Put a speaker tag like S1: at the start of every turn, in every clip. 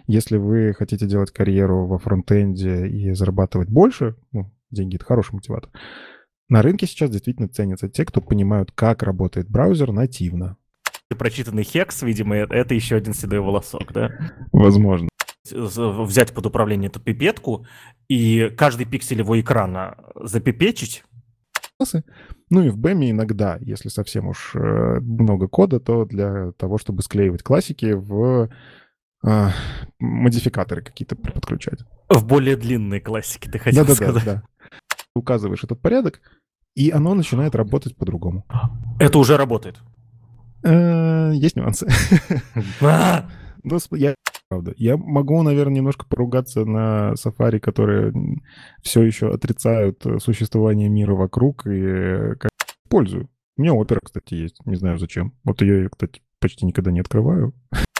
S1: Если вы хотите делать карьеру во фронтенде и зарабатывать больше, ну, деньги — это хороший мотиватор, на рынке сейчас действительно ценятся те, кто понимают, как работает браузер нативно.
S2: Прочитанный хекс, видимо, это еще один седой волосок, да?
S1: Возможно.
S2: Взять под управление эту пипетку и каждый пиксель его экрана запипечить.
S1: Ну и в BEM иногда, если совсем уж много кода, то для того, чтобы склеивать классики в модификаторы какие-то подключать.
S2: В более длинные классики, ты хотел сказать.
S1: Да. Указываешь этот порядок, и оно начинает работать по-другому.
S2: Это уже работает.
S1: Есть нюансы. Правда. Я могу, наверное, немножко поругаться на Safari, которые все еще отрицают существование мира вокруг, и как пользую. У меня Opera, кстати, есть. Не знаю зачем. Вот ее я, кстати, почти никогда не открываю.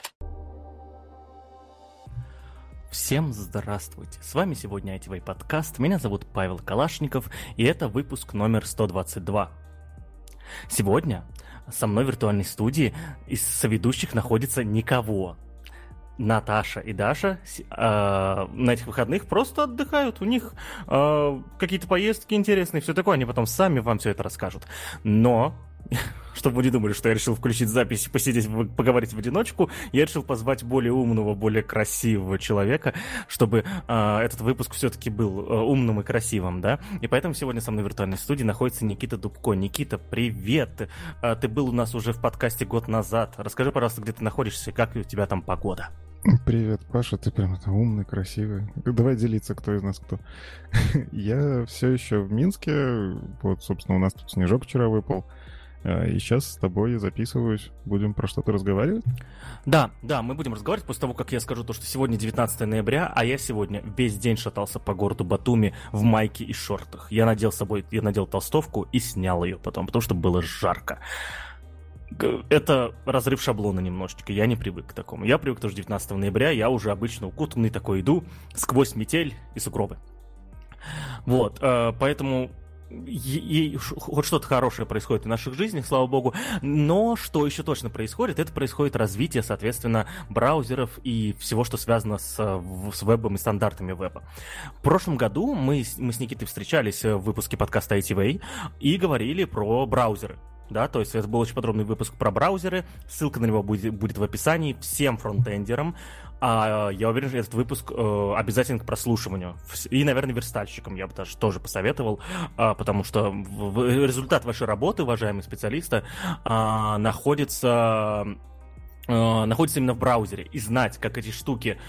S2: Всем здравствуйте! С вами сегодня ITV подкаст. Меня зовут Павел Калашников, и это выпуск номер 122. Сегодня со мной в виртуальной студии из соведущих находится никого. Наташа и Даша на этих выходных просто отдыхают. У них какие-то поездки интересные, все такое. Они потом сами вам все это расскажут. Но, чтобы вы не думали, что я решил включить запись и посидеть, поговорить в одиночку, я решил позвать более умного, более красивого человека, чтобы этот выпуск все-таки был умным и красивым, да? И поэтому сегодня со мной в виртуальной студии находится Никита Дубко. Никита, привет! Ты был у нас уже в подкасте год назад. Расскажи, пожалуйста, где ты находишься и как у тебя там погода?
S1: Привет, Паша, ты прям умный, красивый. Давай делиться, кто из нас кто. Я все еще в Минске. Вот, собственно, у нас тут снежок вчера выпал. И сейчас с тобой записываюсь. Будем про что-то разговаривать?
S2: Да, мы будем разговаривать после того, как я скажу то, что сегодня 19 ноября, а я сегодня весь день шатался по городу Батуми в майке и шортах. Я надел толстовку и снял ее потом, потому что было жарко. Это разрыв шаблона немножечко, я не привык к такому. Я привык тоже 19 ноября, я уже обычно укутанный такой иду сквозь метель и сугробы. Вот, поэтому хоть что-то хорошее происходит в наших жизнях, слава богу. Но что еще точно происходит, это происходит развитие, соответственно, браузеров и всего, что связано с вебом и стандартами веба. В прошлом году мы с Никитой встречались в выпуске подкаста ITV и говорили про браузеры. Да, то есть это был очень подробный выпуск про браузеры. Ссылка на него будет в описании всем фронтендерам. Я уверен, что этот выпуск обязателен к прослушиванию. И, наверное, верстальщикам я бы даже тоже посоветовал, потому что результат вашей работы, уважаемые специалисты, находится именно в браузере. И знать, как эти штуки...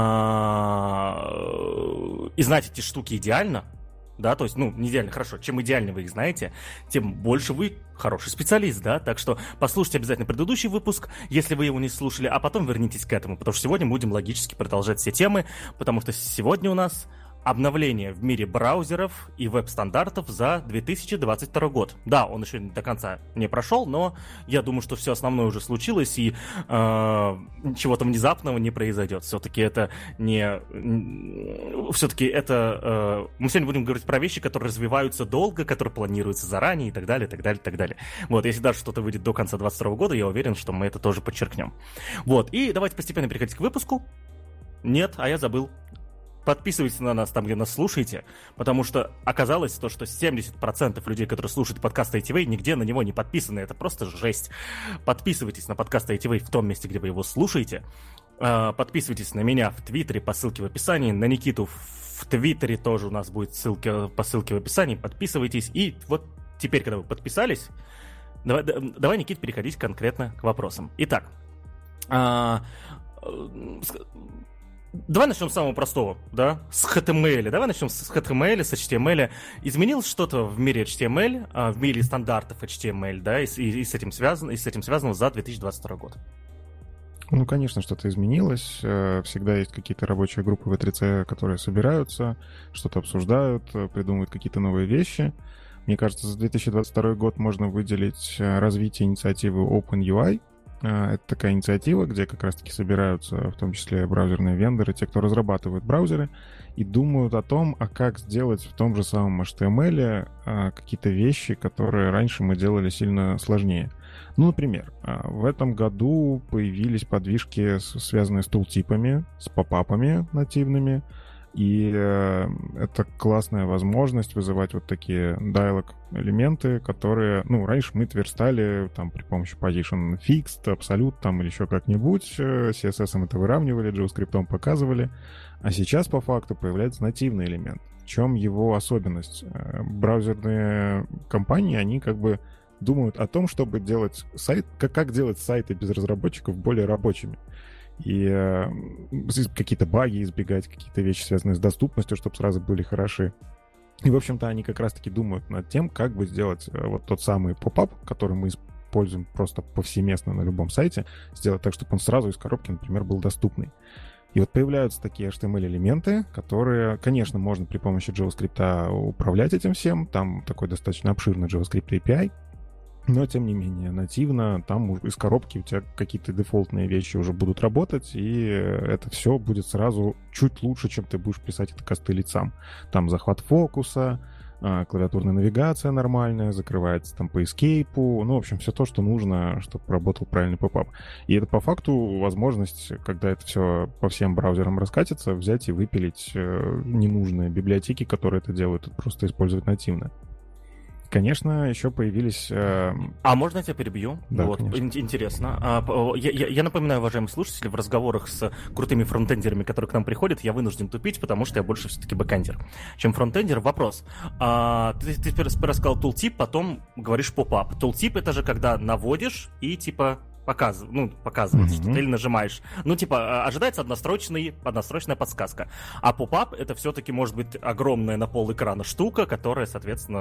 S2: И знать эти штуки идеально, да, то есть, не идеально, хорошо. Чем идеально вы их знаете, тем больше вы хороший специалист, да, так что послушайте обязательно предыдущий выпуск, если вы его не слушали, а потом вернитесь к этому, потому что сегодня мы будем логически продолжать все темы, потому что сегодня у нас обновление в мире браузеров и веб-стандартов за 2022 год. Да, он еще до конца не прошел, но я думаю, что все основное уже случилось, и чего-то внезапного не произойдет. Все-таки это не... Все-таки это... Мы сегодня будем говорить про вещи, которые развиваются долго, которые планируются заранее и так далее, так далее, так далее. Вот, если даже что-то выйдет до конца 2022 года, я уверен, что мы это тоже подчеркнем. Вот, и давайте постепенно переходить к выпуску. Нет, а я забыл. Подписывайтесь на нас там, где нас слушаете, потому что оказалось то, что 70% людей, которые слушают подкаст ITV, нигде на него не подписаны. Это просто жесть. Подписывайтесь на подкаст ITV в том месте, где вы его слушаете. Подписывайтесь на меня в Твиттере по ссылке в описании. На Никиту в Твиттере тоже у нас будет ссылка по ссылке в описании. Подписывайтесь. И вот теперь, когда вы подписались, давай, Никит, переходить конкретно к вопросам. Итак, давай начнем с самого простого, да, с HTML. Давай начнем с HTML, с HTML. Изменилось что-то в мире HTML, в мире стандартов HTML, да, и с этим связано за 2022 год?
S1: Ну, конечно, что-то изменилось. Всегда есть какие-то рабочие группы в E3C, которые собираются, что-то обсуждают, придумывают какие-то новые вещи. Мне кажется, за 2022 год можно выделить развитие инициативы OpenUI. Это такая инициатива, где как раз-таки собираются в том числе браузерные вендоры, те, кто разрабатывает браузеры, и думают о том, а как сделать в том же самом HTML какие-то вещи, которые раньше мы делали сильно сложнее. Ну, например, в этом году появились подвижки, связанные с тултипами, с попапами нативными, и это классная возможность вызывать вот такие dialog-элементы, которые, ну, раньше мы это верстали там при помощи position fixed, absolute там или еще как-нибудь, CSS это выравнивали, JavaScript показывали, а сейчас по факту появляется нативный элемент. В чем его особенность? Браузерные компании, они как бы думают о том, чтобы делать сайт, как делать сайты без разработчиков более рабочими. И какие-то баги избегать, какие-то вещи, связанные с доступностью, чтобы сразу были хороши. И, в общем-то, они как раз-таки думают над тем, как бы сделать вот тот самый поп-ап, который мы используем просто повсеместно на любом сайте, сделать так, чтобы он сразу из коробки, например, был доступный. И вот появляются такие HTML-элементы, которые, конечно, можно при помощи JavaScript управлять этим всем. Там такой достаточно обширный JavaScript API. Но, тем не менее, нативно там из коробки у тебя какие-то дефолтные вещи уже будут работать, и это все будет сразу чуть лучше, чем ты будешь писать это костылить сам. Там захват фокуса, клавиатурная навигация нормальная, закрывается там по эскейпу, ну, в общем, все то, что нужно, чтобы работал правильный попап. И это по факту возможность, когда это все по всем браузерам раскатится, взять и выпилить ненужные библиотеки, которые это делают, и просто использовать нативно. Конечно, еще появились...
S2: А можно я тебя перебью?
S1: Да,
S2: вот, интересно. Я напоминаю, уважаемые слушатели, в разговорах с крутыми фронтендерами, которые к нам приходят, я вынужден тупить, потому что я больше все-таки бэкэндер, чем фронтендер. Вопрос. Ты сперва сказал tooltip, потом говоришь поп-ап. Tooltip — это же когда наводишь и типа... показывать что-то, или нажимаешь. Ну, типа, ожидается однострочная подсказка. А поп-ап — это все-таки может быть огромная на пол экрана штука, которая, соответственно,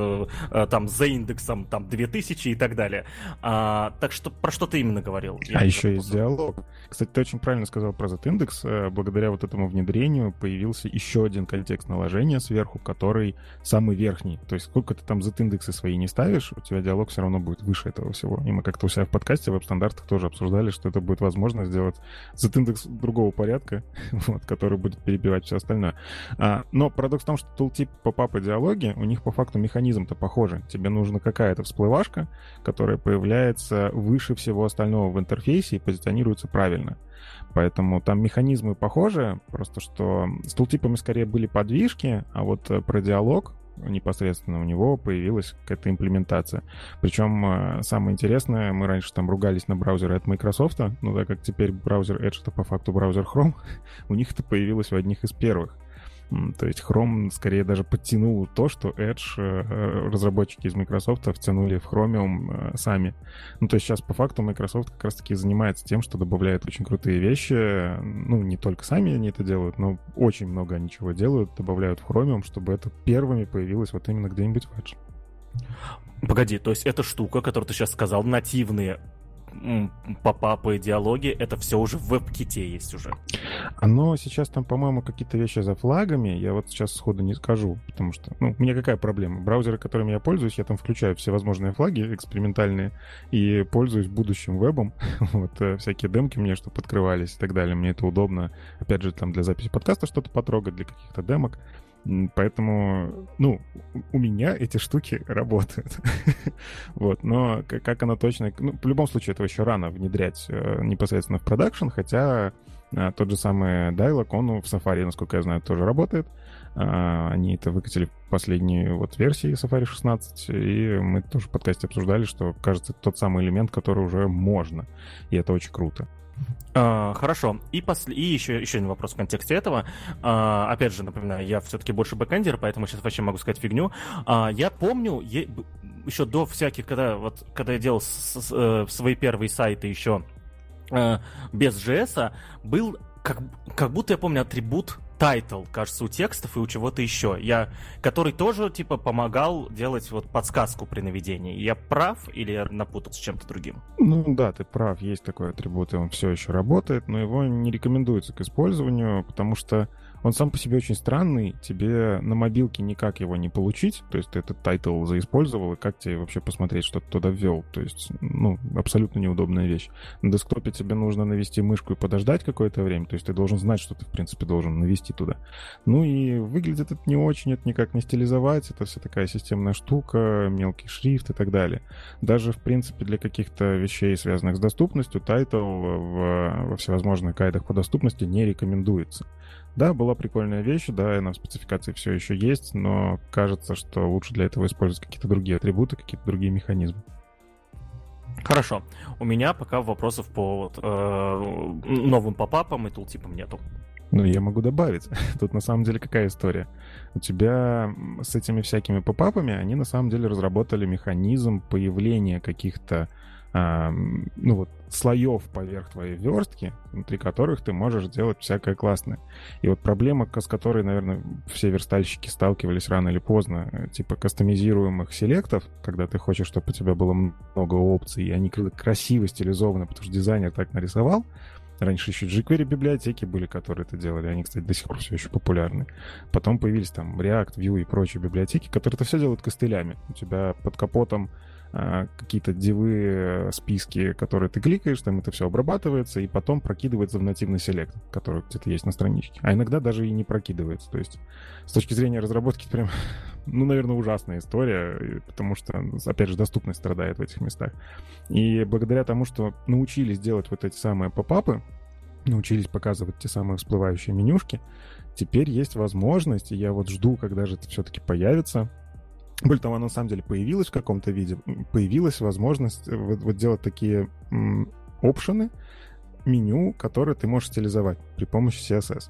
S2: там за индексом там 2000 и так далее. Так что про что ты именно говорил?
S1: Еще есть диалог. Кстати, ты очень правильно сказал про Z-индекс. Благодаря вот этому внедрению появился еще один контекст наложения сверху, который самый верхний. То есть сколько ты там Z-индексы свои не ставишь, у тебя диалог все равно будет выше этого всего. И мы как-то у себя в подкасте в стандартах тоже обсуждали, что это будет возможно сделать Z-индекс другого порядка, вот, который будет перебивать все остальное. Но парадокс в том, что tooltip, поп-ап и диалоги, у них по факту механизм-то похожий. Тебе нужна какая-то всплывашка, которая появляется выше всего остального в интерфейсе и позиционируется правильно. Поэтому там механизмы похожи, просто что с tooltip'ами скорее были подвижки, а вот про диалог непосредственно у него появилась какая-то имплементация. Причем самое интересное, мы раньше там ругались на браузеры от Microsoft, но так как теперь браузер Edge — это по факту браузер Chrome, у них это появилось в одних из первых. То есть Chrome скорее даже подтянул то, что Edge разработчики из Microsoft втянули в Chromium сами. Ну, то есть сейчас по факту Microsoft как раз-таки занимается тем, что добавляет очень крутые вещи. Ну, не только сами они это делают, но очень много они чего делают, добавляют в Chromium, чтобы это первыми появилось вот именно где-нибудь в Edge.
S2: Погоди, то есть эта штука, которую ты сейчас сказал, нативные поп-апы, диалоги, это все уже в WebKit есть уже.
S1: Оно сейчас там, по-моему, какие-то вещи за флагами, я вот сейчас сходу не скажу, потому что, ну, у меня какая проблема? Браузеры, которыми я пользуюсь, я там включаю все возможные флаги экспериментальные и пользуюсь будущим вебом, вот, всякие демки мне, чтобы открывались и так далее, мне это удобно, опять же, там для записи подкаста что-то потрогать, для каких-то демок. Поэтому, ну, у меня эти штуки работают. Вот, но как оно точно... Ну, в любом случае, этого еще рано внедрять непосредственно в продакшн, хотя тот же самый Dialog, он в Safari, насколько я знаю, тоже работает. Они это выкатили в последней вот версии Safari 16, и мы тоже в подкасте обсуждали, что, кажется, это тот самый элемент, который уже можно, и это очень круто.
S2: Хорошо. И еще один вопрос в контексте этого. Опять же, напоминаю, я все-таки больше бэкэндер, поэтому сейчас вообще могу сказать фигню. Я помню, еще до всяких, когда я делал свои первые сайты еще без JS, был как будто я помню атрибут title, кажется, у текстов и у чего-то еще, который тоже, типа, помогал делать вот подсказку при наведении. Я прав или я напутал с чем-то другим?
S1: Ну да, ты прав, есть такой атрибут, и он все еще работает, но его не рекомендуется к использованию, потому что он сам по себе очень странный, тебе на мобилке никак его не получить, то есть ты этот тайтл заиспользовал, и как тебе вообще посмотреть, что ты туда ввел, то есть, ну, абсолютно неудобная вещь. На десктопе тебе нужно навести мышку и подождать какое-то время, то есть ты должен знать, что ты, в принципе, должен навести туда. Ну и выглядит это не очень, это никак не стилизовать, это вся такая системная штука, мелкий шрифт и так далее. Даже, в принципе, для каких-то вещей, связанных с доступностью, Title во всевозможных гайдах по доступности не рекомендуется. Да, была прикольная вещь, да, она в спецификации все еще есть, но кажется, что лучше для этого использовать какие-то другие атрибуты, какие-то другие механизмы.
S2: Хорошо. У меня пока вопросов по новым попапам и тултипам нету.
S1: Ну, я могу добавить. Тут на самом деле какая история? У тебя с этими всякими попапами, они на самом деле разработали механизм появления каких-то слоев поверх твоей верстки, внутри которых ты можешь делать всякое классное. И вот проблема, с которой, наверное, все верстальщики сталкивались рано или поздно, типа кастомизируемых селектов, когда ты хочешь, чтобы у тебя было много опций, и они красиво стилизованы, потому что дизайнер так нарисовал. Раньше еще jQuery библиотеки были, которые это делали. Они, кстати, до сих пор все еще популярны. Потом появились там React, Vue и прочие библиотеки, которые это все делают костылями. У тебя под капотом какие-то дивы, списки, которые ты кликаешь, там это все обрабатывается, и потом прокидывается в нативный селект, который где-то есть на страничке. А иногда даже и не прокидывается. То есть с точки зрения разработки прям, наверное, ужасная история, потому что, опять же, доступность страдает в этих местах. И благодаря тому, что научились делать вот эти самые попапы, научились показывать те самые всплывающие менюшки, теперь есть возможность, и я вот жду, когда же это все-таки появится. Более того, оно на самом деле появилось в каком-то виде. Появилась возможность вот делать такие опшены, меню, которые ты можешь стилизовать при помощи CSS.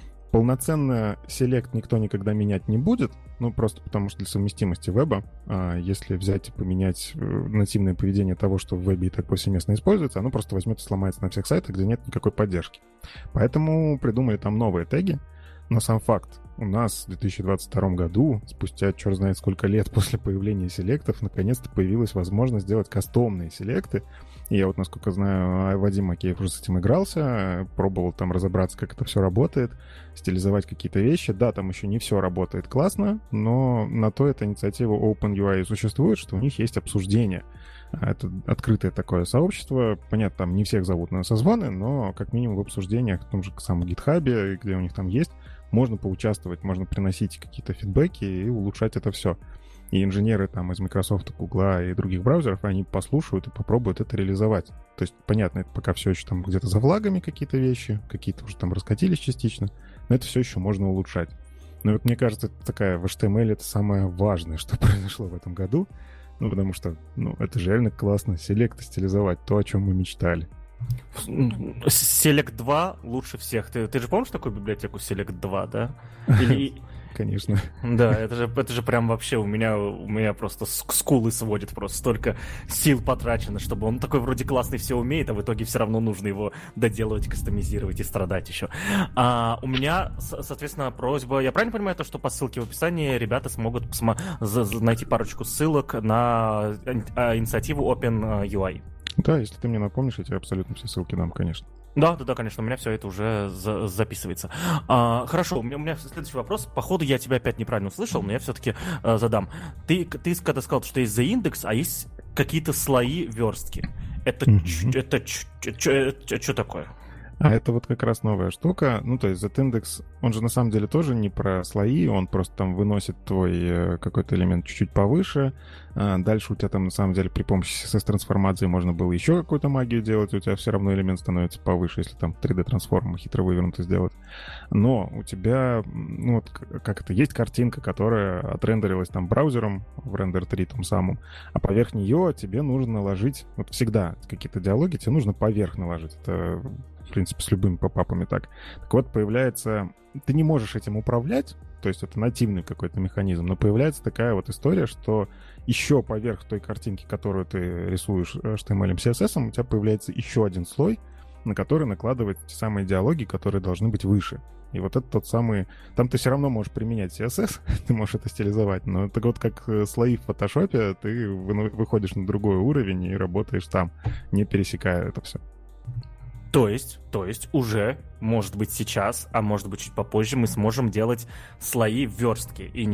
S1: Полноценно селект никто никогда менять не будет, просто потому что для совместимости веба, если взять и поменять нативное поведение того, что в вебе и так повсеместно используется, оно просто возьмет и сломается на всех сайтах, где нет никакой поддержки. Поэтому придумали там новые теги. Но сам факт, у нас в 2022 году, спустя черт знает сколько лет после появления селектов, наконец-то появилась возможность делать кастомные селекты. И я вот, насколько знаю, Вадим Макеев уже с этим игрался, пробовал там разобраться, как это все работает, стилизовать какие-то вещи. Да, там еще не все работает классно, но на то эта инициатива OpenUI существует, что у них есть обсуждение. Это открытое такое сообщество. Понятно, там не всех зовут на созвоны, но как минимум в обсуждениях, в том же самом GitHub, где у них там есть, можно поучаствовать, можно приносить какие-то фидбэки и улучшать это все. И инженеры там из Microsoft, Google и других браузеров, они послушают и попробуют это реализовать. То есть, понятно, это пока все еще там где-то за флагами какие-то вещи, какие-то уже там раскатились частично, но это все еще можно улучшать. Но вот мне кажется, это такая в HTML это самое важное, что произошло в этом году, потому что, это же реально классно, селект стилизовать, то, о чем мы мечтали.
S2: Select 2 лучше всех. Ты же помнишь такую библиотеку Select 2, да?
S1: Конечно.
S2: Да, это же прям вообще у меня просто скулы сводит, просто столько сил потрачено, чтобы он такой вроде классный все умеет, а в итоге все равно нужно его доделывать, кастомизировать и страдать еще. У меня, соответственно, просьба, я правильно понимаю то, что по ссылке в описании ребята смогут найти парочку ссылок на инициативу OpenUI?
S1: Да, если ты мне напомнишь, я тебе абсолютно все ссылки дам, конечно.
S2: Да, конечно, у меня все это уже записывается. Хорошо, у меня следующий вопрос. Походу, я тебя опять неправильно услышал, но я все-таки задам. Ты когда сказал, что есть The Index, а есть какие-то слои верстки. Это что такое?
S1: А это вот как раз новая штука. То есть Z-индекс, он же на самом деле тоже не про слои, он просто там выносит твой какой-то элемент чуть-чуть повыше. Дальше у тебя там на самом деле при помощи CSS-трансформации можно было еще какую-то магию делать, у тебя все равно элемент становится повыше, если там 3D-трансформу хитро вывернуто сделать. Но у тебя, есть картинка, которая отрендерилась там браузером в Render 3 том самом, а поверх нее тебе нужно наложить, всегда какие-то диалоги тебе нужно поверх наложить. Это в принципе, с любыми попапами так. Так вот, появляется... Ты не можешь этим управлять, то есть это нативный какой-то механизм, но появляется такая вот история, что еще поверх той картинки, которую ты рисуешь HTML и CSS, у тебя появляется еще один слой, на который накладывать те самые диалоги, которые должны быть выше. И вот это тот самый... Там ты все равно можешь применять CSS, ты можешь это стилизовать, но это вот как слои в фотошопе, ты выходишь на другой уровень и работаешь там, не пересекая это все.
S2: То есть уже, может быть, сейчас, а может быть, чуть попозже мы сможем делать слои верстки и не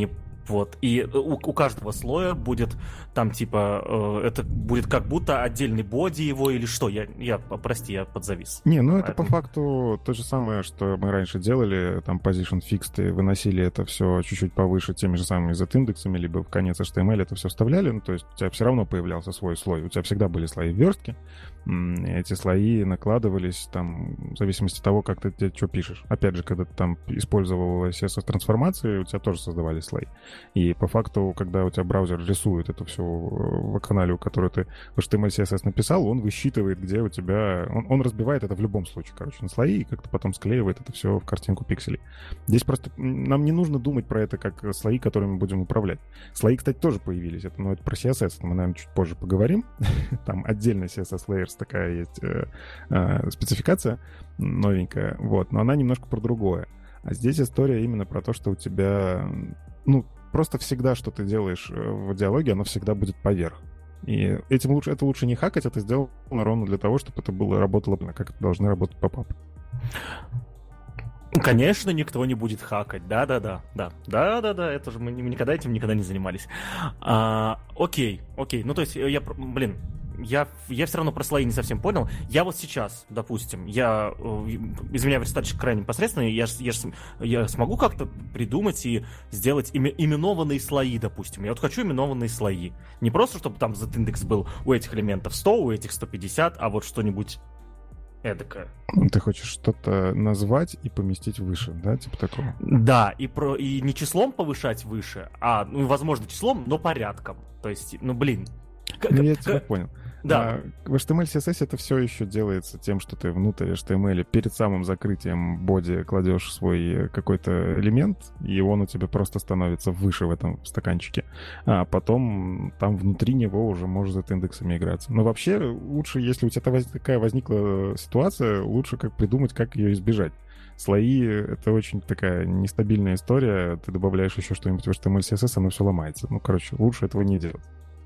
S2: Вот, и у каждого слоя будет там типа, это будет как будто отдельный боди его или что, прости, я подзавис.
S1: Не, ну это по факту то же самое, что мы раньше делали, там position fixed, и выносили это все чуть-чуть повыше теми же самыми z-индексами, либо в конец HTML это все вставляли, ну то есть у тебя все равно появлялся свой слой, у тебя всегда были слои верстки, эти слои накладывались там в зависимости от того, как ты что пишешь. Опять же, когда ты там использовал CSS-трансформации, у тебя тоже создавались слои. И по факту, когда у тебя браузер рисует эту всю вакханалию, которую ты в HTML CSS написал, он высчитывает, где у тебя... Он разбивает это в любом случае, короче, на слои, и как-то потом склеивает это все в картинку пикселей. Здесь просто нам не нужно думать про это как слои, которыми мы будем управлять. Слои, кстати, тоже появились. Но это про CSS. Мы, наверное, чуть позже поговорим. Там отдельно CSS Layers такая есть спецификация новенькая, вот, но она немножко про другое. А здесь история именно про то, что у тебя, ну, просто всегда, что ты делаешь в диалоге, оно всегда будет поверх. И это лучше не хакать, это сделано ровно для того, чтобы это работало, как это должны работать попапы.
S2: Конечно, никто не будет хакать. Да, это же мы никогда этим не занимались. Окей. Ну, то есть, я все равно про слои не совсем понял. Я вот сейчас, допустим, извиняюсь, достаточно крайне непосредственно, я смогу как-то придумать и сделать именованные слои, допустим. Я вот хочу именованные слои. Не просто, чтобы там z-индекс был у этих элементов 100, у этих 150, а вот что-нибудь эдакое.
S1: Ты хочешь что-то назвать и поместить выше, да, типа такого?
S2: Да, и не числом повышать выше, возможно, числом, но порядком. То есть,
S1: я тебя понял.
S2: Да.
S1: В HTML CSS это все еще делается тем, что ты внутрь HTML перед самым закрытием боди кладешь свой какой-то элемент, и он у тебя просто становится выше в этом стаканчике. А потом там внутри него уже может с индексами играться. Но вообще лучше, если у тебя такая возникла ситуация, лучше придумать, как ее избежать. Слои — это очень такая нестабильная история. Ты добавляешь еще что-нибудь в HTML CSS, оно все ломается. Лучше этого не делать.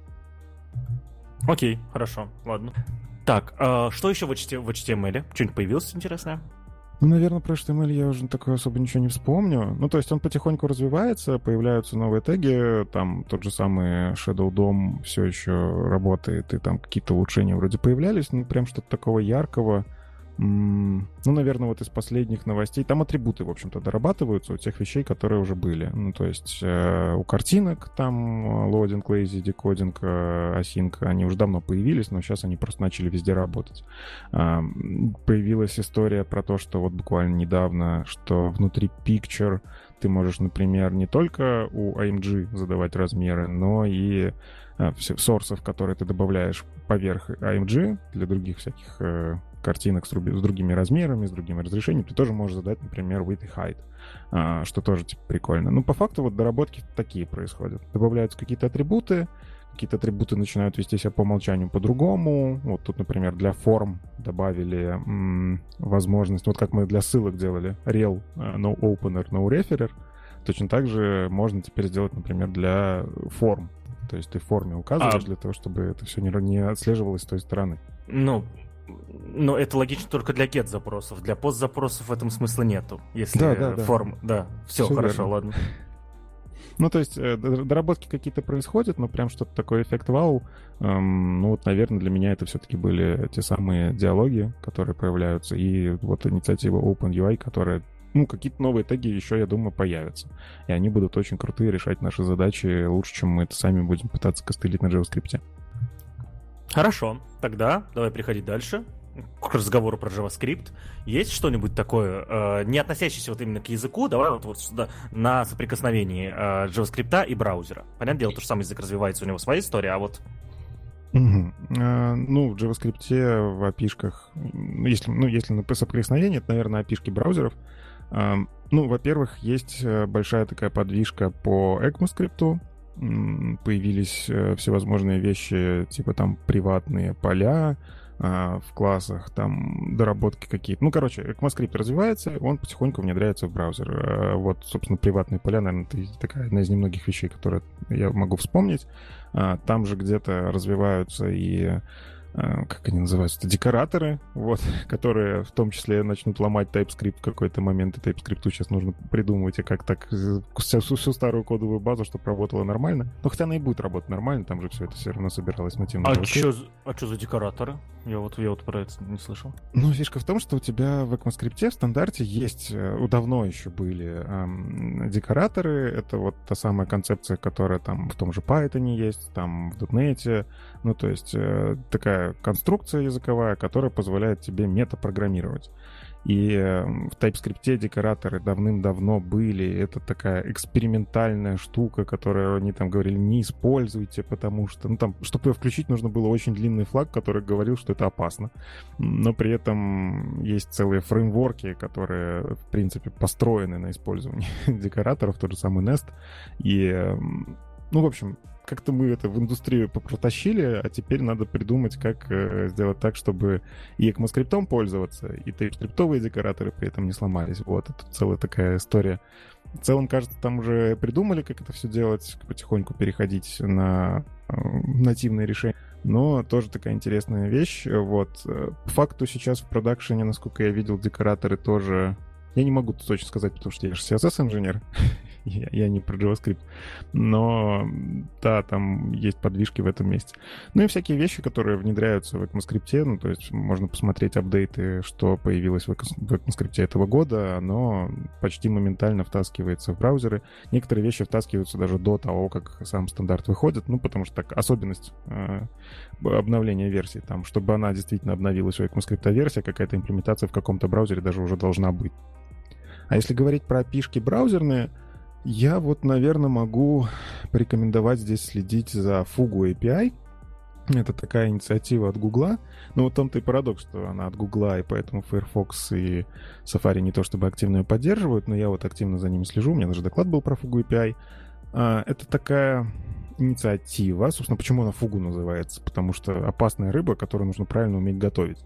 S2: Окей, хорошо, ладно. Так, что еще в HTML? Что-нибудь появилось интересное?
S1: Наверное, про HTML я уже такое особо ничего не вспомню. То есть он потихоньку развивается, появляются новые теги, там тот же самый Shadow DOM все еще работает, и там какие-то улучшения вроде появлялись, прям что-то такого яркого. Наверное, вот из последних новостей. Там атрибуты, в общем-то, дорабатываются у тех вещей, которые уже были. То есть у картинок там loading, lazy, decoding, async, они уже давно появились, но сейчас они просто начали везде работать. Появилась история про то, что вот буквально недавно, что внутри picture ты можешь, например, не только у AMG задавать размеры, но и сорсов, которые ты добавляешь поверх AMG для других всяких картинок с другими размерами, с другими разрешениями, ты тоже можешь задать, например, width и height, что тоже типа прикольно. По факту вот доработки такие происходят. Добавляются какие-то атрибуты начинают вести себя по умолчанию по-другому. Вот тут, например, для форм добавили возможность, вот как мы для ссылок делали, rel, no opener, no referer, точно так же можно теперь сделать, например, для форм. То есть ты в форме указываешь для того, чтобы это все не отслеживалось с той стороны.
S2: Но это логично только для get-запросов. Для post-запросов в этом смысла нету. Если форм... Да, все хорошо,
S1: верно. Ладно. То есть доработки какие-то происходят, но прям что-то такое эффект вау. Наверное, для меня это все-таки были те самые диалоги, которые появляются, и вот инициатива OpenUI, которая какие-то новые теги еще, я думаю, появятся. И они будут очень крутые, решать наши задачи лучше, чем мы это сами будем пытаться костылить на JavaScript.
S2: Хорошо, тогда давай переходить дальше к разговору про JavaScript. Есть что-нибудь такое, не относящееся вот именно к языку? Давай вот сюда на соприкосновении JavaScript и браузера. Понятное дело, то же самое язык развивается, у него своя история, а вот...
S1: В JavaScript, в API-шках, если на соприкосновении, это, наверное, API-шки браузеров. Во-первых, есть большая такая подвижка по ECMAScript. Появились всевозможные вещи, типа там приватные поля в классах, там доработки какие-то. ECMAScript развивается, он потихоньку внедряется в браузер. Вот, собственно, приватные поля, наверное, это такая одна из немногих вещей, которые я могу вспомнить. Там же где-то развиваются и как они называются, декораторы, вот, которые в том числе начнут ломать TypeScript в какой-то момент, и TypeScript сейчас нужно придумывать, и как так всю старую кодовую базу, чтобы работала нормально. Но хотя она и будет работать нормально, там же все это все равно собиралось нативно.
S2: А что за декораторы? Я вот про это не слышал.
S1: Ну, фишка в том, что у тебя в ECMAScript в стандарте есть, давно еще были декораторы, это вот та самая концепция, которая там в том же Python есть, там в .NET, ну, то есть такая конструкция языковая, которая позволяет тебе метапрограммировать. И в TypeScript декораторы давным-давно были. Это такая экспериментальная штука, которую они там говорили, не используйте, потому что... Ну, там, чтобы ее включить, нужно было очень длинный флаг, который говорил, что это опасно. Но при этом есть целые фреймворки, которые, в принципе, построены на использовании декораторов, тот же самый Nest. И, ну, в общем... Как-то мы это в индустрию протащили, а теперь надо придумать, как сделать так, чтобы и ECMAScript пользоваться, и TypeScript декораторы при этом не сломались. Вот, это целая такая история. В целом, кажется, там уже придумали, как это все делать, потихоньку переходить на нативные решения. Но тоже такая интересная вещь. Вот. По факту сейчас в продакшене, насколько я видел, декораторы тоже... Я не могу точно сказать, потому что я же CSS-инженер. Я не про JavaScript. Но да, там есть подвижки в этом месте. Ну и всякие вещи, которые внедряются в ECMAScript. Ну, то есть можно посмотреть апдейты, что появилось в ECMAScript этого года. Оно почти моментально втаскивается в браузеры. Некоторые вещи втаскиваются даже до того, как сам стандарт выходит. Ну, потому что так, особенность обновления версии. Там, чтобы она действительно обновилась у ECMAScript версия, какая-то имплементация в каком-то браузере даже уже должна быть. А если говорить про API-шки браузерные, я вот, наверное, могу порекомендовать здесь следить за Fugu API. Это такая инициатива от Гугла. Но вот в том-то и парадокс, что она от Гугла, и поэтому Firefox и Safari не то чтобы активно ее поддерживают, но я вот активно за ними слежу. У меня даже доклад был про Fugu API. Это такая инициатива. Собственно, почему она Fugu называется? Потому что опасная рыба, которую нужно правильно уметь готовить.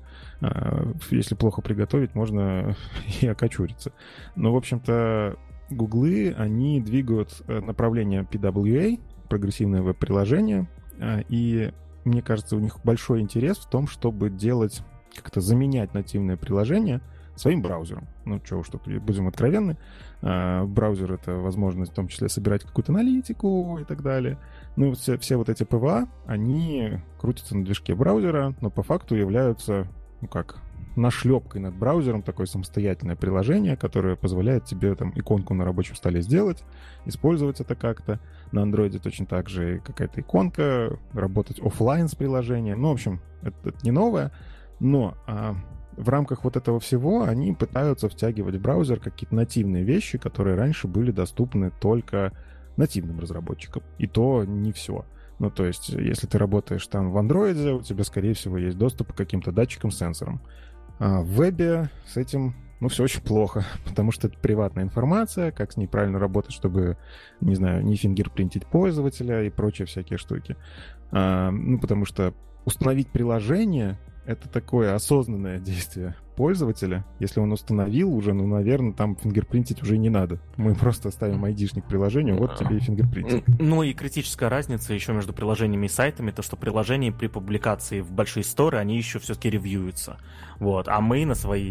S1: Если плохо приготовить, можно и окочуриться. Но, в общем-то, Гуглы, они двигают направление PWA, прогрессивное веб-приложение, и мне кажется, у них большой интерес в том, чтобы делать, как-то заменять нативное приложение своим браузером. Ну, чего уж тут, будем откровенны. Браузер — это возможность в том числе собирать какую-то аналитику и так далее. Ну, все вот эти PWA, они крутятся на движке браузера, но по факту являются, ну как, нашлепкой над браузером, такое самостоятельное приложение, которое позволяет тебе там иконку на рабочем столе сделать, использовать это как-то. На Android точно так же какая-то иконка, работать офлайн с приложением. Ну, в общем, это не новое, но в рамках вот этого всего они пытаются втягивать в браузер какие-то нативные вещи, которые раньше были доступны только нативным разработчикам. И то не все. Ну, то есть, если ты работаешь там в Android, у тебя, скорее всего, есть доступ к каким-то датчикам, сенсорам. А в вебе с этим, ну, все очень плохо, потому что это приватная информация, как с ней правильно работать, чтобы, не знаю, не фингерпринтить пользователя и прочие всякие штуки. Ну, потому что установить приложение — это такое осознанное действие пользователя. Если он установил уже, ну, наверное, там фингерпринтить уже не надо. Мы просто ставим ID-шник приложению, вот тебе и фингерпринтинг.
S2: Ну и критическая разница еще между приложениями и сайтами, то, что приложения при публикации в большие сторы, они еще все-таки ревьюются. Вот. А мы на свой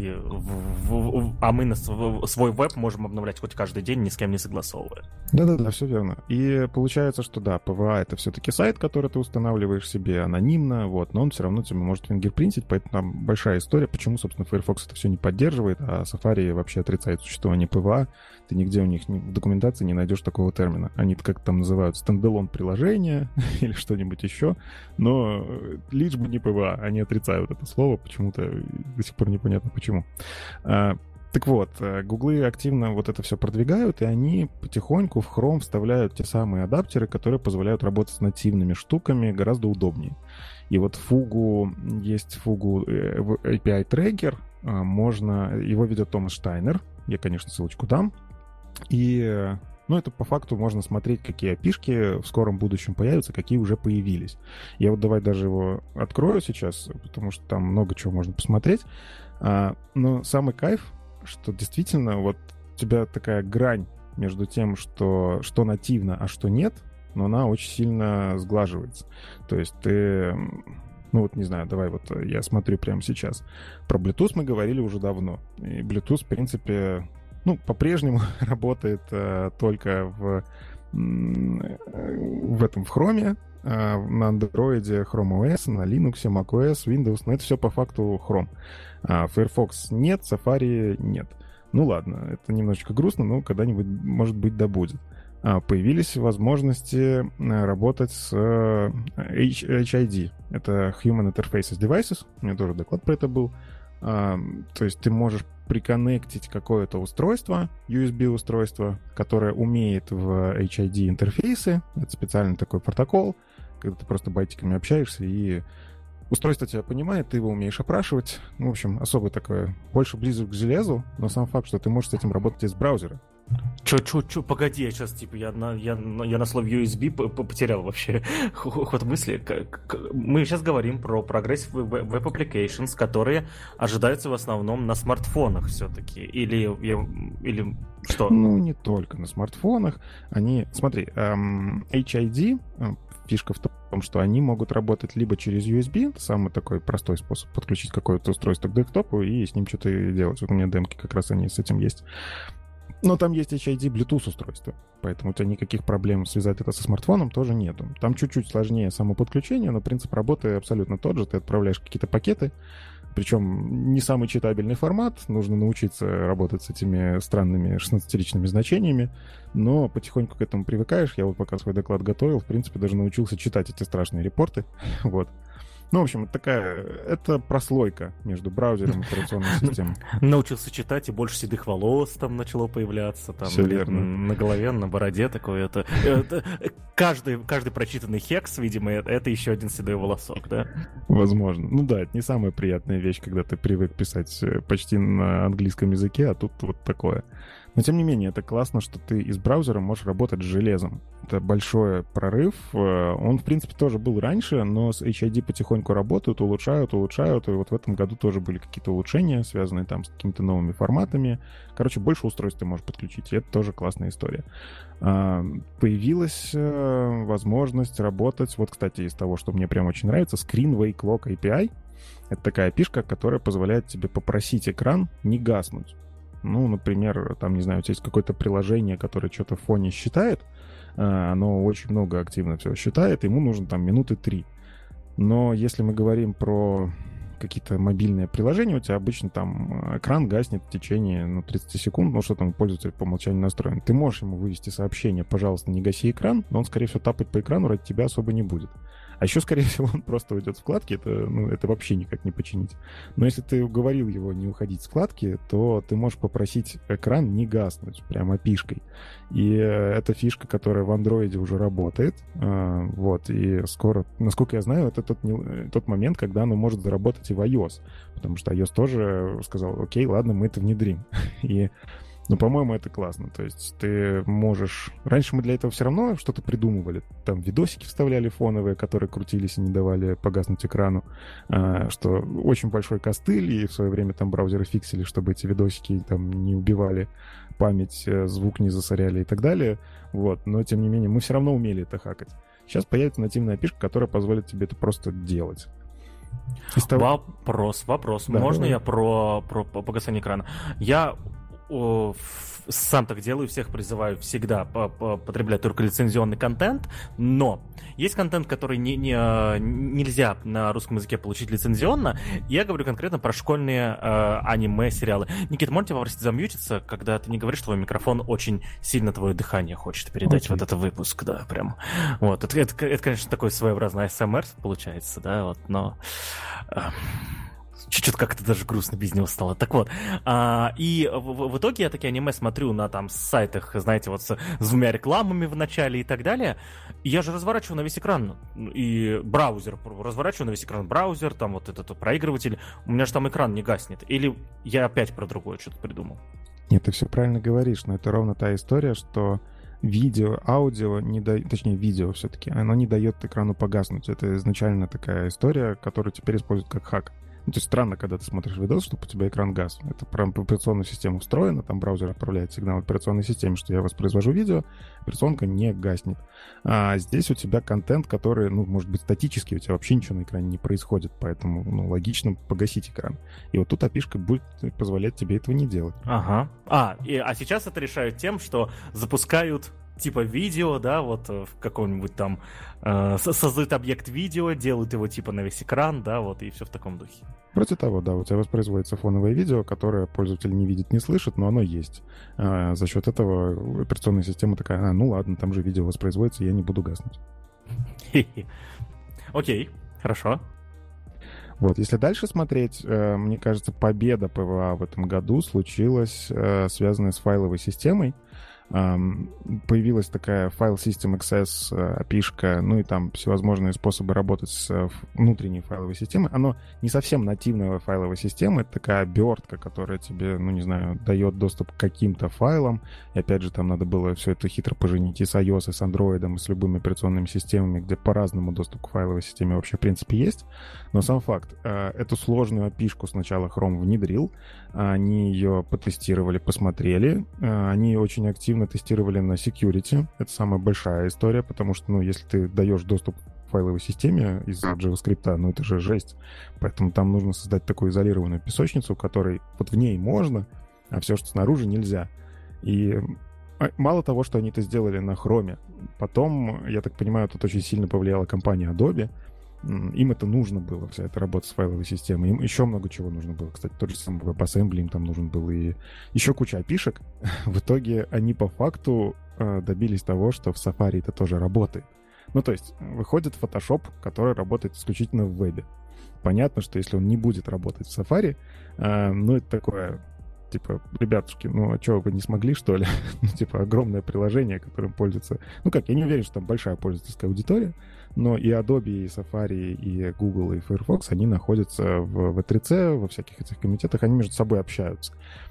S2: веб можем обновлять хоть каждый день, ни с кем не согласовывая.
S1: Да-да-да, все верно. И получается, что да, PWA — это все-таки сайт, который ты устанавливаешь себе анонимно, вот, но он все равно тебе может фингерпринтить, поэтому там большая история, почему, собственно, Firefox это все не поддерживает, а Safari вообще отрицает существование PWA. Ты нигде у них в документации не найдешь такого термина. Они как там называют стендалон приложения или что-нибудь еще, но лишь бы не PWA. Они отрицают это слово, почему-то до сих пор непонятно почему. Так вот, гуглы активно вот это все продвигают, и они потихоньку в Chrome вставляют те самые адаптеры, которые позволяют работать с нативными штуками гораздо удобнее. И вот есть Fugu API Tracker, его ведет Томас Штайнер, я, конечно, ссылочку дам. И, ну, это по факту можно смотреть, какие API-шки в скором будущем появятся, какие уже появились. Я вот давай даже его открою сейчас, потому что там много чего можно посмотреть. Но самый кайф, что действительно вот у тебя такая грань между тем, что нативно, а что нет, но она очень сильно сглаживается. То есть ты Ну вот, не знаю, давай вот я смотрю прямо сейчас. Про Bluetooth мы говорили уже давно. И Bluetooth, в принципе, ну, по-прежнему работает только в этом, в Chrome, на Android, Chrome OS, на Linux, macOS, Windows. Но это все по факту Chrome. Firefox нет, Safari нет. Ну ладно, это немножечко грустно, но когда-нибудь, может быть, да будет. Появились возможности работать с HID. Это Human Interfaces Devices. У меня тоже доклад про это был. То есть ты можешь приконнектить какое-то устройство, USB-устройство, которое умеет в HID интерфейсы. Это специальный такой протокол, когда ты просто байтиками общаешься, и устройство тебя понимает, ты его умеешь опрашивать. Ну, в общем, особо такое, больше близок к железу, но сам факт, что ты можешь с этим работать из браузера.
S2: Погоди, я сейчас, типа, я на слове USB потерял вообще ход мысли. Мы сейчас говорим про Progressive Web Applications, которые ожидаются в основном на смартфонах все-таки, или что?
S1: Ну, не только на смартфонах. Смотри, HID, фишка в том, что они могут работать либо через USB, самый такой простой способ подключить какое-то устройство к десктопу и с ним что-то делать. Вот у меня демки как раз они с этим есть. Но там есть HID Bluetooth устройство, поэтому у тебя никаких проблем связать это со смартфоном тоже нету. Там чуть-чуть сложнее само подключение, но принцип работы абсолютно тот же. Ты отправляешь какие-то пакеты, причем не самый читабельный формат, нужно научиться работать с этими странными 16-ричными значениями, но потихоньку к этому привыкаешь. Я вот пока свой доклад готовил, в принципе, даже научился читать эти страшные репорты, вот. Ну, в общем, это прослойка между браузером и операционной системой.
S2: Научился читать, и больше седых волос там начало появляться. Там,
S1: все верно.
S2: На голове, на бороде такое. Каждый прочитанный хекс, видимо, это еще один седой волосок, да?
S1: Возможно. Ну да, это не самая приятная вещь, когда ты привык писать почти на английском языке, а тут вот такое. Но, тем не менее, это классно, что ты из браузера можешь работать с железом. Это большой прорыв. Он, в принципе, тоже был раньше, но с HID потихоньку работают, улучшают. И вот в этом году тоже были какие-то улучшения, связанные там с какими-то новыми форматами. Короче, больше устройств ты можешь подключить, и это тоже классная история. Появилась возможность работать, вот, кстати, из того, что мне прям очень нравится, Screen Wake Lock API. Это такая фишка, которая позволяет тебе попросить экран не гаснуть. Ну, например, там, не знаю, у тебя есть какое-то приложение, которое что-то в фоне считает, оно очень много активно все считает, ему нужно там минуты 3. Но если мы говорим про какие-то мобильные приложения, у тебя обычно там экран гаснет в течение 30 секунд, ну что там пользователь по умолчанию настроен. Ты можешь ему вывести сообщение: пожалуйста, не гаси экран, но он, скорее всего, тапать по экрану ради тебя особо не будет. А еще, скорее всего, он просто уйдет в вкладки, это вообще никак не починить. Но если ты уговорил его не уходить в вкладки, то ты можешь попросить экран не гаснуть, прямо API-шкой. И это фишка, которая в Android уже работает. Вот, и скоро, насколько я знаю, это тот момент, когда оно может заработать и в iOS. Потому что iOS тоже сказал: окей, ладно, мы это внедрим. И по-моему, это классно. То есть ты можешь... Раньше мы для этого все равно что-то придумывали. Там видосики вставляли фоновые, которые крутились и не давали погаснуть экрану. Что очень большой костыль, и в свое время там браузеры фиксили, чтобы эти видосики там не убивали память, звук не засоряли и так далее. Вот. Но, тем не менее, мы все равно умели это хакать. Сейчас появится нативная API, которая позволит тебе это просто делать.
S2: Вопрос.
S1: Да,
S2: Можно
S1: давай.
S2: я про погасание экрана? Я сам так делаю, всех призываю всегда потреблять только лицензионный контент, но есть контент, который нельзя на русском языке получить лицензионно. Я говорю конкретно про школьные аниме, сериалы. Никита, можете попросить замьютиться, когда ты не говоришь, что твой микрофон очень сильно твое дыхание хочет передать вот этот выпуск, да, прям. Вот, это, конечно, такой своеобразный ASMR получается, да, вот, но... Чуть-чуть как-то даже грустно без него стало. Так вот, и в итоге я такие аниме смотрю на там сайтах, знаете, вот с двумя рекламами в начале и так далее. И я же разворачиваю на весь экран и браузер, разворачиваю на весь экран браузер, там вот этот проигрыватель. У меня же там экран не гаснет. Или я опять про другое что-то придумал?
S1: Нет, ты все правильно говоришь, но это ровно та история, что видео, аудио, точнее видео все-таки, оно не дает экрану погаснуть. Это изначально такая история, которую теперь используют как хак. Ну, то есть странно, когда ты смотришь видос, чтобы у тебя экран гас. Это прям в операционную систему встроено, там браузер отправляет сигнал операционной системе, что я воспроизвожу видео, операционка не гаснет. А здесь у тебя контент, который, ну, может быть, статический, у тебя вообще ничего на экране не происходит, поэтому, ну, логично погасить экран. И вот тут API-шка будет позволять тебе этого не делать.
S2: Ага. А сейчас это решают тем, что запускают типа видео, да, вот в каком-нибудь там создают объект видео, делают его типа на весь экран, да, вот, и все в таком духе.
S1: Вроде того, да, у тебя воспроизводится фоновое видео, которое пользователь не видит, не слышит, но оно есть. За счет этого операционная система такая, ну ладно, там же видео воспроизводится, я не буду гаснуть.
S2: Окей, хорошо.
S1: Вот, если дальше смотреть, мне кажется, победа ПВА в этом году случилась, связанная с файловой системой. Появилась такая File System Access API-шка, ну и там всевозможные способы работать с внутренней файловой системой. Оно не совсем нативная файловая система, это такая обертка, которая тебе, ну не знаю, дает доступ к каким-то файлам. И опять же, там надо было все это хитро поженить и с iOS, и с Android, и с любыми операционными системами, где по-разному доступ к файловой системе вообще в принципе есть. Но сам факт, эту сложную API-шку сначала Chrome внедрил, они ее потестировали, посмотрели, они очень активно тестировали на security. Это самая большая история, потому что, ну, если ты даешь доступ к файловой системе из JavaScript, ну, это же жесть. Поэтому там нужно создать такую изолированную песочницу, в которой вот в ней можно, а все, что снаружи, нельзя. И мало того, что они это сделали на Chrome, потом, я так понимаю, тут очень сильно повлияла компания Adobe. Им это нужно было, вся эта работа с файловой системой. Им еще много чего нужно было. Кстати, тот же самый WebAssembly им там нужен был. И еще куча опишек. В итоге они по факту добились того, что в Safari это тоже работает. Ну, то есть выходит Photoshop, который работает исключительно в вебе. Понятно, что если он не будет работать в Safari, ну, это такое... Типа, ребятушки, ну а что, вы не смогли, что ли? Ну, типа, огромное приложение, которым пользуется... Ну как, я не уверен, что там большая пользовательская аудитория, но и Adobe, и Safari, и Google, и Firefox, они находятся в V3C, во всяких этих комитетах, они между собой общаются.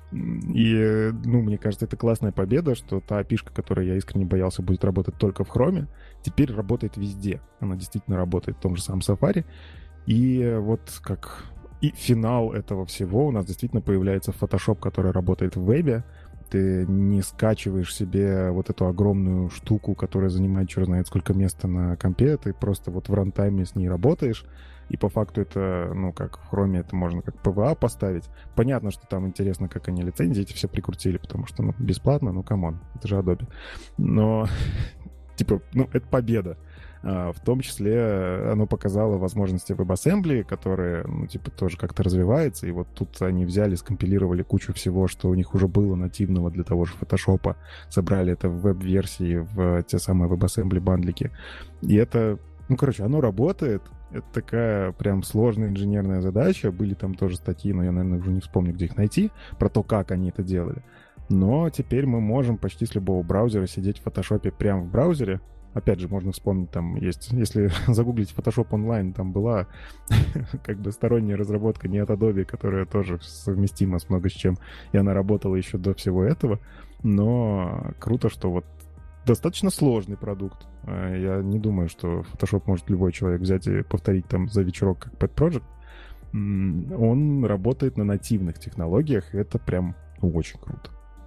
S1: И, ну, мне кажется, это классная победа, что та API-шка, которую я искренне боялся будет работать только в Chrome, теперь работает везде. Она действительно работает в том же самом Safari. И вот как... И финал этого всего у нас действительно появляется Photoshop, который работает в вебе. Ты не скачиваешь себе вот эту огромную штуку, которая занимает черт знает сколько места на компе. Ты просто вот в рантайме с ней работаешь. И по факту это, ну, как в Chrome, это можно как PWA поставить. Понятно, что там интересно, как они лицензии эти все прикрутили, потому что, ну, бесплатно, ну, камон, это же Adobe. Но, типа, ну, это победа. В том числе оно показало возможности WebAssembly, которые, ну, типа, тоже как-то развивается. И вот тут они взяли, скомпилировали кучу всего, что у них уже было нативного для того же Photoshop, собрали это в веб-версии, в те самые WebAssembly бандлики. И это, ну, короче, оно работает. Это такая прям сложная инженерная задача. Были там тоже статьи, но я, наверное, уже не вспомню, где их найти, про то, как они это делали. Но теперь мы можем почти с любого браузера сидеть в Photoshop прямо в браузере. Опять же, можно вспомнить, там есть, если загуглить Photoshop онлайн, там была как бы сторонняя разработка не от Adobe, которая тоже совместима с много с чем, и она работала еще до всего этого, но круто, что вот достаточно сложный продукт. Я не думаю, что Photoshop может любой человек взять и повторить там за вечерок как Pet Project. Он работает на нативных технологиях, и это прям очень круто.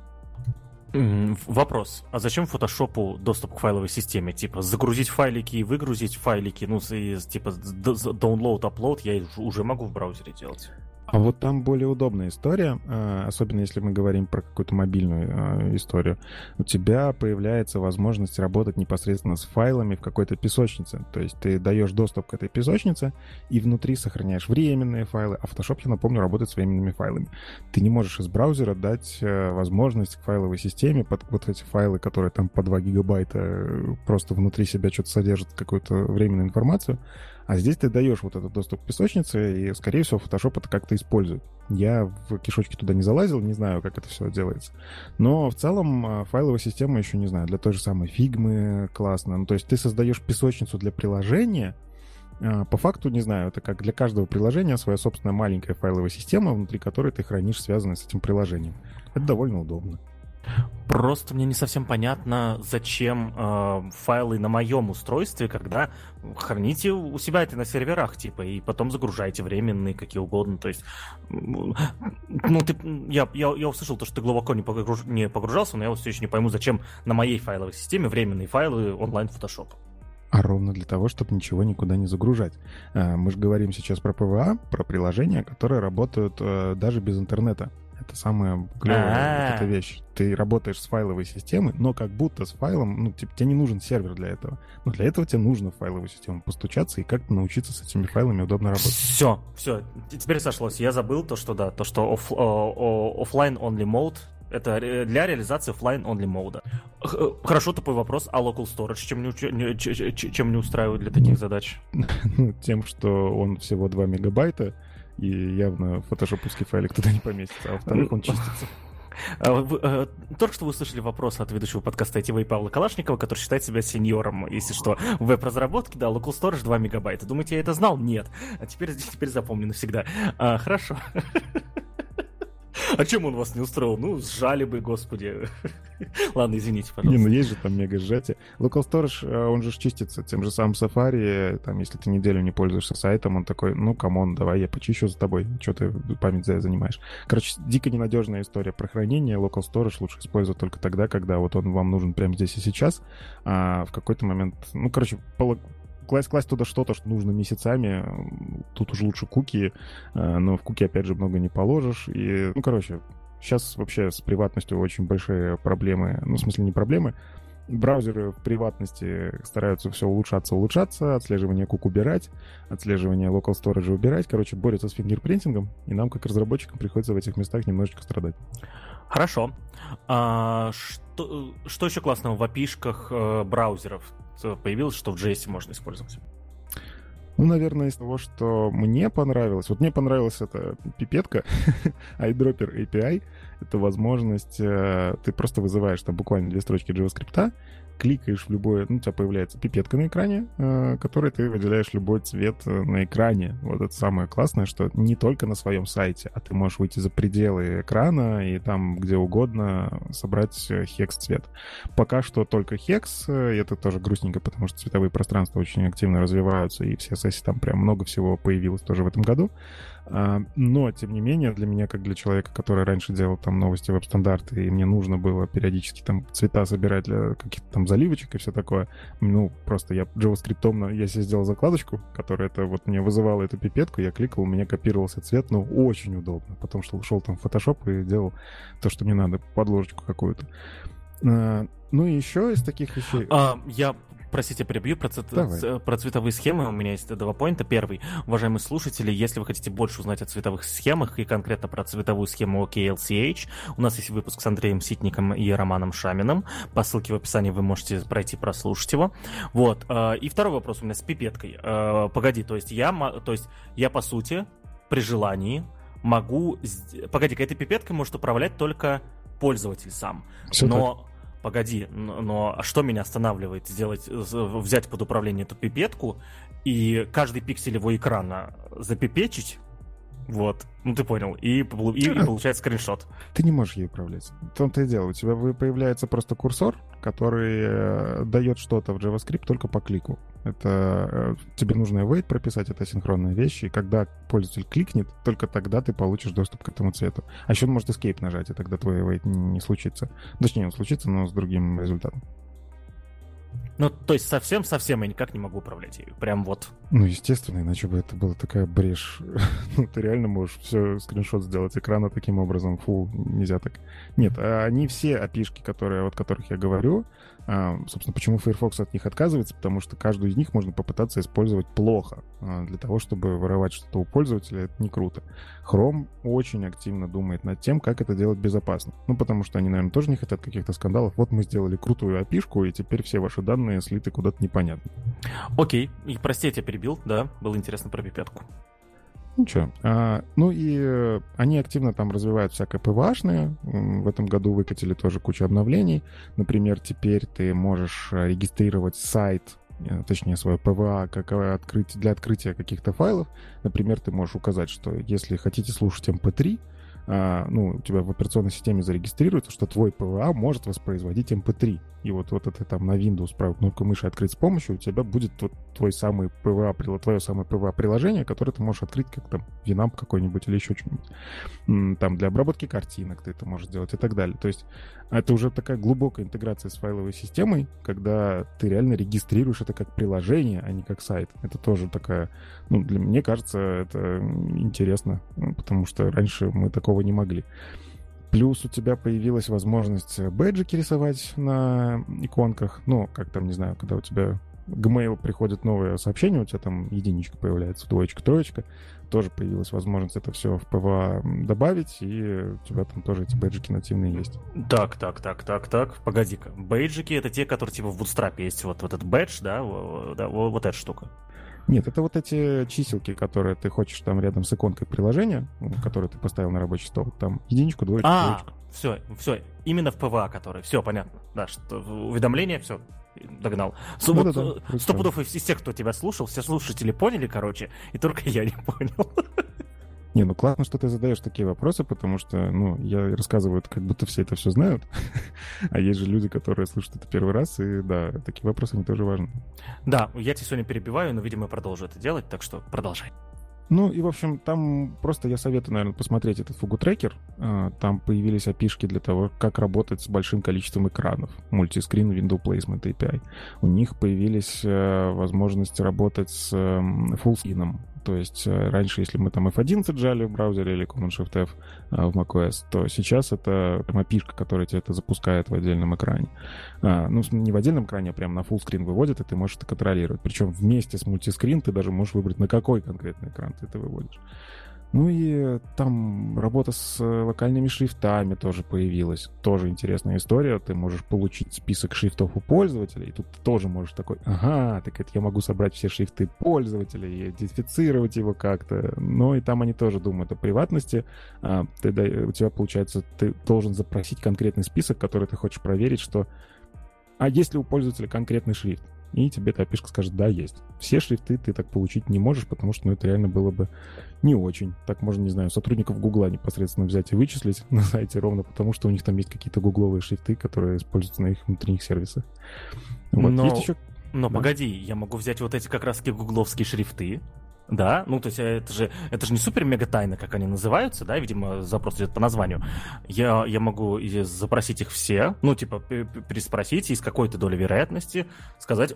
S2: Вопрос. А зачем фотошопу доступ к файловой системе? Типа, загрузить файлики и выгрузить файлики, ну, типа, download, upload я уже могу в браузере делать.
S1: А вот там более удобная история, особенно если мы говорим про какую-то мобильную историю. У тебя появляется возможность работать непосредственно с файлами в какой-то песочнице. То есть ты даешь доступ к этой песочнице и внутри сохраняешь временные файлы. А Photoshop, я напомню, работает с временными файлами. Ты не можешь из браузера дать возможность к файловой системе под вот эти файлы, которые там по 2 гигабайта просто внутри себя что-то содержат, какую-то временную информацию. А здесь ты даешь вот этот доступ к песочнице, и, скорее всего, Photoshop это как-то использует. Я в кишочки туда не залазил, не знаю, как это все делается. Но в целом файловая система еще, не знаю, для той же самой Figma классно. Ну, то есть ты создаешь песочницу для приложения. По факту, не знаю, это как для каждого приложения своя собственная маленькая файловая система, внутри которой ты хранишь связанное с этим приложением. Это довольно удобно.
S2: Просто мне не совсем понятно, зачем файлы на моем устройстве, когда храните у себя это на серверах, типа, и потом загружайте временные, какие угодно. То есть, я услышал то, что ты глубоко не погружался, но я вот все еще не пойму, зачем на моей файловой системе временные файлы онлайн Photoshop.
S1: А ровно для того, чтобы ничего никуда не загружать. Мы же говорим сейчас про ПВА, про приложения, которые работают даже без интернета. Это самая клевая вот эта вещь. Ты работаешь с файловой системой, но как будто с файлом, тебе не нужен сервер для этого. Но для этого тебе нужно в файловую систему постучаться и как-то научиться с этими файлами удобно работать.
S2: Все, теперь сошлось. Я забыл то, что offline only mode — это для реализации offline-only мода. Хорошо, тупой вопрос. А local storage чем не устраивает для таких задач?
S1: Тем, что он всего 2 мегабайта, и явно фотошоповский файлик туда не поместится, а во-вторых, он чистится.
S2: Только что вы услышали вопрос от ведущего подкаста ITV Павла Калашникова, который считает себя сеньором, если что, в веб-разработке. Да, local storage 2 мегабайта. Думаете, я это знал? Нет. А теперь запомню навсегда. Хорошо. А чем он вас не устроил? Сжали бы, господи. Ладно, извините, пожалуйста.
S1: Есть же там мега сжатие. Local Storage, он же чистится тем же самым Safari. Там, если ты неделю не пользуешься сайтом, он такой, камон, давай я почищу за тобой. Что ты память занимаешь? Короче, дико ненадежная история про хранение. Local Storage лучше использовать только тогда, когда вот он вам нужен прямо здесь и сейчас. А в какой-то момент... Класть туда что-то, что нужно месяцами, тут уже лучше куки, но в куки, опять же, много не положишь. И, сейчас вообще с приватностью очень большие проблемы. В смысле, не проблемы. Браузеры в приватности стараются все улучшаться, отслеживание кук убирать, отслеживание local storage убирать. Борются с фингерпринтингом, и нам, как разработчикам, приходится в этих местах немножечко страдать.
S2: Хорошо. Что еще классного в API-шках браузеров появилось, что в JS можно использовать?
S1: Наверное, из того, что мне понравилось. Мне понравилась эта пипетка, iDropper API. Это возможность... Ты просто вызываешь там буквально 2 строчки JavaScript, кликаешь в любое... у тебя появляется пипетка на экране, которой ты выделяешь любой цвет на экране. Вот это самое классное, что не только на своем сайте, а ты можешь выйти за пределы экрана и там где угодно собрать хекс-цвет. Пока что только хекс, и это тоже грустненько, потому что цветовые пространства очень активно развиваются, и в CSS там прям много всего появилось тоже в этом году. Но, тем не менее, для меня, как для человека, который раньше делал там новости веб-стандарты, и мне нужно было периодически там цвета собирать для каких-то там заливочек и все такое, просто я JavaScript, я себе сделал закладочку, которая мне вызывала эту пипетку, я кликал, у меня копировался цвет, очень удобно. Потом шел там в Photoshop и делал то, что мне надо, подложечку какую-то. И еще из таких вещей...
S2: Простите, перебью про цветовые схемы. У меня есть 2 поинта. Первый. Уважаемые слушатели, если вы хотите больше узнать о цветовых схемах и конкретно про цветовую схему OKLCH, у нас есть выпуск с Андреем Ситником и Романом Шаминым. По ссылке в описании вы можете пройти прослушать его. И второй вопрос у меня с пипеткой. Погоди, то есть я по сути при желании могу... Погоди, этой пипеткой может управлять только пользователь сам. Погоди, но что меня останавливает взять под управление эту пипетку и каждый пиксель его экрана запипечить? Ты понял, и получается скриншот.
S1: Ты не можешь ей управлять. В том-то и дело, у тебя появляется просто курсор, который дает что-то в JavaScript только по клику. Это тебе нужно await прописать, это синхронная вещь, и когда пользователь кликнет, только тогда ты получишь доступ к этому цвету. А еще он может escape нажать, и тогда твой await не случится. Точнее, он случится, но с другим результатом.
S2: То есть совсем я никак не могу управлять ею. Прям
S1: естественно, иначе бы это была такая брешь. Ты реально можешь все скриншот сделать экрана таким образом. Нельзя так. Нет, они все API-шки, от которых я говорю, собственно, почему Firefox от них отказывается, потому что каждую из них можно попытаться использовать плохо. Для того, чтобы воровать что-то у пользователя, это не круто. Chrome очень активно думает над тем, как это делать безопасно. Потому что они, наверное, тоже не хотят каких-то скандалов. Мы сделали крутую API-шку, и теперь все ваши данные слиты куда-то непонятно.
S2: Окей. И прости, я тебя перебил, да? Было интересно про пипетку.
S1: Ничего. И они активно там развивают всякое ПВАшное. В этом году выкатили тоже кучу обновлений. Например, теперь ты можешь регистрировать сайт, точнее, свое ПВА, для открытия каких-то файлов. Например, ты можешь указать, что если хотите слушать MP3, у тебя в операционной системе зарегистрируется, что твой ПВА может воспроизводить MP3. И вот это там на Windows правой кнопкой мыши открыть с помощью, у тебя будет вот твое самое ПВА-приложение, которое ты можешь открыть как там Winamp какой-нибудь или еще что-нибудь. Там для обработки картинок ты это можешь делать и так далее. То есть это уже такая глубокая интеграция с файловой системой, когда ты реально регистрируешь это как приложение, а не как сайт. Это тоже такая, для меня кажется, это интересно, потому что раньше мы такого не могли. Плюс у тебя появилась возможность бэджики рисовать на иконках. Как там, не знаю, когда у тебя Gmail приходит новое сообщение, у тебя там единичка появляется, двоечка, троечка. Тоже появилась возможность это все в ПВА добавить, и у тебя там тоже эти бэджики нативные есть.
S2: Так. Погоди-ка. Бэджики — это те, которые типа в Bootstrap есть. Вот этот бэдж, да, вот эта штука.
S1: Нет, это вот эти чиселки, которые ты хочешь там рядом с иконкой приложения, которую ты поставил на рабочий стол, там единичку, двоечку, троечку.
S2: Все, именно в ПВА, который, все, понятно, да, что уведомления, все, догнал. Сто пудов из тех, кто тебя слушал, все слушатели поняли, короче, и только я не понял.
S1: Не, классно, что ты задаешь такие вопросы, потому что, я рассказываю, как будто все это все знают, а есть же люди, которые слушают это первый раз, и да, такие вопросы, они тоже важны.
S2: Да, я тебя сегодня перебиваю, но, видимо, продолжу это делать, так что продолжай.
S1: И, в общем, там просто я советую, наверное, посмотреть этот Fugu Tracker. Там появились API-шки для того, как работать с большим количеством экранов. Multi-screen Window Placement API. У них появились возможности работать с full-screen. То есть раньше, если мы там F11 жали в браузере или Command-Shift-F в macOS, то сейчас это API-шка, которая тебе это запускает в отдельном экране. Не в отдельном экране, а прямо на full-screen выводит, и ты можешь это контролировать. Причем вместе с multi-screen ты даже можешь выбрать, на какой конкретный экран ты это выводишь. И там работа с локальными шрифтами тоже появилась. Тоже интересная история. Ты можешь получить список шрифтов у пользователей, и тут ты тоже можешь такой, так это я могу собрать все шрифты пользователей и идентифицировать его как-то. И там они тоже думают о приватности. У тебя, получается, ты должен запросить конкретный список, который ты хочешь проверить, что... А есть ли у пользователя конкретный шрифт? И тебе эта API скажет, да, есть. Все шрифты ты так получить не можешь, потому что это реально было бы не очень. Так можно, не знаю, сотрудников Гугла непосредственно взять и вычислить на сайте ровно потому, что у них там есть какие-то гугловые шрифты, которые используются на их внутренних сервисах.
S2: Есть еще... Но погоди, я могу взять вот эти как раз-таки гугловские шрифты, да, то есть это же не супер-мега тайна, как они называются, да, видимо, запрос идет по названию. Я могу запросить их все, переспросить и с какой-то долей вероятности сказать,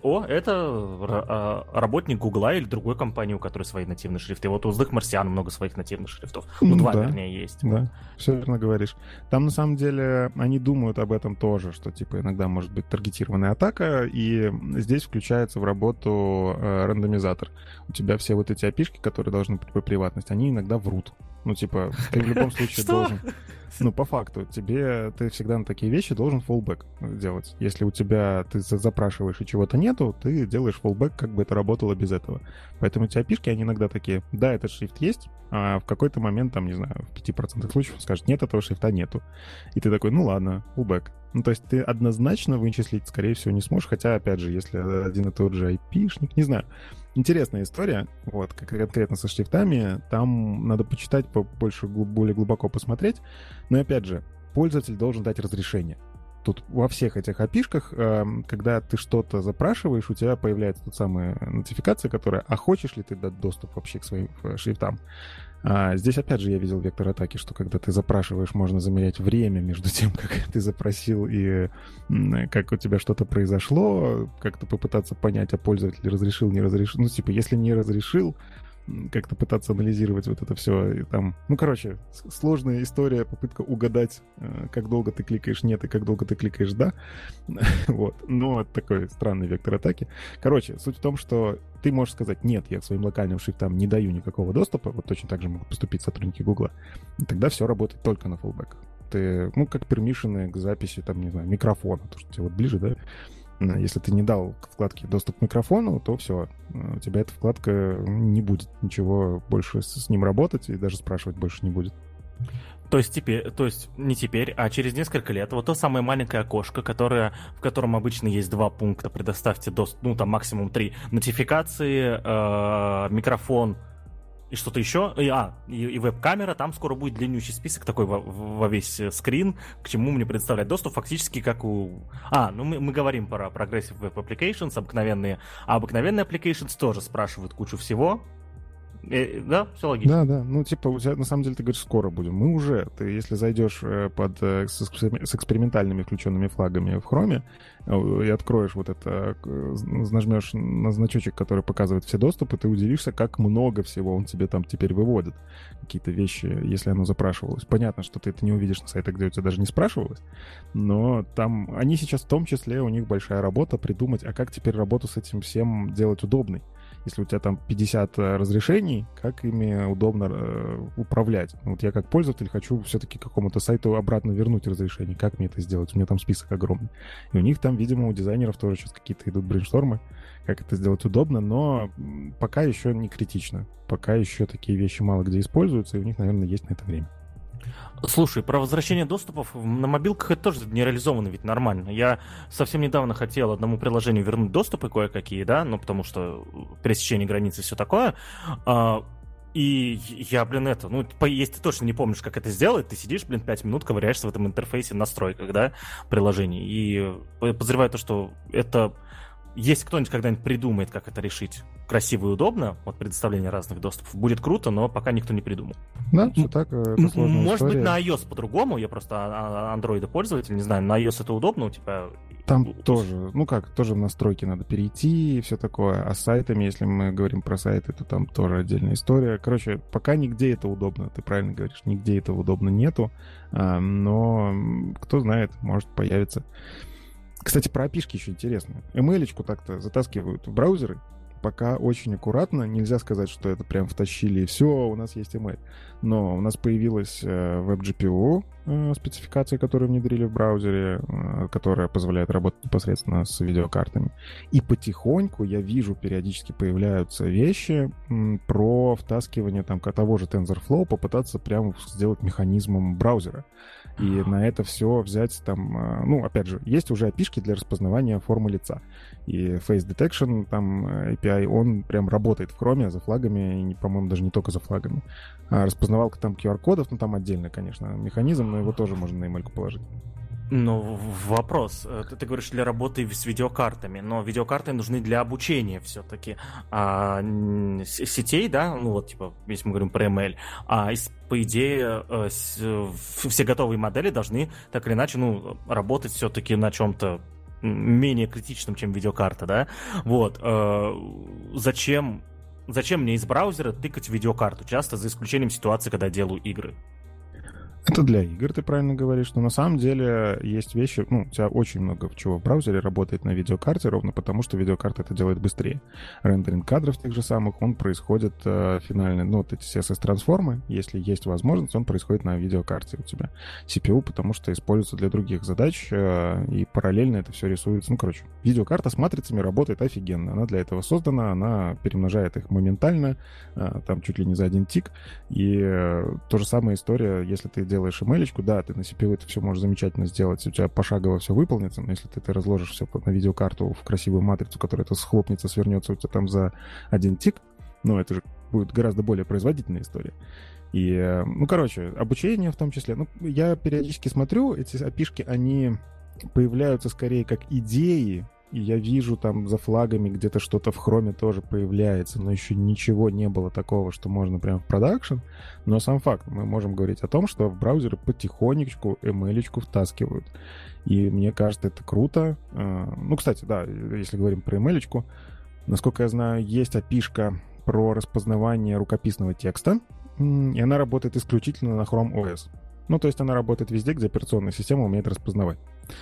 S2: это работник Гугла или другой компании, у которой свои нативные шрифты. Вот у злых марсиан много своих нативных шрифтов. Два, вернее, есть.
S1: Да, все верно говоришь. Там, на самом деле, они думают об этом тоже, что, иногда может быть таргетированная атака, и здесь включается в работу рандомизатор. У тебя все вот эти API-шки, которые должны быть по приватности, они иногда врут. Ты в любом случае должен... по факту, ты всегда на такие вещи должен fallback делать. Если у тебя ты запрашиваешь и чего-то нету, ты делаешь fallback, как бы это работало без этого. Поэтому эти API-шки, они иногда такие, да, этот шрифт есть, а в какой-то момент, там, не знаю, в 5% случаев скажет, нет, этого шрифта нету. И ты такой, ладно, fallback. То есть ты однозначно вычислить, скорее всего, не сможешь, хотя, опять же, если один и тот же IP-шник, не знаю. Интересная история, как конкретно со шрифтами, там надо почитать, более глубоко посмотреть, но, опять же, пользователь должен дать разрешение. Тут во всех этих API-шках, когда ты что-то запрашиваешь, у тебя появляется тут самая нотификация, которая, а хочешь ли ты дать доступ вообще к своим шрифтам? Здесь, опять же, я видел вектор атаки, что когда ты запрашиваешь, можно замерять время между тем, как ты запросил и как у тебя что-то произошло, как-то попытаться понять, а пользователь разрешил, не разрешил. Если не разрешил, как-то пытаться анализировать вот это все. И там, сложная история, попытка угадать, как долго ты кликаешь «нет» и как долго ты кликаешь «да». Но такой странный вектор атаки. Суть в том, что ты можешь сказать «нет, я к своим локальным шрифтам не даю никакого доступа», вот точно так же могут поступить сотрудники Гугла, и тогда все работает только на фallback. Ты, как пермишены к записи, там, не знаю, микрофона, то, что тебе ближе, да. Если ты не дал к вкладке доступ к микрофону, то все, у тебя эта вкладка не будет ничего больше с ним работать и даже спрашивать больше не будет.
S2: То есть не теперь, а через несколько лет вот то самое маленькое окошко, в котором обычно есть 2 пункта, предоставьте доступ, максимум 3, нотификации, микрофон И что-то еще. И веб-камера, там скоро будет длиннющий список такой во весь скрин, к чему мне предоставлять доступ, фактически как у... мы говорим про Progressive Web Applications, обыкновенные. А обыкновенные applications тоже спрашивают кучу всего. Да, все логично.
S1: Да, ну типа у тебя на самом деле ты говоришь скоро будем. Мы уже, ты если зайдешь с экспериментальными включенными флагами в Chrome и откроешь вот это, нажмешь на значочек, который показывает все доступы, ты удивишься, как много всего он тебе там теперь выводит. Какие-то вещи, если оно запрашивалось. Понятно, что ты это не увидишь на сайтах, где у тебя даже не спрашивалось, но там они сейчас в том числе, у них большая работа придумать, а как теперь работу с этим всем делать удобной. Если у тебя там 50 разрешений, как ими удобно управлять? Вот я как пользователь хочу все-таки какому-то сайту обратно вернуть разрешение. Как мне это сделать? У меня там список огромный. И у них там, видимо, у дизайнеров тоже сейчас какие-то идут брейнштормы, как это сделать удобно, но пока еще не критично. Пока еще такие вещи мало где используются, и у них, наверное, есть на это время.
S2: Слушай, про возвращение доступов на мобилках это тоже не реализовано ведь нормально. Я совсем недавно хотел одному приложению вернуть доступы кое-какие, да, ну потому что пересечение границы и все такое. И я, если ты точно не помнишь, как это сделать, ты сидишь, 5 минут ковыряешься в этом интерфейсе настройках, да, приложений. И подозреваю то, что это... Если кто-нибудь когда-нибудь придумает, как это решить красиво и удобно, вот предоставление разных доступов, будет круто, но пока никто не придумал.
S1: Да, все так, это сложная
S2: Может
S1: история.
S2: быть, на iOS по-другому, я просто андроида-пользователь, не знаю, на iOS это удобно у тебя?
S1: Там тоже, тоже в настройки надо перейти и все такое. А с сайтами, если мы говорим про сайты, то там тоже отдельная история. Короче, пока нигде это удобно, ты правильно говоришь, нигде этого удобно нету, но кто знает, может появится. Кстати, про API-шки еще интересно. ML-очку так-то затаскивают в браузеры, пока очень аккуратно. Нельзя сказать, что это прям втащили и все, у нас есть ML. Но у нас появилась WebGPU спецификация, которую внедрили в браузере, которая позволяет работать непосредственно с видеокартами. И потихоньку я вижу, периодически появляются вещи про втаскивание там того же TensorFlow, попытаться прямо сделать механизмом браузера. И на это все взять там... опять же, есть уже API-шки для распознавания формы лица. И Face Detection, там API, он прям работает в Chrome за флагами, и, по-моему, даже не только за флагами. А распознавалка там QR-кодов, там отдельно, конечно, механизм, но его тоже можно на email положить.
S2: Ну, вопрос. Ты говоришь для работы с видеокартами, но видеокарты нужны для обучения все-таки сетей, да? Если мы говорим про ML. По идее, все готовые модели должны так или иначе, работать все-таки на чем-то менее критичном, чем видеокарта, да? Вот. Зачем мне из браузера тыкать в видеокарту? Часто за исключением ситуации, когда я делаю игры.
S1: Это для игр, ты правильно говоришь, но на самом деле есть вещи, у тебя очень много чего в браузере работает на видеокарте, ровно потому, что видеокарта это делает быстрее. Рендеринг кадров тех же самых, он происходит финально, эти CSS-трансформы, если есть возможность, он происходит на видеокарте у тебя. CPU, потому что используется для других задач, и параллельно это все рисуется. Видеокарта с матрицами работает офигенно, она для этого создана, она перемножает их моментально, там чуть ли не за один тик, и то же самая история, если ты делаешь ML-очку, да, ты на CPU это все можешь замечательно сделать, у тебя пошагово все выполнится, но если ты разложишь все на видеокарту в красивую матрицу, которая это схлопнется, свернется у тебя там за один тик, это же будет гораздо более производительная история. И, обучение в том числе. Я периодически смотрю, эти API-шки, они появляются скорее как идеи, и я вижу там за флагами где-то что-то в хроме тоже появляется, но еще ничего не было такого, что можно прям в продакшн. Но сам факт, мы можем говорить о том, что в браузеры потихонечку ML-очку втаскивают. И мне кажется, это круто. Кстати, да, если говорим про ML-очку, насколько я знаю, есть API-шка про распознавание рукописного текста, и она работает исключительно на Chrome OS. То есть она работает везде, где операционная система умеет распознавать.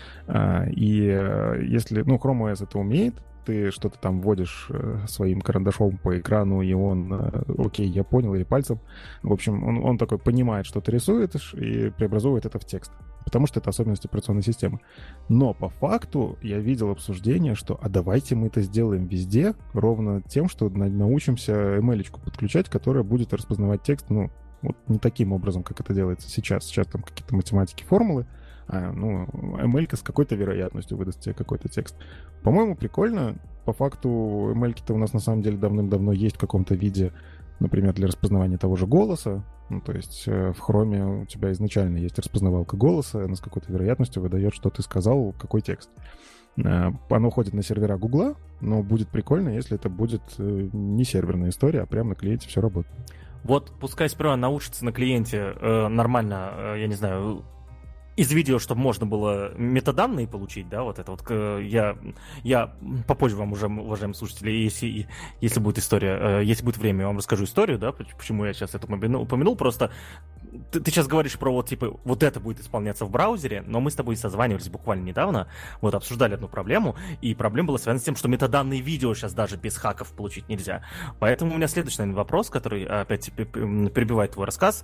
S1: И если, Chrome OS это умеет, ты что-то там вводишь своим карандашом по экрану, и он, окей, я понял, или пальцем. В общем, он такой понимает, что ты рисуешь, и преобразует это в текст. Потому что это особенность операционной системы. Но по факту я видел обсуждение, что давайте мы это сделаем везде, ровно тем, что научимся ML-очку подключать, которая будет распознавать текст, не таким образом, как это делается сейчас. Сейчас там какие-то математики, формулы, ML-ка с какой-то вероятностью выдаст тебе какой-то текст. По-моему, прикольно. По факту ML-ки-то у нас на самом деле давным-давно есть в каком-то виде. например, для распознавания того же голоса. Ну, то есть в Chrome у тебя изначально есть распознавалка голоса, она с какой-то вероятностью выдает, что ты сказал, какой текст. Оно ходит на сервера Гугла, но будет прикольно, если это будет не серверная история, а прямо на клиенте все работает.
S2: Вот пускай сперва научится на клиенте нормально, я не знаю, из видео, чтобы можно было метаданные получить, да, вот это вот. Я попозже вам уже, уважаемые слушатели, если будет история, если будет время, я вам расскажу историю, да, почему я сейчас это упомянул. Просто ты сейчас говоришь про вот, типа, вот это будет исполняться в браузере, но мы с тобой созванивались буквально недавно, вот, обсуждали одну проблему, и проблема была связана с тем, что метаданные видео сейчас даже без хаков получить нельзя. Поэтому у меня следующий, наверное, вопрос, который опять перебивает твой рассказ.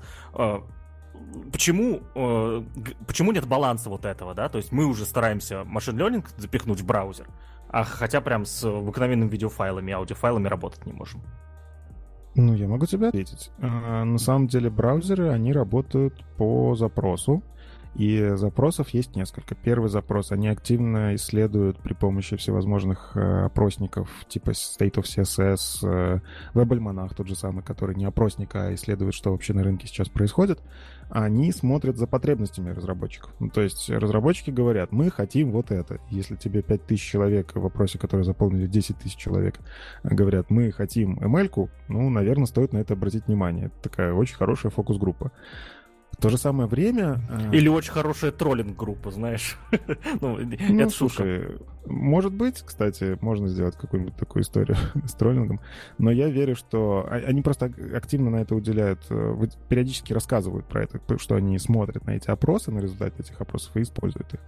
S2: Почему нет баланса вот этого, да? То есть мы уже стараемся машин learning запихнуть в браузер, а хотя прям с обыкновенными видеофайлами, аудиофайлами работать не можем.
S1: Ну, я могу тебе ответить. На самом деле браузеры, они работают по запросу, и запросов есть несколько. Первый запрос они активно исследуют при помощи всевозможных опросников типа State of CSS, WebAlmanach тот же самый, который не опросник, а исследует, что вообще на рынке сейчас происходит. Они смотрят за потребностями разработчиков. Ну, то есть разработчики говорят, мы хотим вот это. Если тебе 5000 человек в опросе, который заполнили 10 тысяч человек, говорят, мы хотим ML-ку, ну, наверное, стоит на это обратить внимание. Это такая очень хорошая фокус-группа. В то же самое время...
S2: Или очень хорошая троллинг-группа, знаешь. Это шутка.
S1: Может быть, кстати, можно сделать какую-нибудь такую историю с троллингом, но я верю, что они просто активно на это уделяют, периодически рассказывают про это, что они смотрят на эти опросы, на результаты этих опросов и используют их.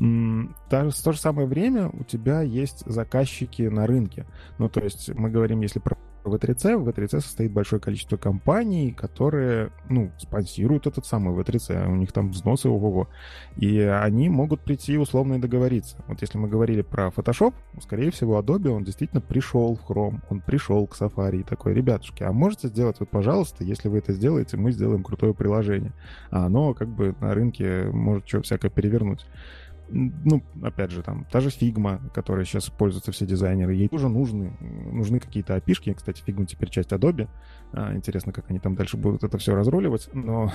S1: В то же самое время у тебя есть заказчики на рынке. Ну, то есть мы говорим, если про V3C, в V3C состоит большое количество компаний, которые, спонсируют этот самый V3C, у них там взносы ого-го, и они могут прийти условно и договориться. Вот если мы говорили про Photoshop, скорее всего, Adobe, он действительно пришел в Chrome, он пришел к Safari и такой, ребятушки, а можете сделать вот, пожалуйста, если вы это сделаете, мы сделаем крутое приложение. А оно как бы на рынке может что всякое перевернуть. Опять же, там, та же Figma, которая сейчас используются все дизайнеры, ей тоже нужны какие-то API-шки. Кстати, Figma теперь часть Adobe. Интересно, как они там дальше будут это все разруливать. Но,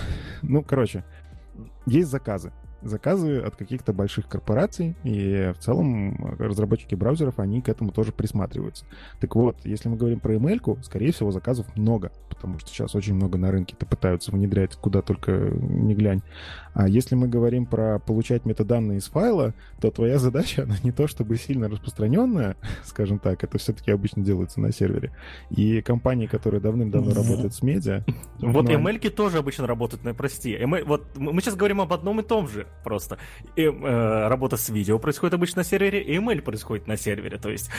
S1: есть заказы. Заказы от каких-то больших корпораций, и в целом разработчики браузеров, они к этому тоже присматриваются. Так вот, если мы говорим про ML-ку, скорее всего, заказов много, потому что сейчас очень много на рынке-то пытаются внедрять куда только не глянь. А если мы говорим про получать метаданные из файла, то твоя задача, она не то чтобы сильно распространенная, скажем так, это все-таки обычно делается на сервере. И компании, которые давным-давно работают с медиа...
S2: Вот ML-ки тоже обычно работают, прости. Вот мы сейчас говорим об одном и том же просто. Работа с видео происходит обычно на сервере, и ML происходит на сервере. То есть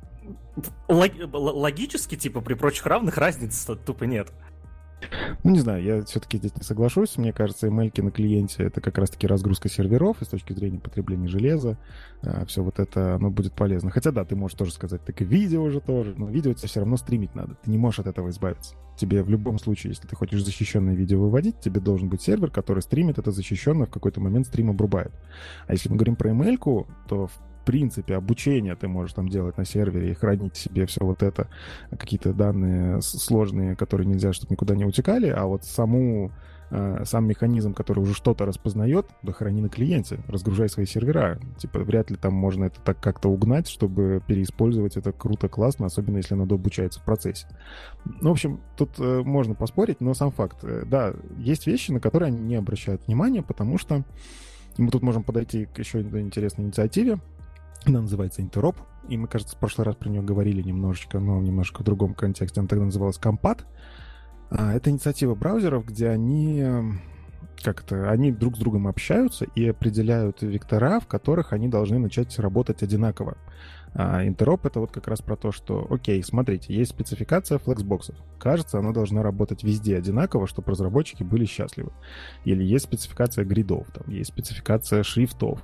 S2: логически, типа, при прочих равных разницы тупо нет.
S1: Не знаю, я все-таки здесь не соглашусь. Мне кажется, ML-ки на клиенте — это как раз-таки разгрузка серверов, и с точки зрения потребления железа все вот это, оно будет полезно. Хотя да, ты можешь тоже сказать, так и видео же тоже, но видео тебе все равно стримить надо. Ты не можешь от этого избавиться. Тебе в любом случае, если ты хочешь защищенное видео выводить, тебе должен быть сервер, который стримит это защищенно, в какой-то момент стрим обрубает. А если мы говорим про ML-ку, то в принципе, обучение ты можешь там делать на сервере и хранить себе все вот это, какие-то данные сложные, которые нельзя, чтобы никуда не утекали, а вот сам механизм, который уже что-то распознает, да храни на клиенте, разгружай свои сервера. Типа, вряд ли там можно это так как-то угнать, чтобы переиспользовать это круто, классно, особенно если оно дообучается в процессе. В общем, тут можно поспорить, но сам факт. Да, есть вещи, на которые они не обращают внимания, потому что мы тут можем подойти к еще одной интересной инициативе. Она называется Interop, и мы, кажется, в прошлый раз про нее говорили немножечко, но немножко в другом контексте. Она тогда называлась Compat. Это инициатива браузеров, где они друг с другом общаются и определяют вектора, в которых они должны начать работать одинаково. Interop — это вот как раз про то, что, окей, смотрите, есть спецификация флексбоксов. Кажется, она должна работать везде одинаково, чтобы разработчики были счастливы. Или есть спецификация гридов, там есть спецификация шрифтов.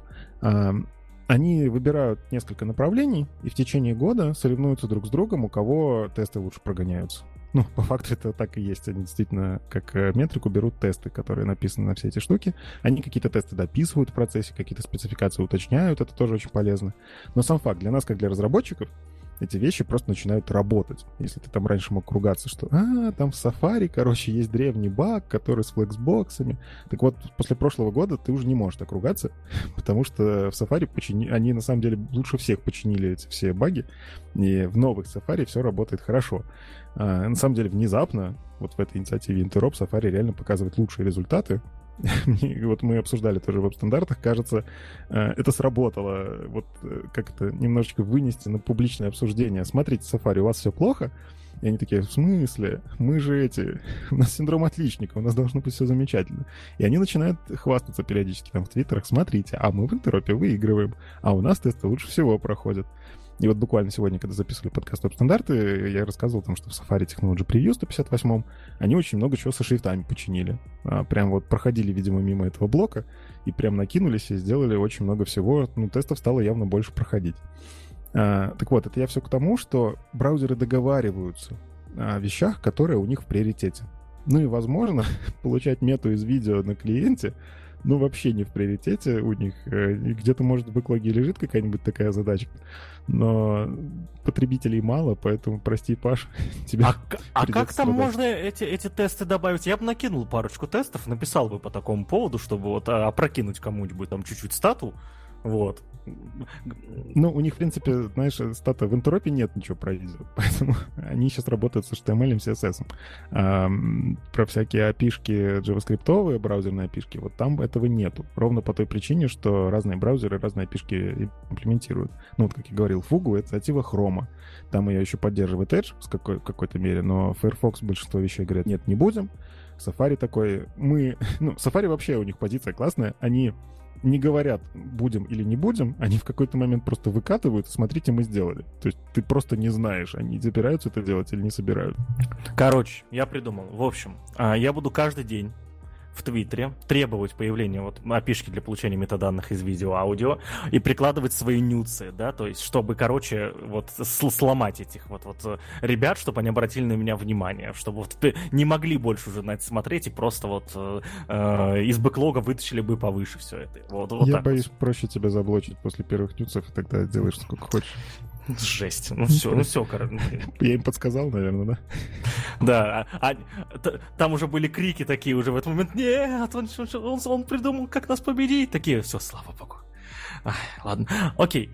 S1: Они выбирают несколько направлений и в течение года соревнуются друг с другом, у кого тесты лучше прогоняются. По факту это так и есть. Они действительно как метрику берут тесты, которые написаны на все эти штуки. Они какие-то тесты дописывают в процессе, какие-то спецификации уточняют, это тоже очень полезно. Но сам факт для нас, как для разработчиков, эти вещи просто начинают работать. Если ты там раньше мог ругаться, что там в Safari, короче, есть древний баг, который с флексбоксами. Так вот, после прошлого года ты уже не можешь так ругаться, потому что в Safari они на самом деле лучше всех починили эти все баги, и в новых Safari все работает хорошо. На самом деле, внезапно, вот в этой инициативе Interop Safari реально показывает лучшие результаты. Вот мы обсуждали тоже в веб-стандартах, кажется, это сработало. Вот как-то немножечко вынести на публичное обсуждение. Смотрите, Safari, у вас все плохо? И они такие, в смысле? Мы же у нас синдром отличника, у нас должно быть все замечательно. И они начинают хвастаться периодически там в твиттерах, смотрите, а мы в Интеропе выигрываем, а у нас тесты лучше всего проходят. И вот буквально сегодня, когда записывали подкаст «Веб-стандарты», я рассказывал о том, что в Safari Technology Preview 158 они очень много чего со шрифтами починили. Прям вот проходили, видимо, мимо этого блока и прям накинулись и сделали очень много всего. Тестов стало явно больше проходить. Так вот, это я все к тому, что браузеры договариваются о вещах, которые у них в приоритете. И, возможно, получать мету из видео на клиенте вообще не в приоритете у них. И где-то, может, в бэклоге лежит какая-нибудь такая задачка, но потребителей мало, поэтому, прости, Паш, тебе
S2: А как там можно эти тесты добавить? Я бы накинул парочку тестов, написал бы по такому поводу, чтобы вот опрокинуть кому-нибудь там чуть-чуть стату. Вот.
S1: У них, в принципе, знаешь, стата в Интеропе нет ничего про видео, поэтому они сейчас работают с HTML и CSS. Про всякие API-шки JavaScript-овые, браузерные API-шки, вот там этого нету. Ровно по той причине, что разные браузеры разные API-шки имплементируют. Вот, как я говорил, Fugu — это инициатива Chrome. Там ее еще поддерживает Edge в какой-то мере, но Firefox большинство вещей говорят, нет, не будем. Safari такой, Safari вообще у них позиция классная, они не говорят, будем или не будем, они в какой-то момент просто выкатывают, смотрите, мы сделали. То есть ты просто не знаешь, они собираются это делать или не собираются.
S2: Короче, я придумал. В общем, я буду каждый день в Твиттере требовать появления API-шки для получения метаданных из видео-аудио и прикладывать свои нюцы, да, то есть чтобы, короче, сломать этих ребят, чтобы они обратили на меня внимание, чтобы не могли больше уже на это смотреть и просто из бэклога вытащили бы повыше все это.
S1: Я боюсь, проще тебя заблочить после первых нюцев, и тогда делаешь сколько хочешь.
S2: Жесть. Все, короче.
S1: Я им подсказал, наверное,
S2: да? Да. Там уже были крики такие уже в этот момент. Нет, он придумал, как нас победить. Такие, все, слава богу. Ладно. Окей.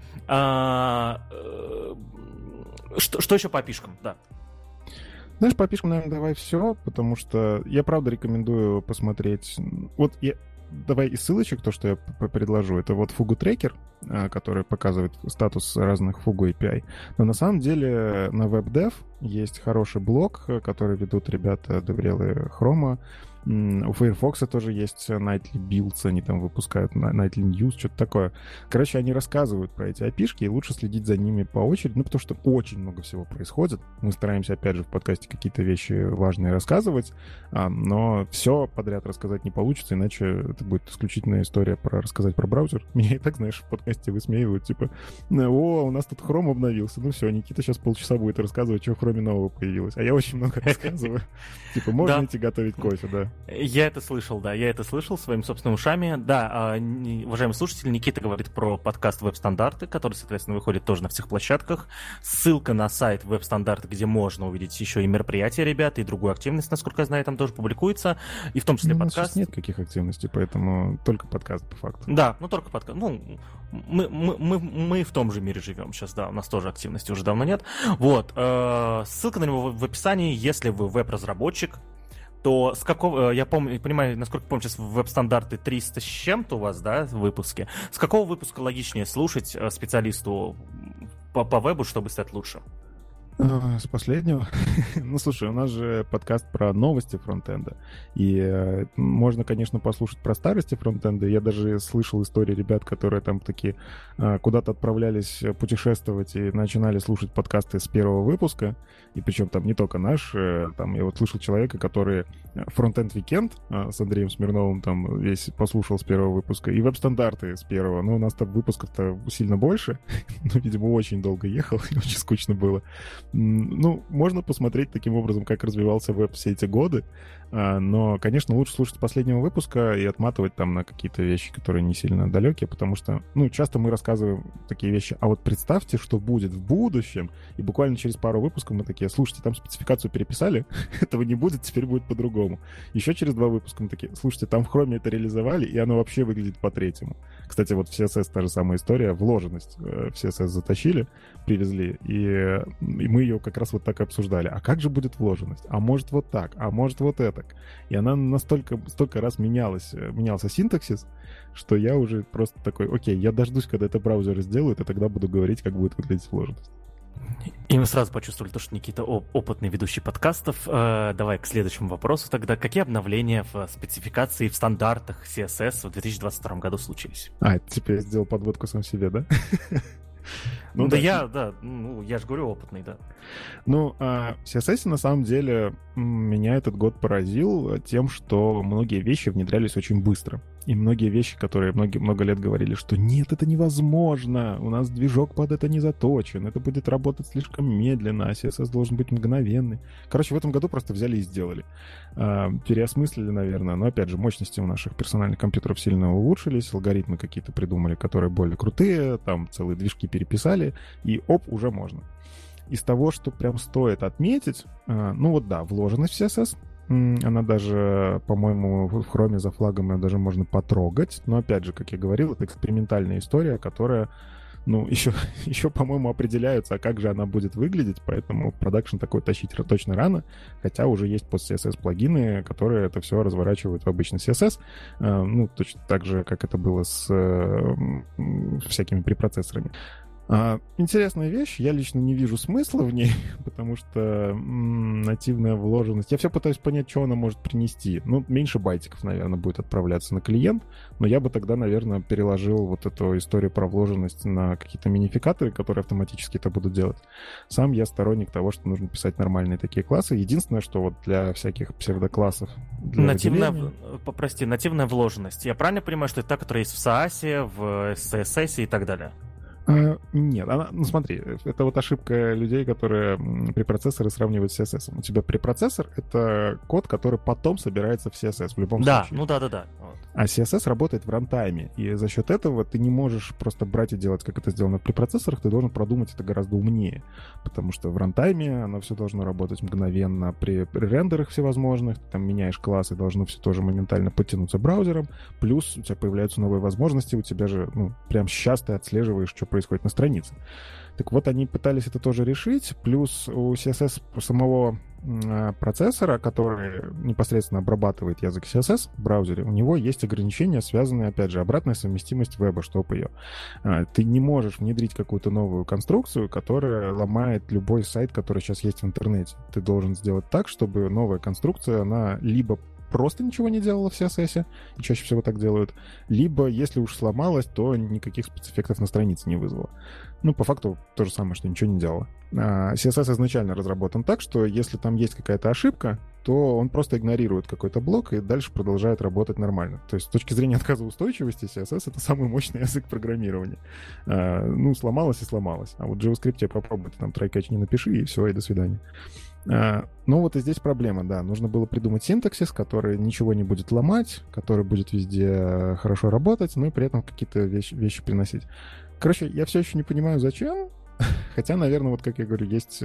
S2: Что еще по API-шкам? Да.
S1: Знаешь, по API-шкам, наверное, давай все, потому что я, правда, рекомендую посмотреть. Давай из ссылочек то, что я предложу. Это Fugu Tracker, который показывает статус разных Fugu API. Но на самом деле на WebDev есть хороший блог, который ведут ребята Деврелы Хрома. У Firefox тоже есть Nightly Builds, они там выпускают Nightly News, что-то такое. Короче, они рассказывают про эти API-шки, и лучше следить за ними по очереди, потому что очень много всего происходит. Мы стараемся, опять же, в подкасте какие-то вещи важные рассказывать, но все подряд рассказать не получится, иначе это будет исключительная история рассказать про браузер. Меня и так, знаешь, в подкасте высмеивают, типа, у нас тут Chrome обновился, все, Никита сейчас полчаса будет рассказывать, что в Chrome нового появилось. А я очень много рассказываю. Типа, можно идти готовить кофе, да.
S2: Я это слышал своими собственными ушами. Да, уважаемые слушатели, Никита говорит про подкаст «Веб-стандарты», который, соответственно, выходит тоже на всех площадках. Ссылка на сайт «Веб-стандарты», где можно увидеть еще и мероприятия ребят, и другую активность, насколько я знаю, там тоже публикуется, и в том числе подкаст. У нас сейчас
S1: нет каких активностей, поэтому только подкаст, по факту.
S2: Да, только подкаст. Мы в том же мире живем сейчас, да, у нас тоже активности уже давно нет. Ссылка на него в описании, если вы веб-разработчик, то с какого, я понимаю, насколько помню, сейчас веб-стандарты 300 с чем-то у вас, да, в выпуске. С какого выпуска логичнее слушать специалисту по вебу, чтобы стать лучше?
S1: С последнего. Слушай, у нас же подкаст про новости фронтенда. И можно, конечно, послушать про старости фронтенда. Я даже слышал истории ребят, которые там такие куда-то отправлялись путешествовать и начинали слушать подкасты с первого выпуска. И причем там не только наш. Там я слышал человека, который Фронтенд Weekend с Андреем Смирновым там весь послушал с первого выпуска. И веб-стандарты с первого. Но у нас там выпусков-то сильно больше. Но, видимо, очень долго ехал и очень скучно было. Ну, можно посмотреть таким образом, как развивался веб все эти годы, но, конечно, лучше слушать последнего выпуска и отматывать там на какие-то вещи, которые не сильно далекие, потому что, ну, часто мы рассказываем такие вещи, а вот представьте, что будет в будущем, и буквально через пару выпусков мы такие, слушайте, там спецификацию переписали, этого не будет, теперь будет по-другому. Еще через 2 выпуска мы такие, слушайте, там в Chrome это реализовали, и оно вообще выглядит по-третьему. Кстати, вот в CSS та же самая история, вложенность в CSS затащили, привезли, и мы ее как раз вот так и обсуждали. А как же будет вложенность? А может вот так? А может вот это? И она столько раз менялся синтаксис, что я уже просто такой, окей, я дождусь, когда это браузеры сделают, и тогда буду говорить, как будет выглядеть вложенность.
S2: И мы сразу почувствовали то, что Никита опытный ведущий подкастов. Давай к следующему вопросу тогда. Какие обновления в спецификации, в стандартах CSS в 2022 году случились?
S1: Теперь я сделал подводку сам себе, да?
S2: Ну да, я же говорю, опытный, да.
S1: Ну, CSS на самом деле меня этот год поразил тем, что многие вещи внедрялись очень быстро. И многие вещи, которые много лет говорили, что нет, это невозможно, у нас движок под это не заточен, это будет работать слишком медленно, а CSS должен быть мгновенный. Короче, в этом году просто взяли и сделали. Переосмыслили, наверное, но, опять же, мощности у наших персональных компьютеров сильно улучшились, алгоритмы какие-то придумали, которые более крутые, там целые движки переписали, и уже можно. Из того, что прям стоит отметить, ну вот да, вложенность в CSS, она даже, по-моему, в Chrome за флагом ее даже можно потрогать. Но, опять же, как я говорил, это экспериментальная история, которая, ну, еще, по-моему, определяется, а как же она будет выглядеть. Поэтому в продакшн такой тащить точно рано. Хотя уже есть пост-CSS-плагины, которые это все разворачивают в обычный CSS. Ну, точно так же, как это было с всякими препроцессорами. Интересная вещь, я лично не вижу смысла в ней, потому что нативная вложенность... Я все пытаюсь понять, что она может принести. Ну, меньше байтиков, наверное, будет отправляться на клиент, но я бы тогда, наверное, переложил вот эту историю про вложенность на какие-то минификаторы, которые автоматически это будут делать. Сам я сторонник того, что нужно писать нормальные такие классы. Единственное, что вот для всяких псевдоклассов...
S2: Нативная вложенность. Я правильно понимаю, что это та, которая есть в SAAS, в CSS и так далее?
S1: Нет, ну смотри, это вот ошибка людей, которые препроцессоры сравнивают с CSS. У тебя препроцессор — это код, который потом собирается в CSS в любом случае.
S2: Да.
S1: Вот. А CSS работает в рантайме, и за счет этого ты не можешь просто брать и делать, как это сделано в препроцессорах, ты должен продумать это гораздо умнее, потому что в рантайме оно все должно работать мгновенно при рендерах всевозможных, ты там меняешь классы, должно все тоже моментально подтянуться браузером, плюс у тебя появляются новые возможности, у тебя же, ну, прям сейчас ты отслеживаешь, что происходит на странице. Так вот, они пытались это тоже решить, плюс у CSS самого процессора, который непосредственно обрабатывает язык CSS в браузере, у него есть ограничения, связанные, опять же, обратная совместимость веба, чтоб ее. Ты не можешь внедрить какую-то новую конструкцию, которая ломает любой сайт, который сейчас есть в интернете. Ты должен сделать так, чтобы новая конструкция, она либо просто ничего не делала в CSS, и чаще всего так делают, либо, если уж сломалась, то никаких спецэффектов на странице не вызвало. Ну, по факту, то же самое, что ничего не делало. CSS изначально разработан так, что если там есть какая-то ошибка, то он просто игнорирует какой-то блок и дальше продолжает работать нормально. То есть с точки зрения отказоустойчивости CSS — это самый мощный язык программирования. Ну, сломалось и сломалось. А вот в JavaScript попробуй, ты там try-catch не напиши, и все, и до свидания. Ну вот и здесь проблема, да. Нужно было придумать синтаксис, который ничего не будет ломать, который будет везде хорошо работать, но и при этом какие-то вещи приносить. Короче, я все еще не понимаю, зачем. Хотя, наверное, вот как я говорю, есть...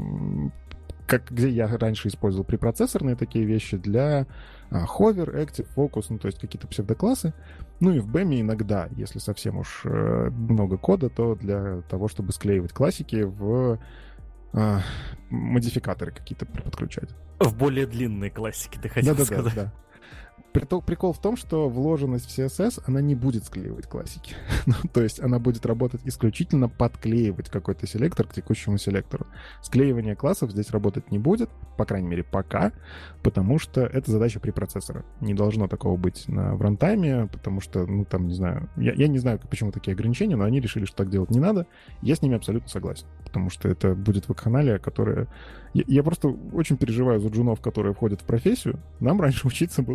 S1: где я раньше использовал препроцессорные такие вещи для hover, active, focus, ну то есть какие-то псевдоклассы. Ну и в BEM иногда, если совсем уж много кода, то для того, чтобы склеивать классики в... модификаторы какие-то подключать.
S2: В более длинные классики, ты хотел сказать.
S1: Да. Прикол в том, что вложенность в CSS, она не будет склеивать классики. Ну, то есть она будет работать исключительно подклеивать какой-то селектор к текущему селектору. Склеивание классов здесь работать не будет, по крайней мере, пока, потому что это задача препроцессора. Не должно такого быть в рантайме, потому что, ну, там, не знаю... Я не знаю, почему такие ограничения, но они решили, что так делать не надо. Я с ними абсолютно согласен, потому что это будет вакханалия, которая... Я просто очень переживаю за джунов, которые входят в профессию. Нам раньше учиться было сильно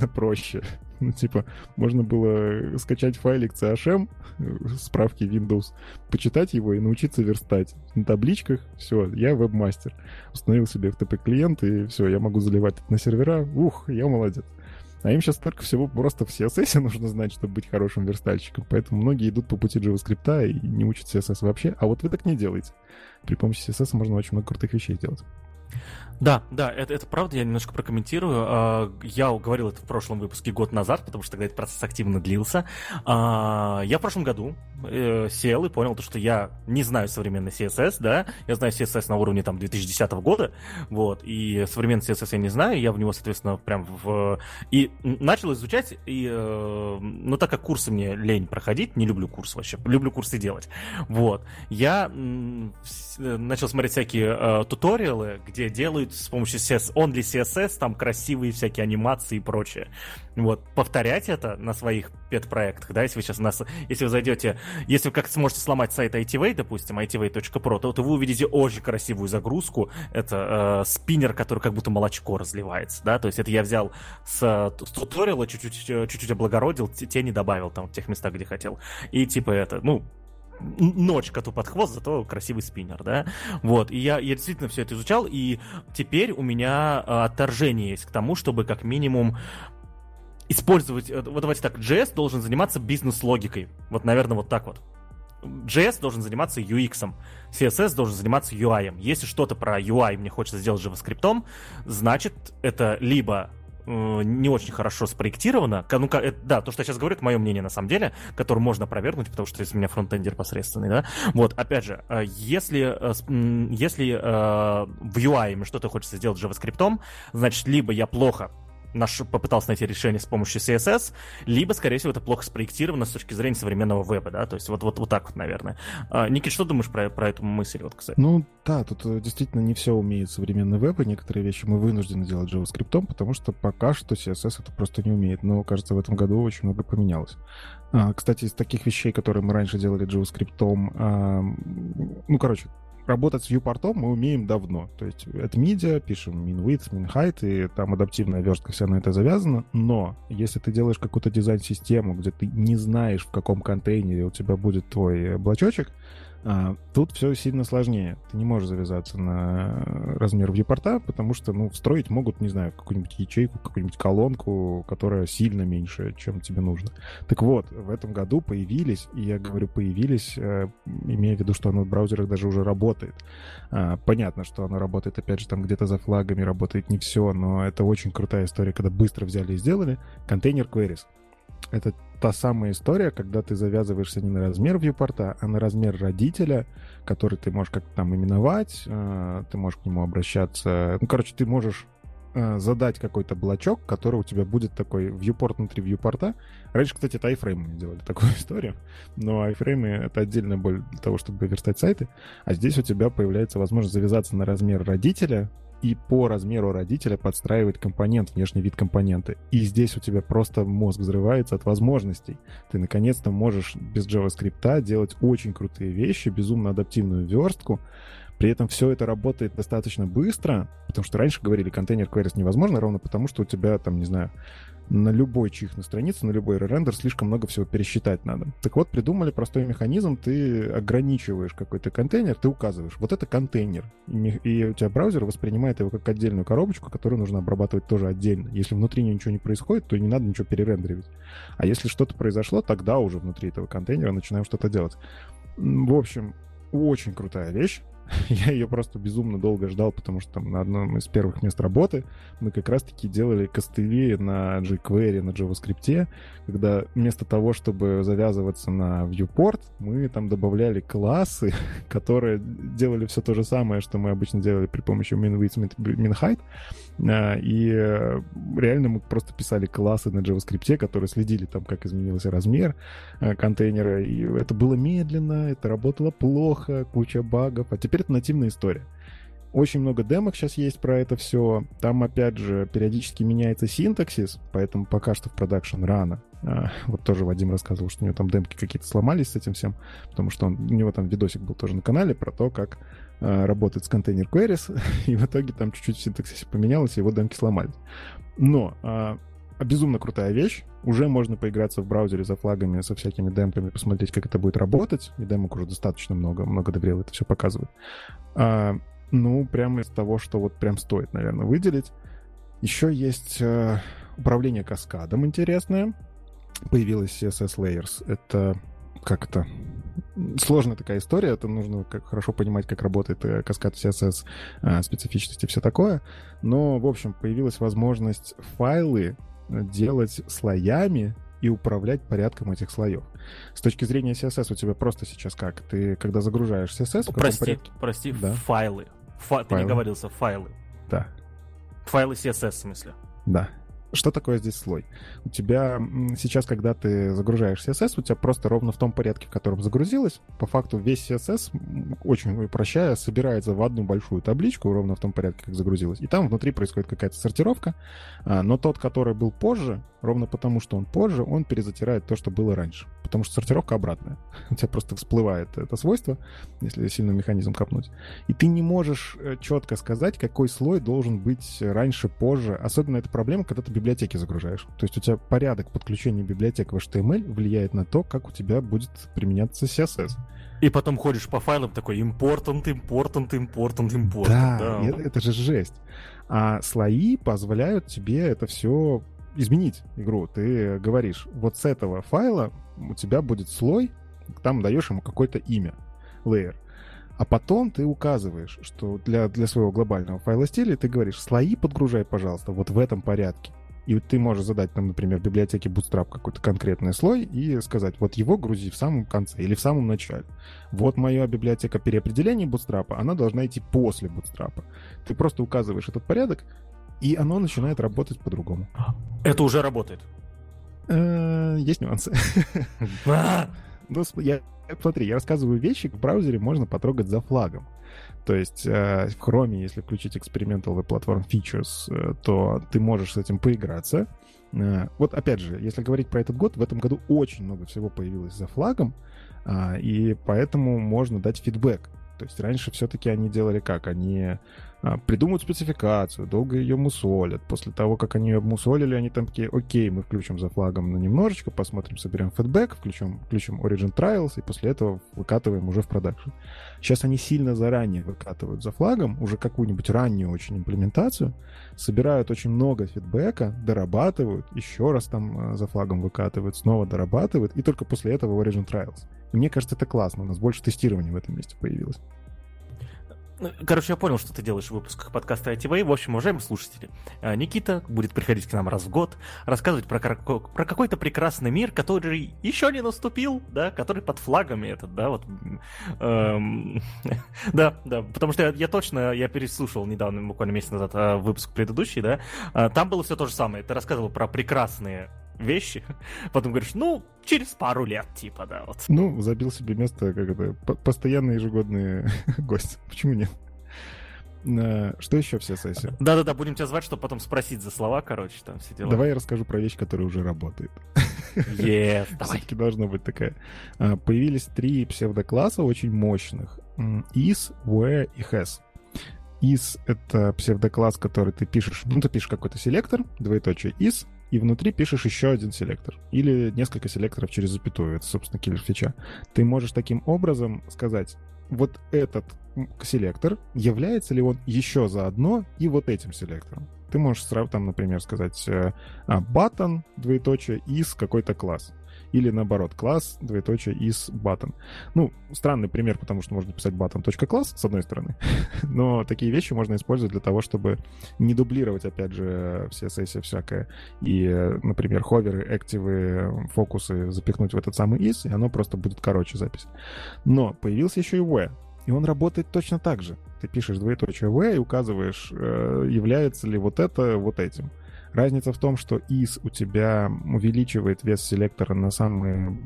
S1: проще. Ну, типа, можно было скачать файлик CHM, справки Windows, почитать его и научиться верстать. На табличках, все, я веб-мастер. Установил себе FTP-клиент, и все, я могу заливать это на сервера. Ух, я молодец. А им сейчас столько всего просто в CSS нужно знать, чтобы быть хорошим верстальщиком. Поэтому многие идут по пути JavaScript и не учат CSS вообще. А вот вы так не делаете. При помощи CSS можно очень много крутых вещей сделать.
S2: Да, это правда, я немножко прокомментирую. Я говорил это в прошлом выпуске год назад, потому что тогда этот процесс активно длился. Я в прошлом году сел и понял, что я не знаю современный CSS, да, я знаю CSS на уровне там 2010 года, вот, и современный CSS я не знаю, я в него, соответственно, прям и начал изучать, ну, так как курсы мне лень проходить, не люблю курсы вообще, люблю курсы делать, вот, я начал смотреть всякие туториалы, где делают с помощью only CSS, там красивые всякие анимации и прочее. Вот, повторять это на своих пет-проектах, да, если вы зайдете, если вы как-то сможете сломать сайт ITV, допустим, itvay.pro, то вы увидите очень красивую загрузку, это спиннер, который как будто молочко разливается, да, то есть это я взял с туториала, чуть-чуть облагородил, тени добавил там в тех местах, где хотел, и типа это, ну, ночь коту под хвост, зато красивый спиннер, да, вот, и я действительно все это изучал, и теперь у меня отторжение есть к тому, чтобы как минимум использовать, вот давайте так, JS должен заниматься бизнес-логикой, вот, наверное, вот так вот. JS должен заниматься UX, CSS должен заниматься UI. Если что-то про UI мне хочется сделать JavaScript, значит, это либо не очень хорошо спроектировано. Да, то, что я сейчас говорю, это мое мнение на самом деле, которое можно опровергнуть, потому что из меня фронтендер посредственный, да. Вот, опять же, если в UI мне что-то хочется сделать JavaScript, значит, либо я плохо попытался найти решение с помощью CSS, либо, скорее всего, это плохо спроектировано с точки зрения современного веба, да, то есть вот так вот, наверное. Никит, что думаешь про эту мысль, вот, кстати?
S1: Ну, да, тут действительно не все умеет современный веб, и некоторые вещи мы вынуждены делать JavaScript, потому что пока что CSS это просто не умеет, но, кажется, в этом году очень много поменялось. Кстати, из таких вещей, которые мы раньше делали JavaScript, работать с viewport мы умеем давно. То есть это media, пишем min-width, min-height, и там адаптивная верстка вся на это завязана. Но если ты делаешь какую-то дизайн-систему, где ты не знаешь, в каком контейнере у тебя будет твой блочочек, тут все сильно сложнее. Ты не можешь завязаться на размер viewport, потому что, встроить могут, не знаю, какую-нибудь ячейку, какую-нибудь колонку, которая сильно меньше, чем тебе нужно. Так вот, в этом году появились, и я говорю появились, имея в виду, что оно в браузерах даже уже работает. Понятно, что оно работает, опять же, там где-то за флагами работает не все, но это очень крутая история, когда быстро взяли и сделали. Контейнер queries. Это та самая история, когда ты завязываешься не на размер viewport, а на размер родителя, который ты можешь как-то там именовать, ты можешь к нему обращаться. Ты можешь задать какой-то блочок, который у тебя будет такой viewport внутри viewport. Раньше, кстати, это iFrame делали такую историю, но iFrame — это отдельная боль для того, чтобы верстать сайты. А здесь у тебя появляется возможность завязаться на размер родителя, и по размеру родителя подстраивать компонент, внешний вид компонента. И здесь у тебя просто мозг взрывается от возможностей. Ты наконец-то можешь без JavaScript делать очень крутые вещи, безумно адаптивную верстку. При этом все это работает достаточно быстро, потому что раньше говорили, контейнер queries невозможно, ровно потому, что у тебя там, не знаю, на любой чих на странице, на любой рендер слишком много всего пересчитать надо. Так вот, придумали простой механизм, ты ограничиваешь какой-то контейнер, ты указываешь, вот это контейнер, и у тебя браузер воспринимает его как отдельную коробочку, которую нужно обрабатывать тоже отдельно. Если внутри ничего не происходит, то не надо ничего перерендеривать. А если что-то произошло, тогда уже внутри этого контейнера начинаем что-то делать. В общем, очень крутая вещь. Я ее просто безумно долго ждал, потому что там на одном из первых мест работы мы как раз-таки делали костыли на jQuery, на JavaScript, когда вместо того, чтобы завязываться на viewport, мы там добавляли классы, которые делали все то же самое, что мы обычно делали при помощи min-width, min-height, и реально мы просто писали классы на JavaScript, которые следили там, как изменился размер контейнера, и это было медленно, это работало плохо, куча багов, а теперь это нативная история. Очень много демок сейчас есть про это все. Там, опять же, периодически меняется синтаксис, поэтому пока что в продакшн рано. Вот тоже Вадим рассказывал, что у него там демки какие-то сломались с этим всем, потому что у него там видосик был тоже на канале про то, как работает с контейнер queries, и в итоге там чуть-чуть в синтаксисе поменялось, и его демки сломались. Но безумно крутая вещь. Уже можно поиграться в браузере за флагами, со всякими демками, посмотреть, как это будет работать. И демок уже достаточно много догрел это все показывает. Прямо из того, что вот прям стоит, наверное, выделить. Еще есть управление каскадом интересное. Появилась CSS Layers. Это как-то сложная такая история. Это нужно хорошо понимать, как работает каскад CSS, специфичности и все такое. Но, в общем, появилась возможность файлы делать слоями и управлять порядком этих слоев. С точки зрения CSS у тебя просто сейчас как? Ты, когда загружаешь CSS...
S2: Прости,
S1: да?
S2: файлы. Ты не говорился, файлы.
S1: Да.
S2: Файлы CSS, в смысле.
S1: Да. Что такое здесь слой? У тебя сейчас, когда ты загружаешь CSS, у тебя просто ровно в том порядке, в котором загрузилось, по факту весь CSS, очень упрощая, собирается в одну большую табличку, ровно в том порядке, как загрузилось. И там внутри происходит какая-то сортировка, но тот, который был позже, ровно потому, что он позже, он перезатирает то, что было раньше. Потому что сортировка обратная. У тебя просто всплывает это свойство, если сильно механизм копнуть. И ты не можешь четко сказать, какой слой должен быть раньше, позже. Особенно эта проблема, когда ты библиотеки загружаешь. То есть у тебя порядок подключения библиотек в HTML влияет на то, как у тебя будет применяться CSS.
S2: И потом ходишь по файлам такой important.
S1: Да, это же жесть. А слои позволяют тебе это все изменить, игру. Ты говоришь, вот с этого файла у тебя будет слой, там даешь ему какое-то имя, layer. А потом ты указываешь, что для своего глобального файла стиля ты говоришь, слои подгружай, пожалуйста, вот в этом порядке. И ты можешь задать там, например, в библиотеке Bootstrap какой-то конкретный слой и сказать, вот его грузи в самом конце или в самом начале. Вот моя библиотека переопределений Bootstrap, она должна идти после Bootstrap. Ты просто указываешь этот порядок, и оно начинает работать по-другому.
S2: Это уже работает?
S1: Есть нюансы. Смотри, я рассказываю вещи, в браузере можно потрогать за флагом. То есть в Chrome, если включить Experimental Web Platform Features, то ты можешь с этим поиграться. Вот опять же, если говорить про этот год, в этом году очень много всего появилось за флагом, и поэтому можно дать фидбэк. То есть раньше все-таки они делали как? Они придумывают спецификацию, долго ее мусолят. После того, как они ее мусолили, они там такие, окей, мы включим за флагом на немножечко, посмотрим, соберем фидбэк, включим Origin Trials, и после этого выкатываем уже в продакшн. Сейчас они сильно заранее выкатывают за флагом уже какую-нибудь раннюю очень имплементацию, собирают очень много фидбэка, дорабатывают, еще раз там за флагом выкатывают, снова дорабатывают, и только после этого Origin Trials. И мне кажется, это классно, у нас больше тестирования в этом месте появилось.
S2: Короче, я понял, что ты делаешь в выпусках подкаста ITV. В общем, уважаемые слушатели, Никита будет приходить к нам раз в год, рассказывать про какой-то прекрасный мир, который еще не наступил, да, который под флагами этот, да, вот. Да, потому что я переслушал недавно, буквально месяц назад, выпуск предыдущий, да, там было все то же самое. Ты рассказывал про прекрасные вещи, потом говоришь, через пару лет, типа, да, вот.
S1: Забил себе место, как это, постоянный ежегодный гость. Почему нет? Что еще в CSS?
S2: Да, будем тебя звать, чтобы потом спросить за слова, короче, там все дела.
S1: Давай я расскажу про вещь, которая уже работает.
S2: Давай.
S1: Все-таки должна быть такая. Появились 3 псевдокласса очень мощных. Is, Where и Has. Is — это псевдокласс, который ты пишешь, ты пишешь какой-то селектор, двоеточие is, и внутри пишешь еще один селектор. Или несколько селекторов через запятую. Это, собственно, киллер-фича. Ты можешь таким образом сказать, вот этот селектор, является ли он еще заодно и вот этим селектором. Ты можешь сразу там, например, сказать button, двоеточие, is какой-то класс. Или наоборот, класс, двоеточие, is button. Странный пример, потому что можно писать button.class, с одной стороны. Но такие вещи можно использовать для того, чтобы не дублировать, опять же, в CSS всякое. И, например, ховеры, активы, фокусы запихнуть в этот самый is, и оно просто будет короче запись. Но появился еще и where. И он работает точно так же. Ты пишешь двоеточие where и указываешь, является ли вот это вот этим. Разница в том, что is у тебя увеличивает вес селектора на самую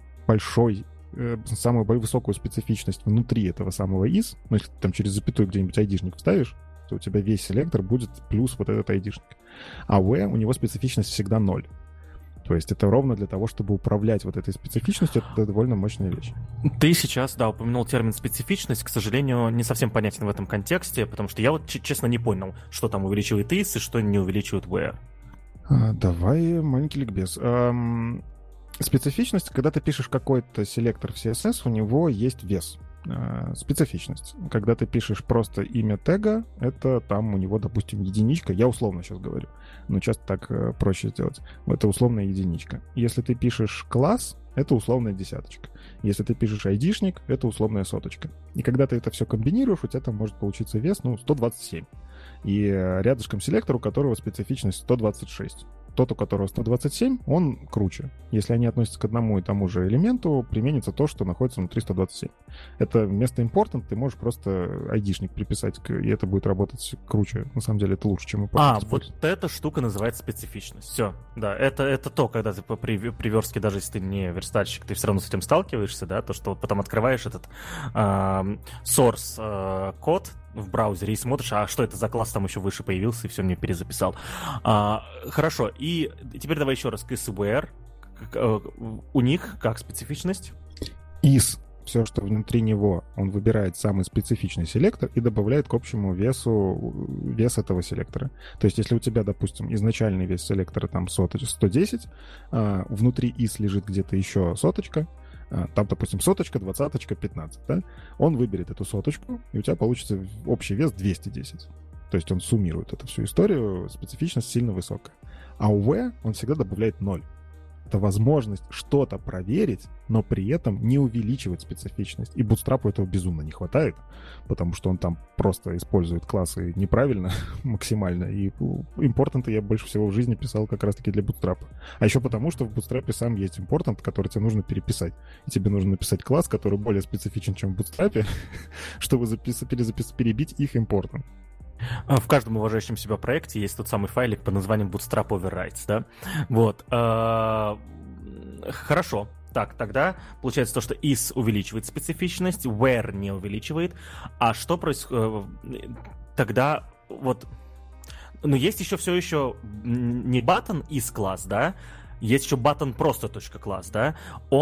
S1: высокую специфичность внутри этого самого is. Если ты там через запятую где-нибудь айдишник вставишь, то у тебя весь селектор будет плюс вот этот айдишник. А where у него специфичность всегда 0. То есть это ровно для того, чтобы управлять вот этой специфичностью, это довольно мощная вещь.
S2: Ты сейчас, упомянул термин специфичность, к сожалению, не совсем понятен в этом контексте, потому что я вот, честно, не понял, что там увеличивает is и что не увеличивает where.
S1: Давай маленький ликбез. Специфичность, когда ты пишешь какой-то селектор в CSS, у него есть вес. Специфичность. Когда ты пишешь просто имя тега, это там у него, допустим, единичка. Я условно сейчас говорю, но часто так проще сделать. Это условная единичка. Если ты пишешь класс, это условная десяточка. Если ты пишешь айдишник, это условная соточка. И когда ты это все комбинируешь, у тебя там может получиться вес, 127. И рядышком селектор, у которого специфичность 126. Тот, у которого 127, он круче. Если они относятся к одному и тому же элементу, применится то, что находится внутри 127. Это вместо important ты можешь просто айдишник приписать, и это будет работать круче. На самом деле это лучше, чем important.
S2: Вот эта штука называется специфичность. Все, да, это то, когда ты при верстке, даже если ты не верстальщик, ты все равно с этим сталкиваешься, да, то, что потом открываешь этот source код в браузере и смотришь, а что это за класс там еще выше появился, и все, мне перезаписал. Хорошо, и теперь давай еще раз is-where. У них как специфичность?
S1: Is. Все, что внутри него, он выбирает самый специфичный селектор и добавляет к общему вес этого селектора. То есть, если у тебя, допустим, изначальный вес селектора там 110, внутри is лежит где-то еще соточка, там, допустим, соточка, двадцаточка, 15, да? Он выберет эту соточку, и у тебя получится общий вес 210. То есть он суммирует эту всю историю, специфичность сильно высокая. А у V он всегда добавляет 0. Это возможность что-то проверить, но при этом не увеличивать специфичность. И Bootstrap этого безумно не хватает, потому что он там просто использует классы неправильно максимально. И important я больше всего в жизни писал как раз-таки для Bootstrap. А еще потому, что в Bootstrap сам есть important, который тебе нужно переписать. И тебе нужно написать класс, который более специфичен, чем в Bootstrap, чтобы перебить их important.
S2: В каждом уважающем себя проекте есть тот самый файлик под названием Bootstrap Overrides, да? Вот. Хорошо. Так, тогда получается то, что is увеличивает специфичность, where не увеличивает. А что происходит? Тогда вот... Ну, есть еще все еще не button is класс, да? Есть еще button просто .класс, да?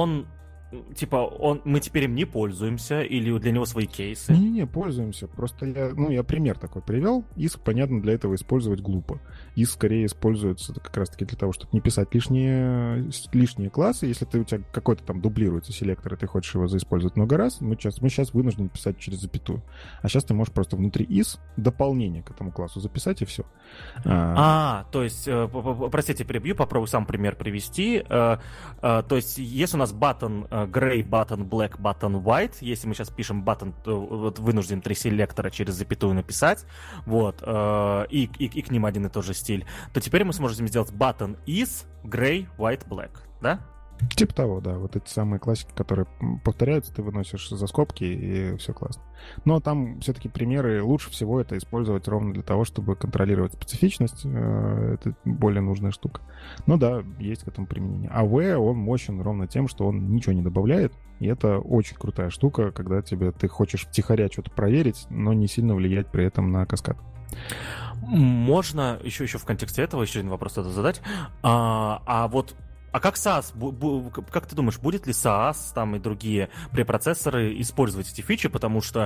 S2: Мы теперь им не пользуемся, или для него свои кейсы?
S1: Не-не-не, пользуемся. Просто я пример такой привел. Is, понятно, для этого использовать глупо. Is скорее используется как раз-таки для того, чтобы не писать лишние классы. Если у тебя какой-то там дублируется селектор, и ты хочешь его заиспользовать много раз, мы сейчас вынуждены писать через запятую. А сейчас ты можешь просто внутри is дополнение к этому классу записать, и все.
S2: То есть, простите, перебью, попробую сам пример привести. То есть, если у нас button gray, button black, button white, если мы сейчас пишем button, вот вынужден 3 селектора через запятую написать, вот, и к ним один и тот же стиль, то теперь мы сможем сделать button is gray, white, black, да?
S1: Типа того, да. Вот эти самые классики, которые повторяются, ты выносишь за скобки, и все классно. Но там все-таки примеры лучше всего это использовать ровно для того, чтобы контролировать специфичность. Это более нужная штука. Но да, есть к этому применение. А V, он мощен ровно тем, что он ничего не добавляет. И это очень крутая штука, когда ты хочешь втихаря что-то проверить, но не сильно влиять при этом на каскад.
S2: Можно еще в контексте этого еще один вопрос задать. А как SaaS, как ты думаешь, будет ли SaaS там и другие препроцессоры использовать эти фичи? Потому что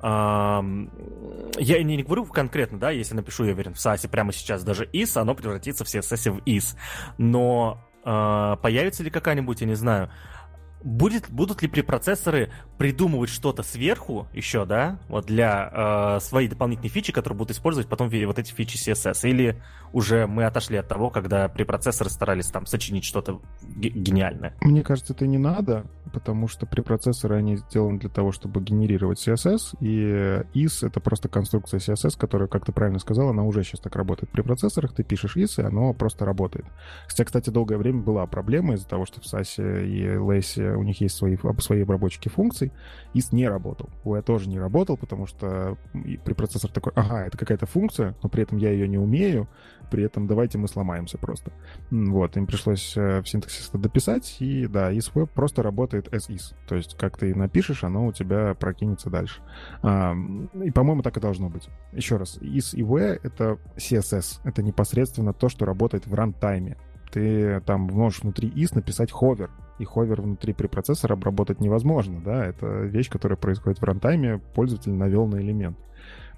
S2: я не говорю конкретно, да, если напишу, я уверен, в SaaS прямо сейчас даже is, оно превратится в CSS в is. Но появится ли какая-нибудь, я не знаю, будут ли препроцессоры придумывать что-то сверху еще, да, вот для своей дополнительной фичи, которые будут использовать потом вот эти фичи CSS? Или уже мы отошли от того, когда препроцессоры старались там сочинить что-то гениальное?
S1: Мне кажется, это не надо, потому что препроцессоры, они сделаны для того, чтобы генерировать CSS, и is — это просто конструкция CSS, которая, как ты правильно сказал, она уже сейчас так работает. При процессорах ты пишешь is, и оно просто работает. Хотя, кстати, долгое время была проблема из-за того, что в SAS и LS у них есть свои обработчики функций. Is не работал. V тоже не работал, потому что препроцессор такой, это какая-то функция, но при этом я ее не умею, при этом давайте мы сломаемся просто. Вот, им пришлось в синтаксис это дописать, и да, is-V просто работает as is. То есть, как ты напишешь, оно у тебя прокинется дальше. И, по-моему, так и должно быть. Еще раз, is и V — это CSS. Это непосредственно то, что работает в рантайме. Ты там можешь внутри is написать hover, и hover внутри препроцессора обработать невозможно, да, это вещь, которая происходит в рантайме, пользователь навел на элемент.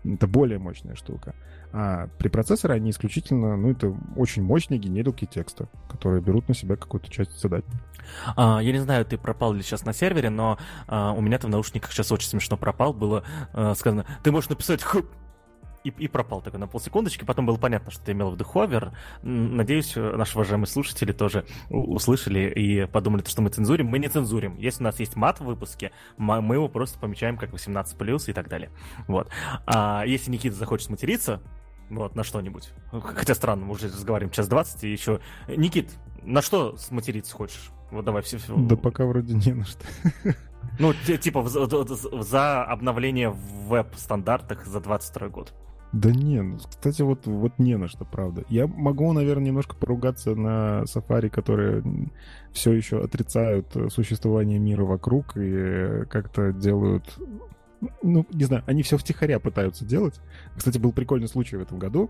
S1: Это более мощная штука. А препроцессоры, они исключительно, это очень мощные генерилки текста, которые берут на себя какую-то часть задач.
S2: Я не знаю, ты пропал ли сейчас на сервере, но у меня-то в наушниках сейчас очень смешно пропал. Было сказано, ты можешь написать и пропал такой на полсекундочки. Потом было понятно, что ты имел в виду ховер. Надеюсь, наши уважаемые слушатели тоже услышали и подумали, что мы цензурим. Мы не цензурим. Если у нас есть мат в выпуске, мы его просто помечаем как 18+, и так далее. Вот. А если Никита захочет материться, на что-нибудь. Хотя странно, мы уже разговариваем 1:20, и еще... Никит, на что сматериться хочешь? Давай все.
S1: Да пока вроде не на что.
S2: Типа за обновление в веб-стандартах за 22 год.
S1: Да не, кстати, вот не на что, правда. Я могу, наверное, немножко поругаться на Safari, которые все еще отрицают существование мира вокруг и как-то делают... не знаю, они все втихаря пытаются делать. Кстати, был прикольный случай в этом году.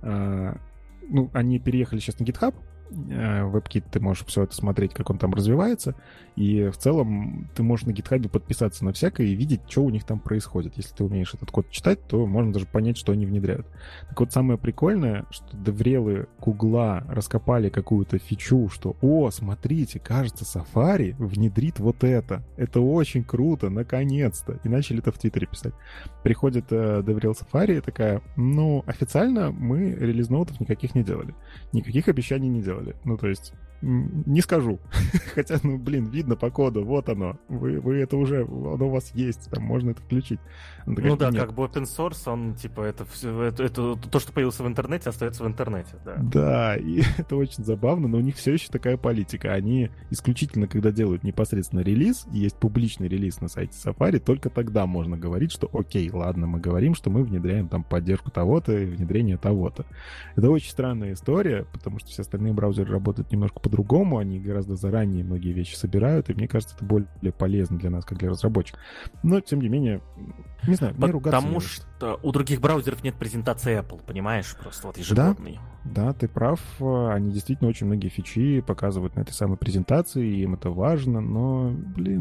S1: Они переехали сейчас на GitHub. WebKit, ты можешь все это смотреть, как он там развивается, и в целом ты можешь на GitHub подписаться на всякое и видеть, что у них там происходит. Если ты умеешь этот код читать, то можно даже понять, что они внедряют. Так вот, самое прикольное, что деврелы Гугла раскопали какую-то фичу, что, смотрите, кажется, Safari внедрит вот это. Это очень круто, наконец-то. И начали это в Твиттере писать. Приходит деврел Safari и такая, официально мы релиз-ноутов никаких не делали. Никаких обещаний не делали. То есть, не скажу. Хотя, видно по коду, вот оно. Вы это уже, оно у вас есть, там можно это включить.
S2: Как бы open source, он, это то, что появилось в интернете, остается в интернете, да.
S1: Да, и это очень забавно, но у них все еще такая политика. Они исключительно, когда делают непосредственно релиз, и есть публичный релиз на сайте Safari, только тогда можно говорить, что окей, ладно, мы говорим, что мы внедряем там поддержку того-то и внедрение того-то. Это очень странная история, потому что все остальные браузеры работают немножко по-другому, они гораздо заранее многие вещи собирают, и мне кажется, это более полезно для нас, как для разработчиков. Но, тем не менее, не знаю, мне ругаться...
S2: Потому что у других браузеров нет презентации Apple, понимаешь? Просто ежегодной.
S1: Да, ты прав. Они действительно очень многие фичи показывают на этой самой презентации, и им это важно, но,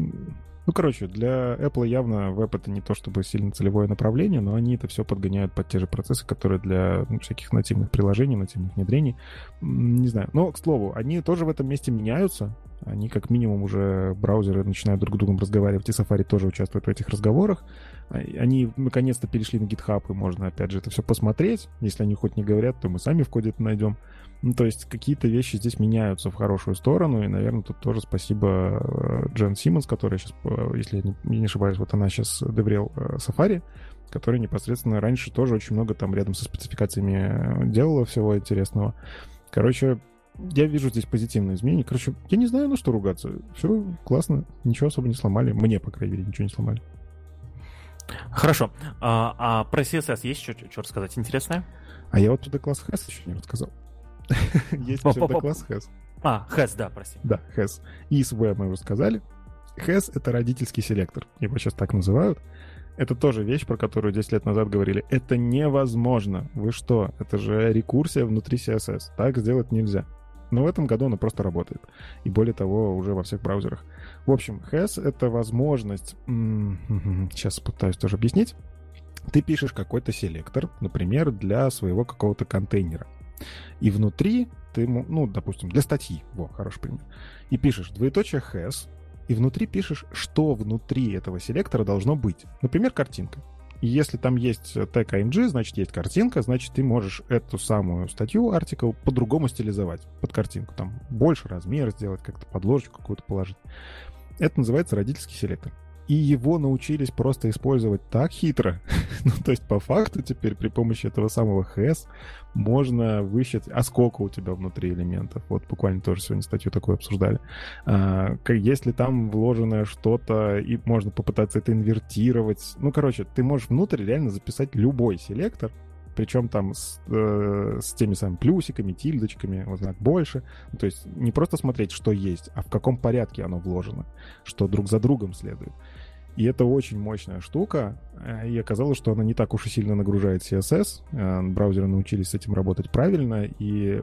S1: для Apple явно веб — это не то чтобы сильно целевое направление, но они это все подгоняют под те же процессы, которые для всяких нативных приложений, нативных внедрений. Не знаю. Но, к слову, они тоже в этом месте меняются. Они как минимум уже, браузеры начинают друг с другом разговаривать, и Safari тоже участвует в этих разговорах. Они наконец-то перешли на GitHub, и можно, опять же, это все посмотреть. Если они хоть не говорят, то мы сами в коде это найдем. То есть какие-то вещи здесь меняются в хорошую сторону, и, наверное, тут тоже спасибо Джен Симмонс, которая сейчас, если я не ошибаюсь, вот она сейчас деврел Safari, которая непосредственно раньше тоже очень много там рядом со спецификациями делала всего интересного. Я вижу здесь позитивные изменения. Я не знаю, на что ругаться. Все классно, ничего особо не сломали. Мне, по крайней мере, ничего не сломали.
S2: Хорошо. А про CSS есть что рассказать интересное?
S1: А я вот туда класс Has еще не рассказал. Есть псевдокласс Has.
S2: Has, да, прости.
S1: Да, Has. И SV мы уже сказали. Has — это родительский селектор. Его сейчас так называют. Это тоже вещь, про которую 10 лет назад говорили. Это невозможно. Вы что? Это же рекурсия внутри CSS. Так сделать нельзя. Но в этом году она просто работает. И более того, уже во всех браузерах. В общем, Has — это возможность... Сейчас пытаюсь тоже объяснить. Ты пишешь какой-то селектор, например, для своего какого-то контейнера. И внутри ты, допустим, для статьи, хороший пример, и пишешь двоеточие has, и внутри пишешь, что внутри этого селектора должно быть. Например, картинка. И если там есть тег img, значит, есть картинка, значит, ты можешь эту самую статью, артикл, по-другому стилизовать под картинку. Там больше размер сделать, как-то подложечку какую-то положить. Это называется родительский селектор. И его научились просто использовать так хитро. То есть, по факту, теперь при помощи этого самого has можно высчитать, сколько у тебя внутри элементов. Вот буквально тоже сегодня статью такую обсуждали. Если там вложено что-то, и можно попытаться это инвертировать. Ты можешь внутрь реально записать любой селектор, причем там с теми самыми плюсиками, тильдочками, знак больше. То есть не просто смотреть, что есть, а в каком порядке оно вложено, что друг за другом следует. И это очень мощная штука, и оказалось, что она не так уж и сильно нагружает CSS. Браузеры научились с этим работать правильно, и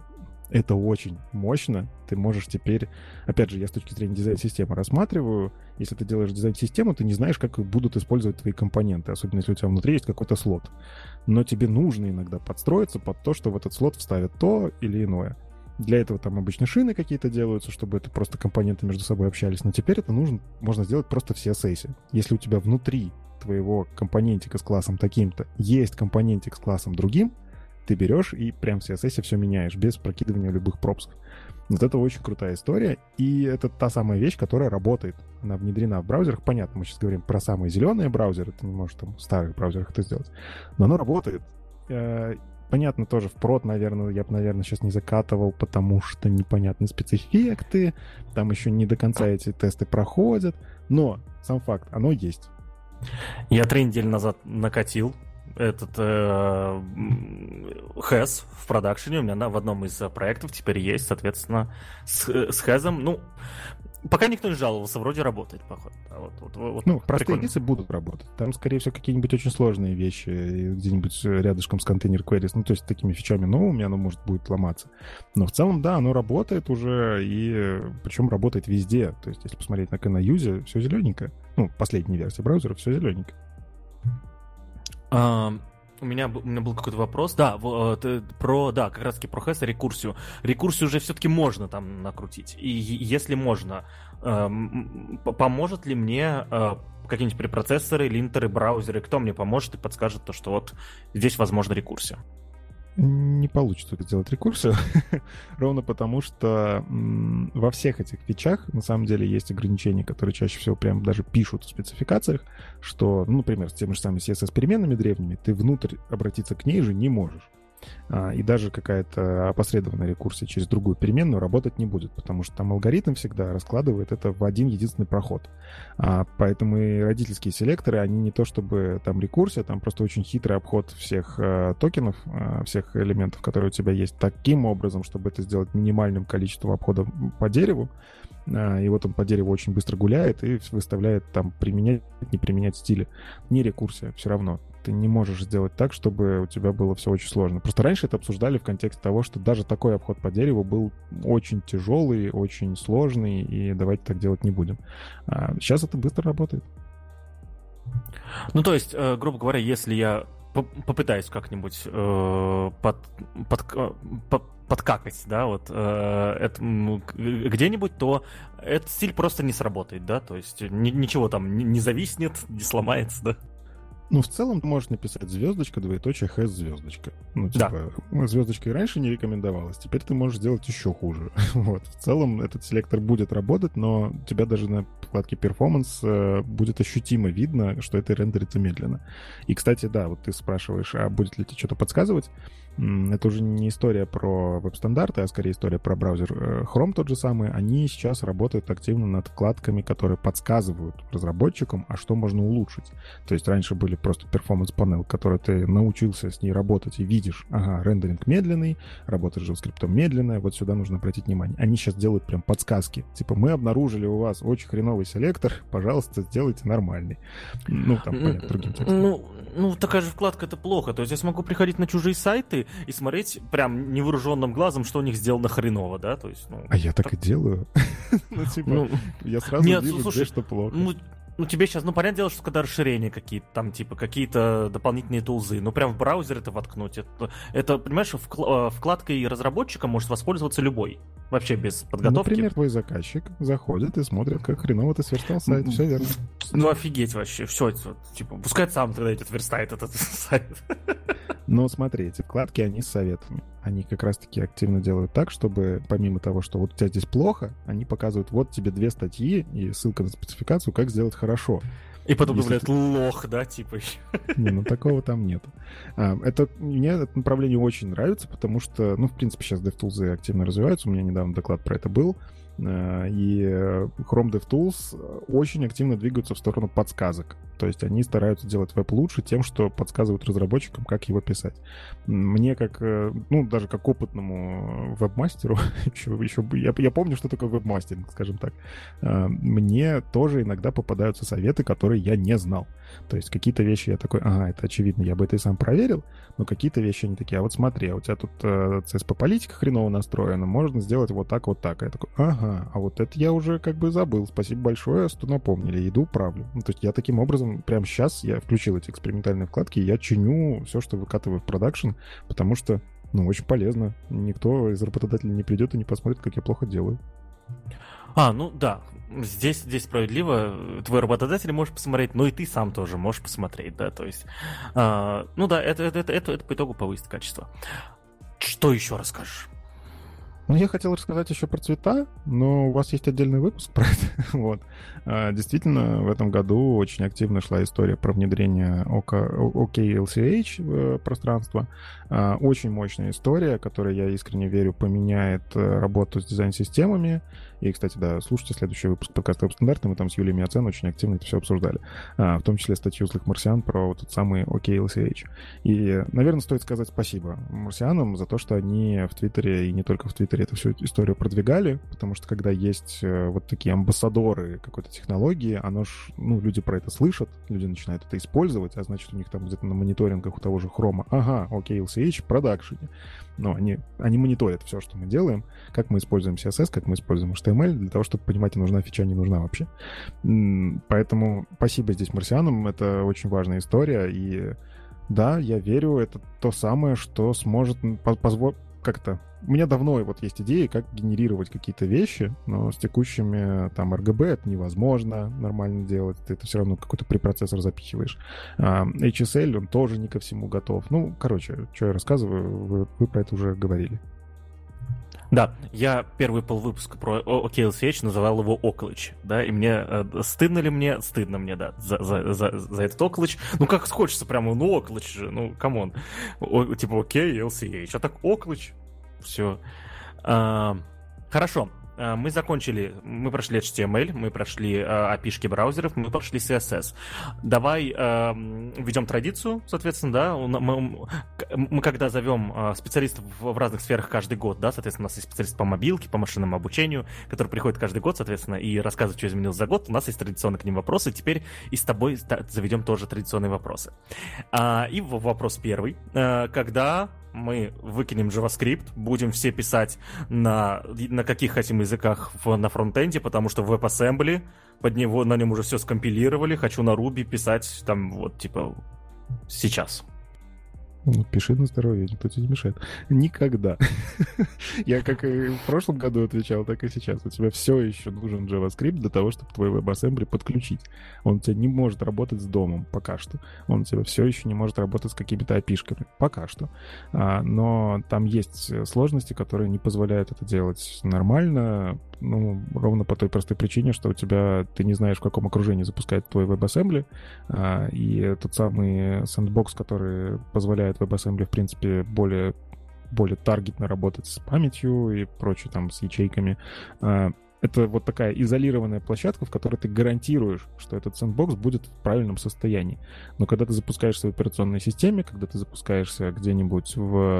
S1: Это очень мощно. Ты можешь теперь... Опять же, я с точки зрения дизайн-системы рассматриваю. Если ты делаешь дизайн-систему, ты не знаешь, как будут использовать твои компоненты, особенно если у тебя внутри есть какой-то слот. Но тебе нужно иногда подстроиться под то, что в этот слот вставят то или иное. Для этого там обычно шины какие-то делаются, чтобы это просто компоненты между собой общались. Но теперь это можно сделать просто в CSS. Если у тебя внутри твоего компонентика с классом таким-то есть компонентик с классом другим, ты берешь и прям в CSS все меняешь, без прокидывания любых пропсов. Вот это очень крутая история, и это та самая вещь, которая работает. Она внедрена в браузерах. Понятно, мы сейчас говорим про самые зеленые браузеры, ты не можешь там в старых браузерах это сделать, но оно работает. Понятно, тоже в прод, наверное, я бы, наверное, сейчас не закатывал, потому что непонятны спецэффекты, там еще не до конца эти тесты проходят, но сам факт, оно есть.
S2: Я 3 недели назад накатил этот хэз в продакшене. У меня в одном из проектов теперь есть, соответственно, с хэзом. Ну, пока никто не жаловался, вроде работает, походу.
S1: Ну, простые кейсы будут работать. Там, скорее всего, какие-нибудь очень сложные вещи где-нибудь рядышком с контейнер queries, ну, то есть такими фичами новыми оно может будет ломаться. Но в целом, да, оно работает уже, и причем работает везде. То есть, если посмотреть на CanaUse, все зелененькое. Ну, последняя версия браузера, все зелененькое.
S2: У меня был какой-то вопрос. Да, как раз таки про хэс, рекурсию. Рекурсию уже все-таки можно там накрутить. И если можно, поможет ли мне какие-нибудь препроцессоры, линтеры, браузеры? Кто мне поможет и подскажет то, что вот здесь возможна рекурсия?
S1: Не получится сделать рекурсию, ровно потому что во всех этих фичах на самом деле есть ограничения, которые чаще всего прям даже пишут в спецификациях, что, ну, например, с теми же самыми CSS-переменными древними ты внутрь обратиться к ней же не можешь. И даже какая-то опосредованная рекурсия через другую переменную работать не будет, потому что там алгоритм всегда раскладывает это в один единственный проход. Поэтому и родительские селекторы, они не то чтобы там рекурсия, там просто очень хитрый обход всех токенов, всех элементов, которые у тебя есть, таким образом, чтобы это сделать минимальным количеством обхода по дереву. И вот он по дереву очень быстро гуляет и выставляет там применять, не применять стили. Не рекурсия, все равно. Ты не можешь сделать так, чтобы у тебя было все очень сложно. Просто раньше это обсуждали в контексте того, что даже такой обход по дереву был очень тяжелый, очень сложный, и давайте так делать не будем. Сейчас это быстро работает.
S2: Ну, то есть, грубо говоря, если я попытаюсь как-нибудь подкакать, да, вот где-нибудь, то этот стиль просто не сработает, да, то есть ничего там не зависнет, не сломается, да.
S1: Ну, в целом, ты можешь написать звездочка, двоеточие, хэс, звездочка. Ну, типа, звездочка и раньше не рекомендовалась, теперь ты можешь сделать еще хуже. Вот. В целом, этот селектор будет работать, но у тебя даже на вкладке Performance будет ощутимо видно, что это рендерится медленно. И, кстати, да, вот ты спрашиваешь, а будет ли тебе что-то подсказывать? Это уже не история про веб-стандарты, а скорее история про браузер Chrome тот же самый. Они сейчас работают активно над вкладками, которые подсказывают разработчикам, а что можно улучшить. То есть раньше были просто performance panel, который ты научился с ней работать и видишь, ага, рендеринг медленный, работа с JavaScript медленная, вот сюда нужно обратить внимание. Они сейчас делают прям подсказки. Типа, мы обнаружили у вас очень хреновый селектор, пожалуйста, сделайте нормальный. Ну, там, понятно, другим текстом.
S2: Ну, такая же вкладка — это плохо. То есть я смогу приходить на чужие сайты и смотреть прям невооруженным глазом, что у них сделано хреново, да? То есть,
S1: а я так и делаю. Ну, типа, я сразу вижу, где что плохо.
S2: Ну, тебе сейчас, понятное дело, что когда расширения какие-то, там, типа, какие-то дополнительные тулзы, прям в браузер это воткнуть. Это, понимаешь, вкладкой разработчика может воспользоваться любой. Вообще без подготовки.
S1: Например, твой заказчик заходит и смотрит, как хреново ты сверстал сайт. Все верно.
S2: Ну, офигеть вообще. Все, типа, пускай сам тогда верстает этот сайт.
S1: Но смотри, эти вкладки, они с советами. Они как раз-таки активно делают так, чтобы помимо того, что вот у тебя здесь плохо, они показывают, вот тебе 2 статьи и ссылка на спецификацию, как сделать хорошо.
S2: И потом добавляют лох, да, типа еще.
S1: Не, такого там нет. Мне это направление очень нравится, потому что, в принципе, сейчас DevTools активно развиваются. У меня недавно доклад про это был. И Chrome DevTools очень активно двигаются в сторону подсказок. То есть они стараются делать веб лучше тем, что подсказывают разработчикам, как его писать. Мне как, даже как опытному веб-мастеру, я помню, что такое веб-мастеринг, скажем так, мне тоже иногда попадаются советы, которые я не знал. То есть какие-то вещи я такой, это очевидно, я бы это и сам проверил, но какие-то вещи они такие, а вот смотри, у тебя тут CSP-политика хреново настроена, можно сделать вот так, вот так. А я такой, а вот это я уже как бы забыл, спасибо большое, что напомнили, иду правлю. То есть я таким образом прямо сейчас я включил эти экспериментальные вкладки, и я чиню все, что выкатываю в продакшн, потому что, очень полезно. Никто из работодателей не придет и не посмотрит, как я плохо делаю.
S2: Да. Здесь справедливо. Твой работодатель может посмотреть, но и ты сам тоже можешь посмотреть, да, то есть... это по итогу повысит качество. Что еще расскажешь?
S1: Я хотел рассказать еще про цвета, но у вас есть отдельный выпуск про это. Вот. Действительно, в этом году очень активно шла история про внедрение OKLCH в пространство. Очень мощная история, которая, я искренне верю, поменяет работу с дизайн-системами. И, кстати, слушайте следующий выпуск подкаста «Веб-стандарты». Мы там с Юлией Миоцен очень активно это все обсуждали. В том числе статью «Злых марсиан» про вот тот самый OKLCH. И, наверное, стоит сказать спасибо марсианам за то, что они в Твиттере, и не только в Твиттере, эту всю историю продвигали, потому что когда есть вот такие амбассадоры какой-то технологии, люди про это слышат, люди начинают это использовать, а значит, у них там где-то на мониторингах у того же Хрома, OKLCH в продакшене. Но они мониторят все, что мы делаем, как мы используем CSS, как мы используем HTML, для того, чтобы понимать, нужна фича, не нужна вообще. Поэтому спасибо здесь марсианам, это очень важная история, и да, я верю, это то самое, что сможет позволить как-то... У меня давно есть идеи, как генерировать какие-то вещи, но с текущими там RGB это невозможно нормально делать, ты это все равно какой-то препроцессор запихиваешь. HSL, он тоже не ко всему готов. Что я рассказываю, вы про это уже говорили.
S2: Да, я первый полвыпуска про OKLCH называл его Оклыч, да, и мне стыдно мне, да, за этот Оклыч. Как хочется прямо, Оклыч же, камон. Типа OKLCH, а так Оклыч. Все. Хорошо. Мы прошли HTML, мы прошли API-шки браузеров, мы прошли CSS. Давай введем традицию, соответственно, да. Мы когда зовем специалистов в разных сферах каждый год, да, соответственно, у нас есть специалист по мобилке, по машинному обучению, который приходит каждый год, соответственно, и рассказывает, что изменилось за год. У нас есть традиционные к ним вопросы. Теперь и с тобой заведем тоже традиционные вопросы. И вопрос первый. Когда мы выкинем JavaScript, будем все писать на каких хотим языках на фронтенде, потому что в WebAssembly на нем уже все скомпилировали, хочу на Ruby писать там сейчас.
S1: Пиши на здоровье, никто тебе не мешает. Никогда. Я как и в прошлом году отвечал, так и сейчас. У тебя все еще нужен JavaScript для того, чтобы твой WebAssembly подключить. Он у тебя не может работать с домом пока что. Он у тебя все еще не может работать с какими-то API-шками пока что. Но там есть сложности, которые не позволяют это делать нормально. Ровно по той простой причине, что ты не знаешь, в каком окружении запускает твой WebAssembly, и тот самый сэндбокс, который позволяет WebAssembly, в принципе, более таргетно работать с памятью и прочее, там, с ячейками. Это вот такая изолированная площадка, в которой ты гарантируешь, что этот сэндбокс будет в правильном состоянии. Но когда ты запускаешься в операционной системе, когда ты запускаешься где-нибудь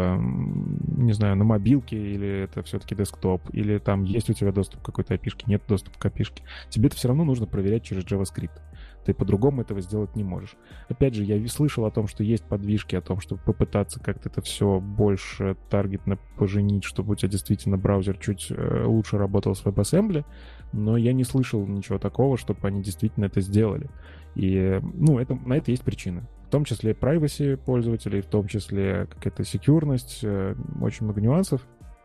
S1: на мобилке, или это все-таки десктоп, или там есть у тебя доступ к какой-то API-шке, нет доступа к API-шке, тебе это все равно нужно проверять через JavaScript. Ты по-другому этого сделать не можешь. Опять же, я слышал о том, что есть подвижки, о том, чтобы попытаться как-то это все больше таргетно поженить, чтобы у тебя действительно браузер чуть лучше работал с WebAssembly, но я не слышал ничего такого, чтобы они действительно это сделали. И, на это есть причины. В том числе privacy пользователей, в том числе какая-то секьюрность, очень много нюансов.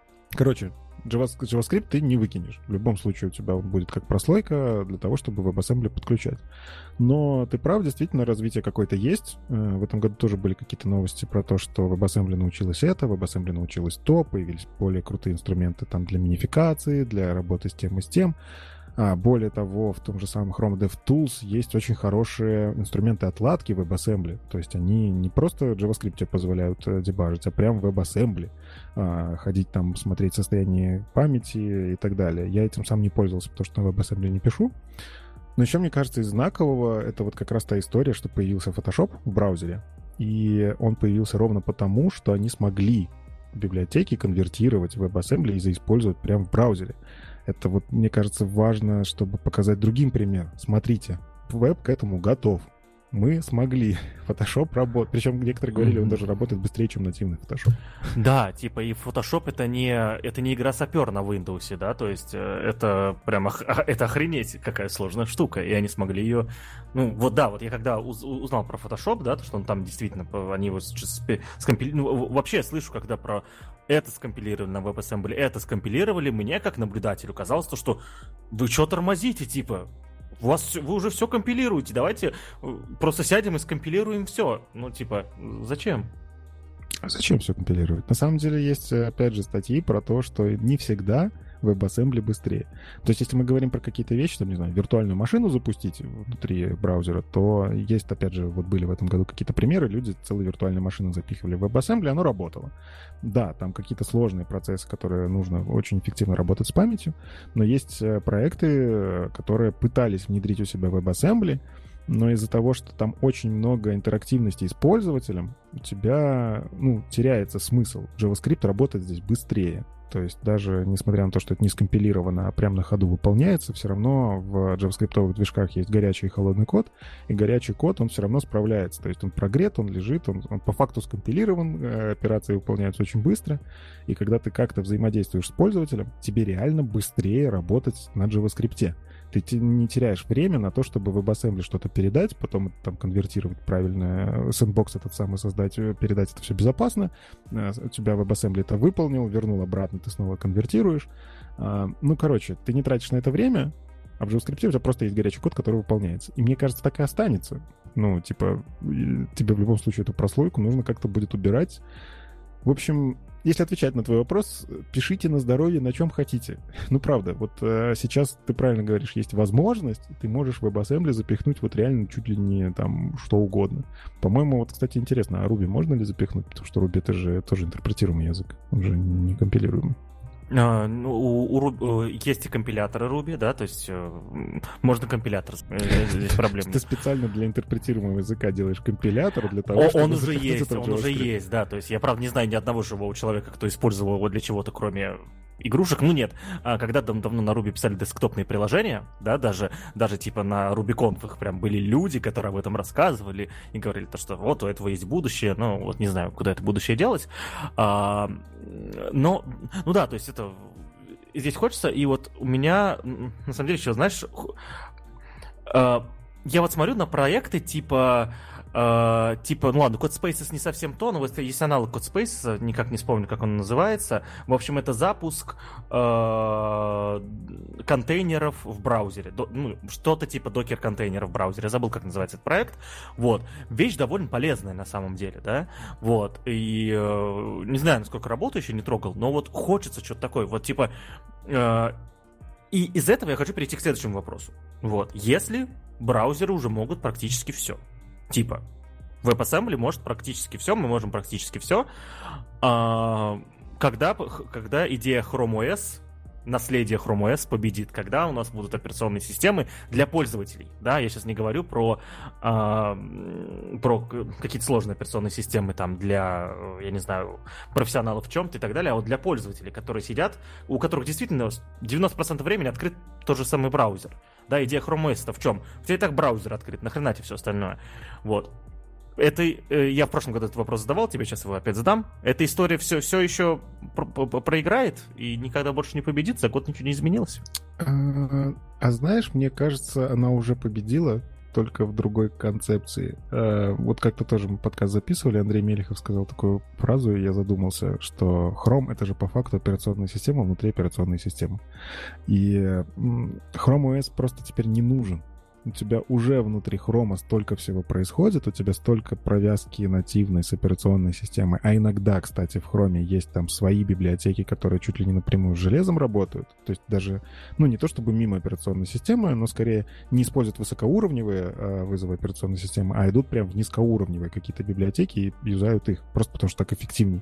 S1: JavaScript ты не выкинешь. В любом случае у тебя он будет как прослойка для того, чтобы WebAssembly подключать. Но ты прав, действительно, развитие какое-то есть. В этом году тоже были какие-то новости про то, что WebAssembly научилась WebAssembly научилась то, появились более крутые инструменты там для минификации, для работы с тем и с тем. Более того, в том же самом Chrome DevTools есть очень хорошие инструменты отладки WebAssembly. То есть они не просто JavaScript тебе позволяют дебажить, а прям в WebAssembly. Ходить там, смотреть состояние памяти и так далее. Я этим сам не пользовался, потому что на WebAssembly не пишу. Но еще, мне кажется, из знакового это вот как раз та история, что появился Photoshop в браузере. И он появился ровно потому, что они смогли библиотеки конвертировать в WebAssembly и заиспользовать прямо в браузере. Это вот, мне кажется, важно, чтобы показать другим пример. Смотрите, веб к этому готов. Мы смогли. Photoshop работает. Причем некоторые говорили, он даже работает быстрее, чем нативный Photoshop.
S2: Да, типа и Photoshop это не игра сапер на Windows, да, то есть это прям это охренеть какая сложная штука, и они смогли ее, ну вот да, вот я когда узнал про Photoshop, да, то что он там действительно, они его скомпилировали, ну вообще я слышу, когда про это скомпилировали на WebAssembly, это скомпилировали, мне как наблюдателю казалось то, что вы что тормозите, типа, вы уже все компилируете, давайте просто сядем и скомпилируем все. Ну, типа, зачем?
S1: А зачем все компилировать? На самом деле есть, опять же, статьи про то, что не всегда WebAssembly быстрее. То есть, если мы говорим про какие-то вещи, там, не знаю, виртуальную машину запустить внутри браузера, то есть, опять же, вот были в этом году какие-то примеры, люди целые виртуальные машины запихивали в WebAssembly, оно работало. Да, там какие-то сложные процессы, которые нужно очень эффективно работать с памятью, но есть проекты, которые пытались внедрить у себя WebAssembly, но из-за того, что там очень много интерактивности с пользователем, у тебя, теряется смысл. JavaScript работает здесь быстрее. То есть даже несмотря на то, что это не скомпилировано, а прямо на ходу выполняется, все равно в JavaScript движках есть горячий и холодный код, и горячий код, он все равно справляется. То есть он прогрет, он лежит, он по факту скомпилирован, операции выполняются очень быстро, и когда ты как-то взаимодействуешь с пользователем, тебе реально быстрее работать на JavaScript. Ты не теряешь время на то, чтобы в WebAssembly что-то передать, потом там конвертировать правильно, сэндбокс этот самый создать, передать это все безопасно. У тебя WebAssembly это выполнил, вернул обратно, ты снова конвертируешь. Ты не тратишь на это время, а в JavaScript у тебя просто есть горячий код, который выполняется. И мне кажется, так и останется. Тебе в любом случае эту прослойку нужно как-то будет убирать. В общем, если отвечать на твой вопрос, пишите на здоровье, на чем хотите. Правда, вот сейчас ты правильно говоришь, есть возможность, ты можешь в WebAssembly запихнуть вот реально чуть ли не там что угодно. По-моему, вот, кстати, интересно, а Ruby можно ли запихнуть? Потому что Ruby — это же тоже интерпретируемый язык, он же не компилируемый.
S2: Есть и компиляторы Ruby, да, то есть можно компилятор, здесь проблема.
S1: Ты специально для интерпретируемого языка делаешь компилятор для того, чтобы...
S2: Он уже есть, да, то есть я, правда, не знаю ни одного живого человека, кто использовал его для чего-то, кроме игрушек, нет. Когда давно на Ruby писали десктопные приложения, да, даже типа на RubyConf прям были люди, которые об этом рассказывали и говорили, что вот у этого есть будущее, вот не знаю, куда это будущее делать. Да, то есть это здесь хочется, и вот у меня, на самом деле, еще, знаешь, я вот смотрю на проекты типа, CodeSpaces не совсем то, но вот есть аналог CodeSpaces, никак не вспомню, как он называется. В общем, это запуск контейнеров в браузере. Что-то типа докер-контейнеров в браузере. Я забыл, как называется этот проект. Вот. Вещь довольно полезная на самом деле, да? Вот. И не знаю, насколько работаю, еще не трогал, но вот хочется что-то такое. Вот типа... И из этого я хочу перейти к следующему вопросу. Вот. Если браузеры уже могут практически все. Типа, WebAssembly может практически все, мы можем практически все. Когда идея Chrome OS, наследие Chrome OS победит, когда у нас будут операционные системы для пользователей. Да, я сейчас не говорю про какие-то сложные операционные системы там для, я не знаю, профессионалов в чем-то и так далее, а вот для пользователей, которые сидят, у которых действительно 90% времени открыт тот же самый браузер. Да, идея Chrome OS-то в чем? У тебя и так браузер открыт, нахрена тебе все остальное? Вот. Это я в прошлом году этот вопрос задавал, тебе сейчас его опять задам. Эта история все еще проиграет и никогда больше не победит, за год ничего не изменилось.
S1: А знаешь, мне кажется, она уже победила, только в другой концепции. Вот как-то тоже мы подкаст записывали, Андрей Мелехов сказал такую фразу, и я задумался, что Chrome — это же по факту операционная система внутри операционной системы. И Chrome OS просто теперь не нужен. у тебя уже внутри Chrome столько всего происходит, у тебя столько провязки нативной с операционной системой, а иногда, кстати, в Chrome есть там свои библиотеки, которые чуть ли не напрямую с железом работают, то есть даже, ну, не то чтобы мимо операционной системы, но скорее не используют высокоуровневые вызовы операционной системы, а идут прям в низкоуровневые какие-то библиотеки и юзают их, просто потому что так эффективней.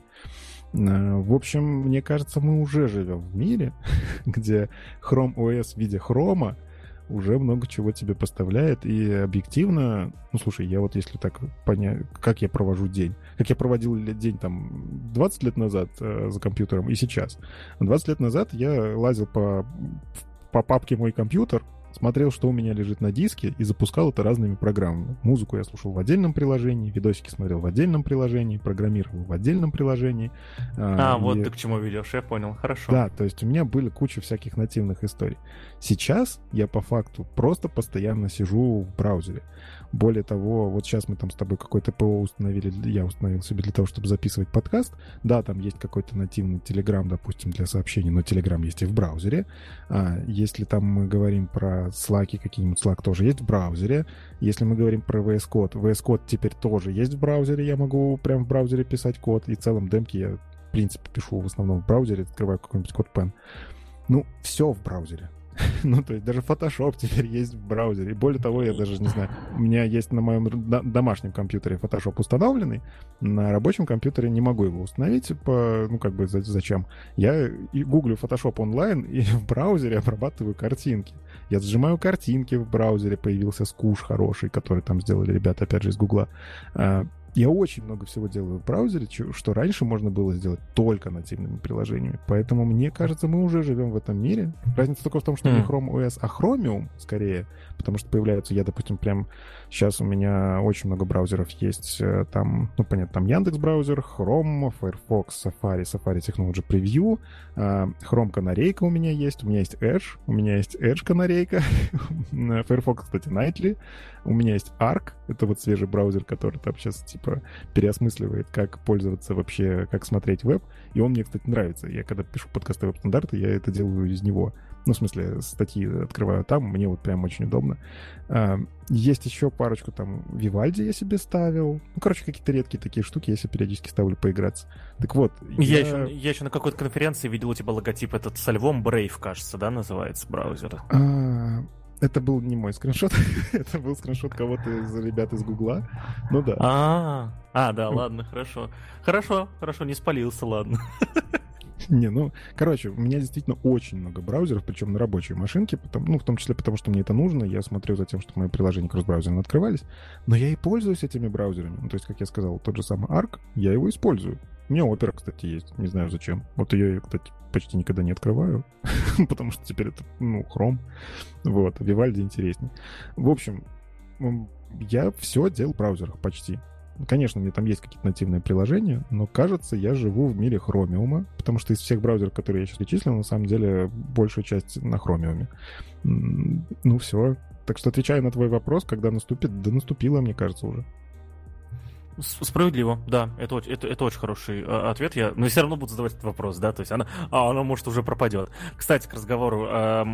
S1: В общем, мне кажется, мы уже живем в мире, где Chrome OS в виде хрома уже много чего тебе поставляет, и объективно, ну, слушай, я вот если так понять, как я провожу день, как я проводил день там 20 лет назад за компьютером и сейчас. 20 лет назад я лазил по папке «Мой компьютер», смотрел, что у меня лежит на диске, и запускал это разными программами. Музыку я слушал в отдельном приложении, видосики смотрел в отдельном приложении, программировал в отдельном приложении.
S2: Вот ты к чему ведешь, я понял, хорошо.
S1: Да, то есть у меня были куча всяких нативных историй. Сейчас я по факту просто постоянно сижу в браузере. Более того, вот сейчас мы там с тобой какой-то ПО установили, я установил себе для того, чтобы записывать подкаст. Да, там есть какой-то нативный Telegram, допустим, для сообщений, но Telegram есть и в браузере. Если там мы говорим про Slack, какие-нибудь Slack тоже есть в браузере. Если мы говорим про VS Code, VS Code теперь тоже есть в браузере. Я могу прямо в браузере писать код. И в целом демки я, в принципе, пишу в основном в браузере, открываю какой-нибудь CodePen. Ну, все в браузере. Ну, то есть даже Photoshop теперь есть в браузере. И более того, я даже не знаю, у меня есть на моем домашнем компьютере Photoshop установленный, на рабочем компьютере не могу его установить, ну, как бы зачем. Я и гуглю Photoshop онлайн и в браузере обрабатываю картинки. Я сжимаю картинки в браузере, появился скуш хороший, который там сделали ребята, опять же, из Гугла. Я очень много всего делаю в браузере, что раньше можно было сделать только нативными приложениями. Поэтому, мне кажется, мы уже живем в этом мире. Разница только в том, что не Chrome OS, а Chromium скорее. Потому что появляются, я, допустим, прям сейчас у меня очень много браузеров есть. Там, ну, понятно, там Яндекс-браузер, Chrome, Firefox, Safari Technology Preview, Chrome канарейка у меня есть Edge канарейка, Firefox, кстати, Nightly, у меня есть Arc, это вот свежий браузер, который там сейчас типа переосмысливает, как пользоваться вообще, как смотреть веб, и он мне, кстати, нравится. Я когда пишу подкасты веб-стандарты, я это делаю из него. Ну, в смысле, статьи открываю там, мне вот прям очень удобно. Есть еще парочку там, Vivaldi я себе ставил. Ну, короче, какие-то редкие такие штуки я себе периодически ставлю поиграться. Так вот.
S2: Я еще на какой-то конференции видел у тебя логотип этот со львом, Brave, кажется, да, называется браузер?
S1: Это был не мой скриншот, это был скриншот кого-то из ребят из Гугла. Ну да.
S2: Да, ладно, хорошо. Хорошо, не спалился, ладно.
S1: Не, ну, короче, у меня действительно очень много браузеров, причем на рабочей машинке, ну, в том числе потому, что мне это нужно, я смотрю за тем, что мои приложения кросс-браузерно открывались, но я и пользуюсь этими браузерами. Ну, то есть, как я сказал, тот же самый Arc, я его использую. У меня Opera, кстати, есть, не знаю зачем. Вот ее, кстати, почти никогда не открываю, потому что теперь это, ну, Chrome. Вот, Vivaldi интереснее. В общем, я все делал в браузерах почти. Конечно, у меня там есть какие-то нативные приложения, но, кажется, я живу в мире Chromium, потому что из всех браузеров, которые я сейчас перечислил, на самом деле, большая часть на Chromium. Ну, все. Так что, отвечая на твой вопрос, когда наступит, да наступило, мне кажется, уже.
S2: Справедливо, да, это очень хороший ответ. Но все равно буду задавать этот вопрос, да, то есть она может уже пропадет. Кстати, к разговору,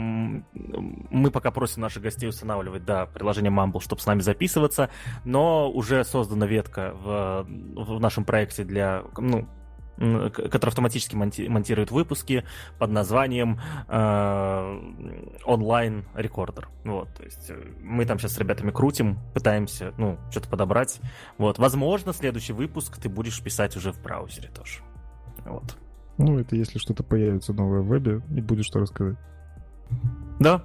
S2: мы пока просим наших гостей устанавливать, да, приложение Mumble, чтобы с нами записываться, но уже создана ветка в нашем проекте для, который автоматически монтирует выпуски под названием онлайн-рекордер. Вот, то есть мы там сейчас с ребятами крутим, пытаемся, что-то подобрать. Вот, возможно, следующий выпуск ты будешь писать уже в браузере тоже. Вот.
S1: Ну, это если что-то появится новое в вебе, и будет что рассказать.
S2: Да.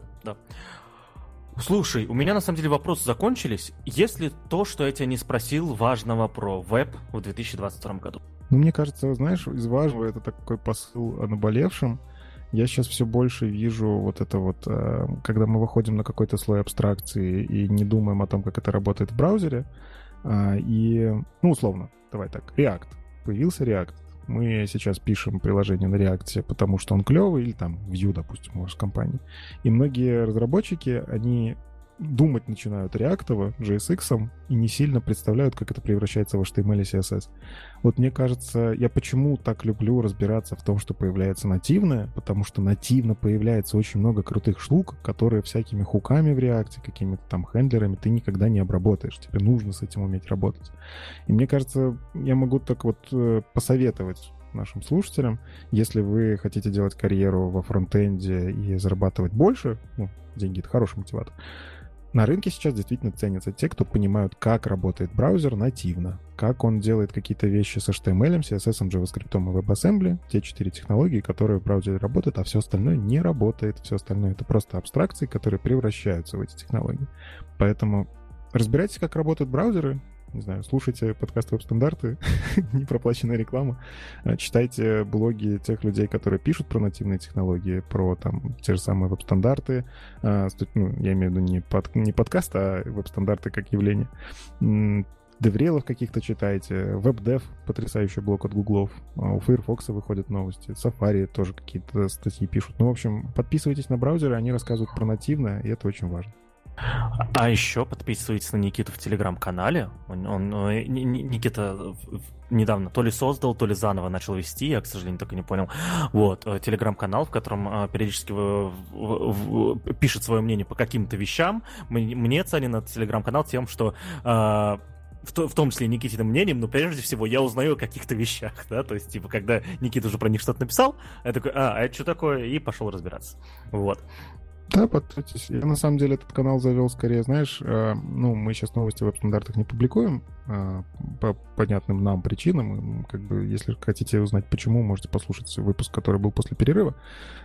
S2: Слушай, у меня на самом деле вопросы закончились. Есть ли то, что я тебя не спросил, важного про веб в 2022 году?
S1: Ну, мне кажется, знаешь, из важного это такой посыл о наболевшем. Я сейчас все больше вижу вот это вот, когда мы выходим на какой-то слой абстракции и не думаем о том, как это работает в браузере. Условно, давай так, React. Появился React. Мы сейчас пишем приложение на React, потому что он клевый, или там Vue, допустим, у вас в компании. И многие разработчики, они думать начинают реактово, JSX, и не сильно представляют, как это превращается в HTML и CSS. Вот мне кажется, я почему так люблю разбираться в том, что появляется нативное, потому что нативно появляется очень много крутых штук, которые всякими хуками в реакте, какими-то там хендлерами ты никогда не обработаешь. Тебе нужно с этим уметь работать. И мне кажется, я могу так вот посоветовать нашим слушателям, если вы хотите делать карьеру во фронтенде и зарабатывать больше, ну, деньги — это хороший мотиватор, на рынке сейчас действительно ценятся те, кто понимают, как работает браузер нативно, как он делает какие-то вещи с HTML, CSS, JavaScript и WebAssembly, те 4 технологии, которые в браузере работают, а все остальное не работает. Все остальное — это просто абстракции, которые превращаются в эти технологии. Поэтому разбирайтесь, как работают браузеры, не знаю, слушайте подкаст «Веб-стандарты», непроплаченная реклама, читайте блоги тех людей, которые пишут про нативные технологии, про там те же самые веб-стандарты, я имею в виду не подкаст, а веб-стандарты как явление. Деврелов каких-то читайте, WebDev, потрясающий блог от гуглов, у Firefox выходят новости, Safari тоже какие-то статьи пишут. Ну, в общем, подписывайтесь на браузеры, они рассказывают про нативное, и это очень важно.
S2: А еще подписывайтесь на Никиту в Телеграм-канале. Никита недавно то ли создал, то ли заново начал вести, я, к сожалению, так и не понял. Вот, Телеграм-канал, в котором периодически пишет свое мнение по каким-то вещам. Мне ценен этот Телеграм-канал тем, что в том числе Никитиным мнением, но прежде всего я узнаю о каких-то вещах, да, то есть, типа, когда Никита уже про них что-то написал, я такой, это что такое, и пошел разбираться. Вот.
S1: Да, подписывайтесь. Я, на самом деле, этот канал завел скорее, знаешь, мы сейчас новости в веб-стандартах не публикуем по понятным нам причинам. Как бы, если хотите узнать, почему, можете послушать выпуск, который был после перерыва.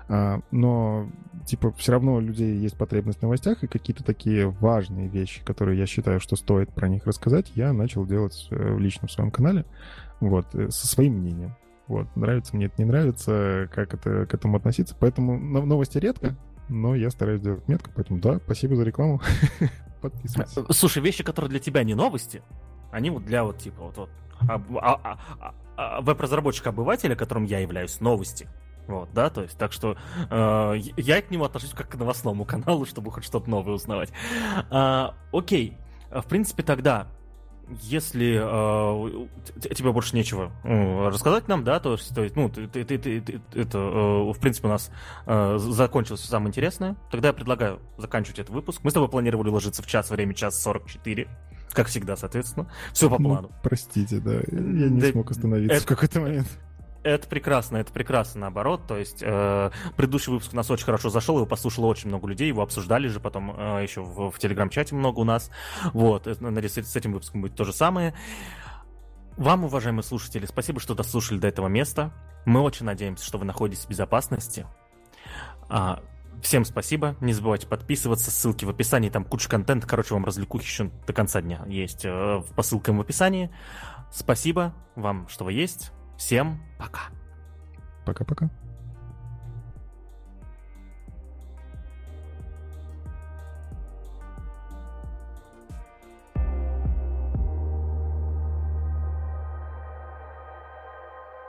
S1: Но, типа, все равно у людей есть потребность в новостях, и какие-то такие важные вещи, которые я считаю, что стоит про них рассказать, я начал делать лично в своем канале, вот, со своим мнением. Вот, нравится мне это, не нравится, как это к этому относиться. Поэтому новости редко, но я стараюсь делать метко, поэтому да, спасибо за рекламу. Подписывайтесь.
S2: Слушай, вещи, которые для тебя не новости, они вот для вот типа вот веб-разработчика-обывателя, которым я являюсь, новости. Вот, да, то есть, так что я к нему отношусь как к новостному каналу, чтобы хоть что-то новое узнавать. Окей, в принципе, тогда, если тебе больше нечего рассказать нам, да, то есть, ну, это, в принципе, у нас закончилось все самое интересное, тогда я предлагаю заканчивать этот выпуск. Мы с тобой планировали ложиться в час, время 1:44, как всегда, соответственно. Все по плану.
S1: Простите, да, я не смог остановиться в какой-то момент.
S2: Это прекрасно, наоборот, то есть предыдущий выпуск у нас очень хорошо зашел, его послушало очень много людей, его обсуждали же потом еще в Телеграм-чате много у нас, вот, надеюсь, с этим выпуском будет то же самое. Вам, уважаемые слушатели, спасибо, что дослушали до этого места, мы очень надеемся, что вы находитесь в безопасности. Всем спасибо, не забывайте подписываться, ссылки в описании, там куча контента, короче, вам развлекухи еще до конца дня есть по ссылкам в описании. Спасибо вам, что вы есть. Всем пока.
S1: Пока-пока.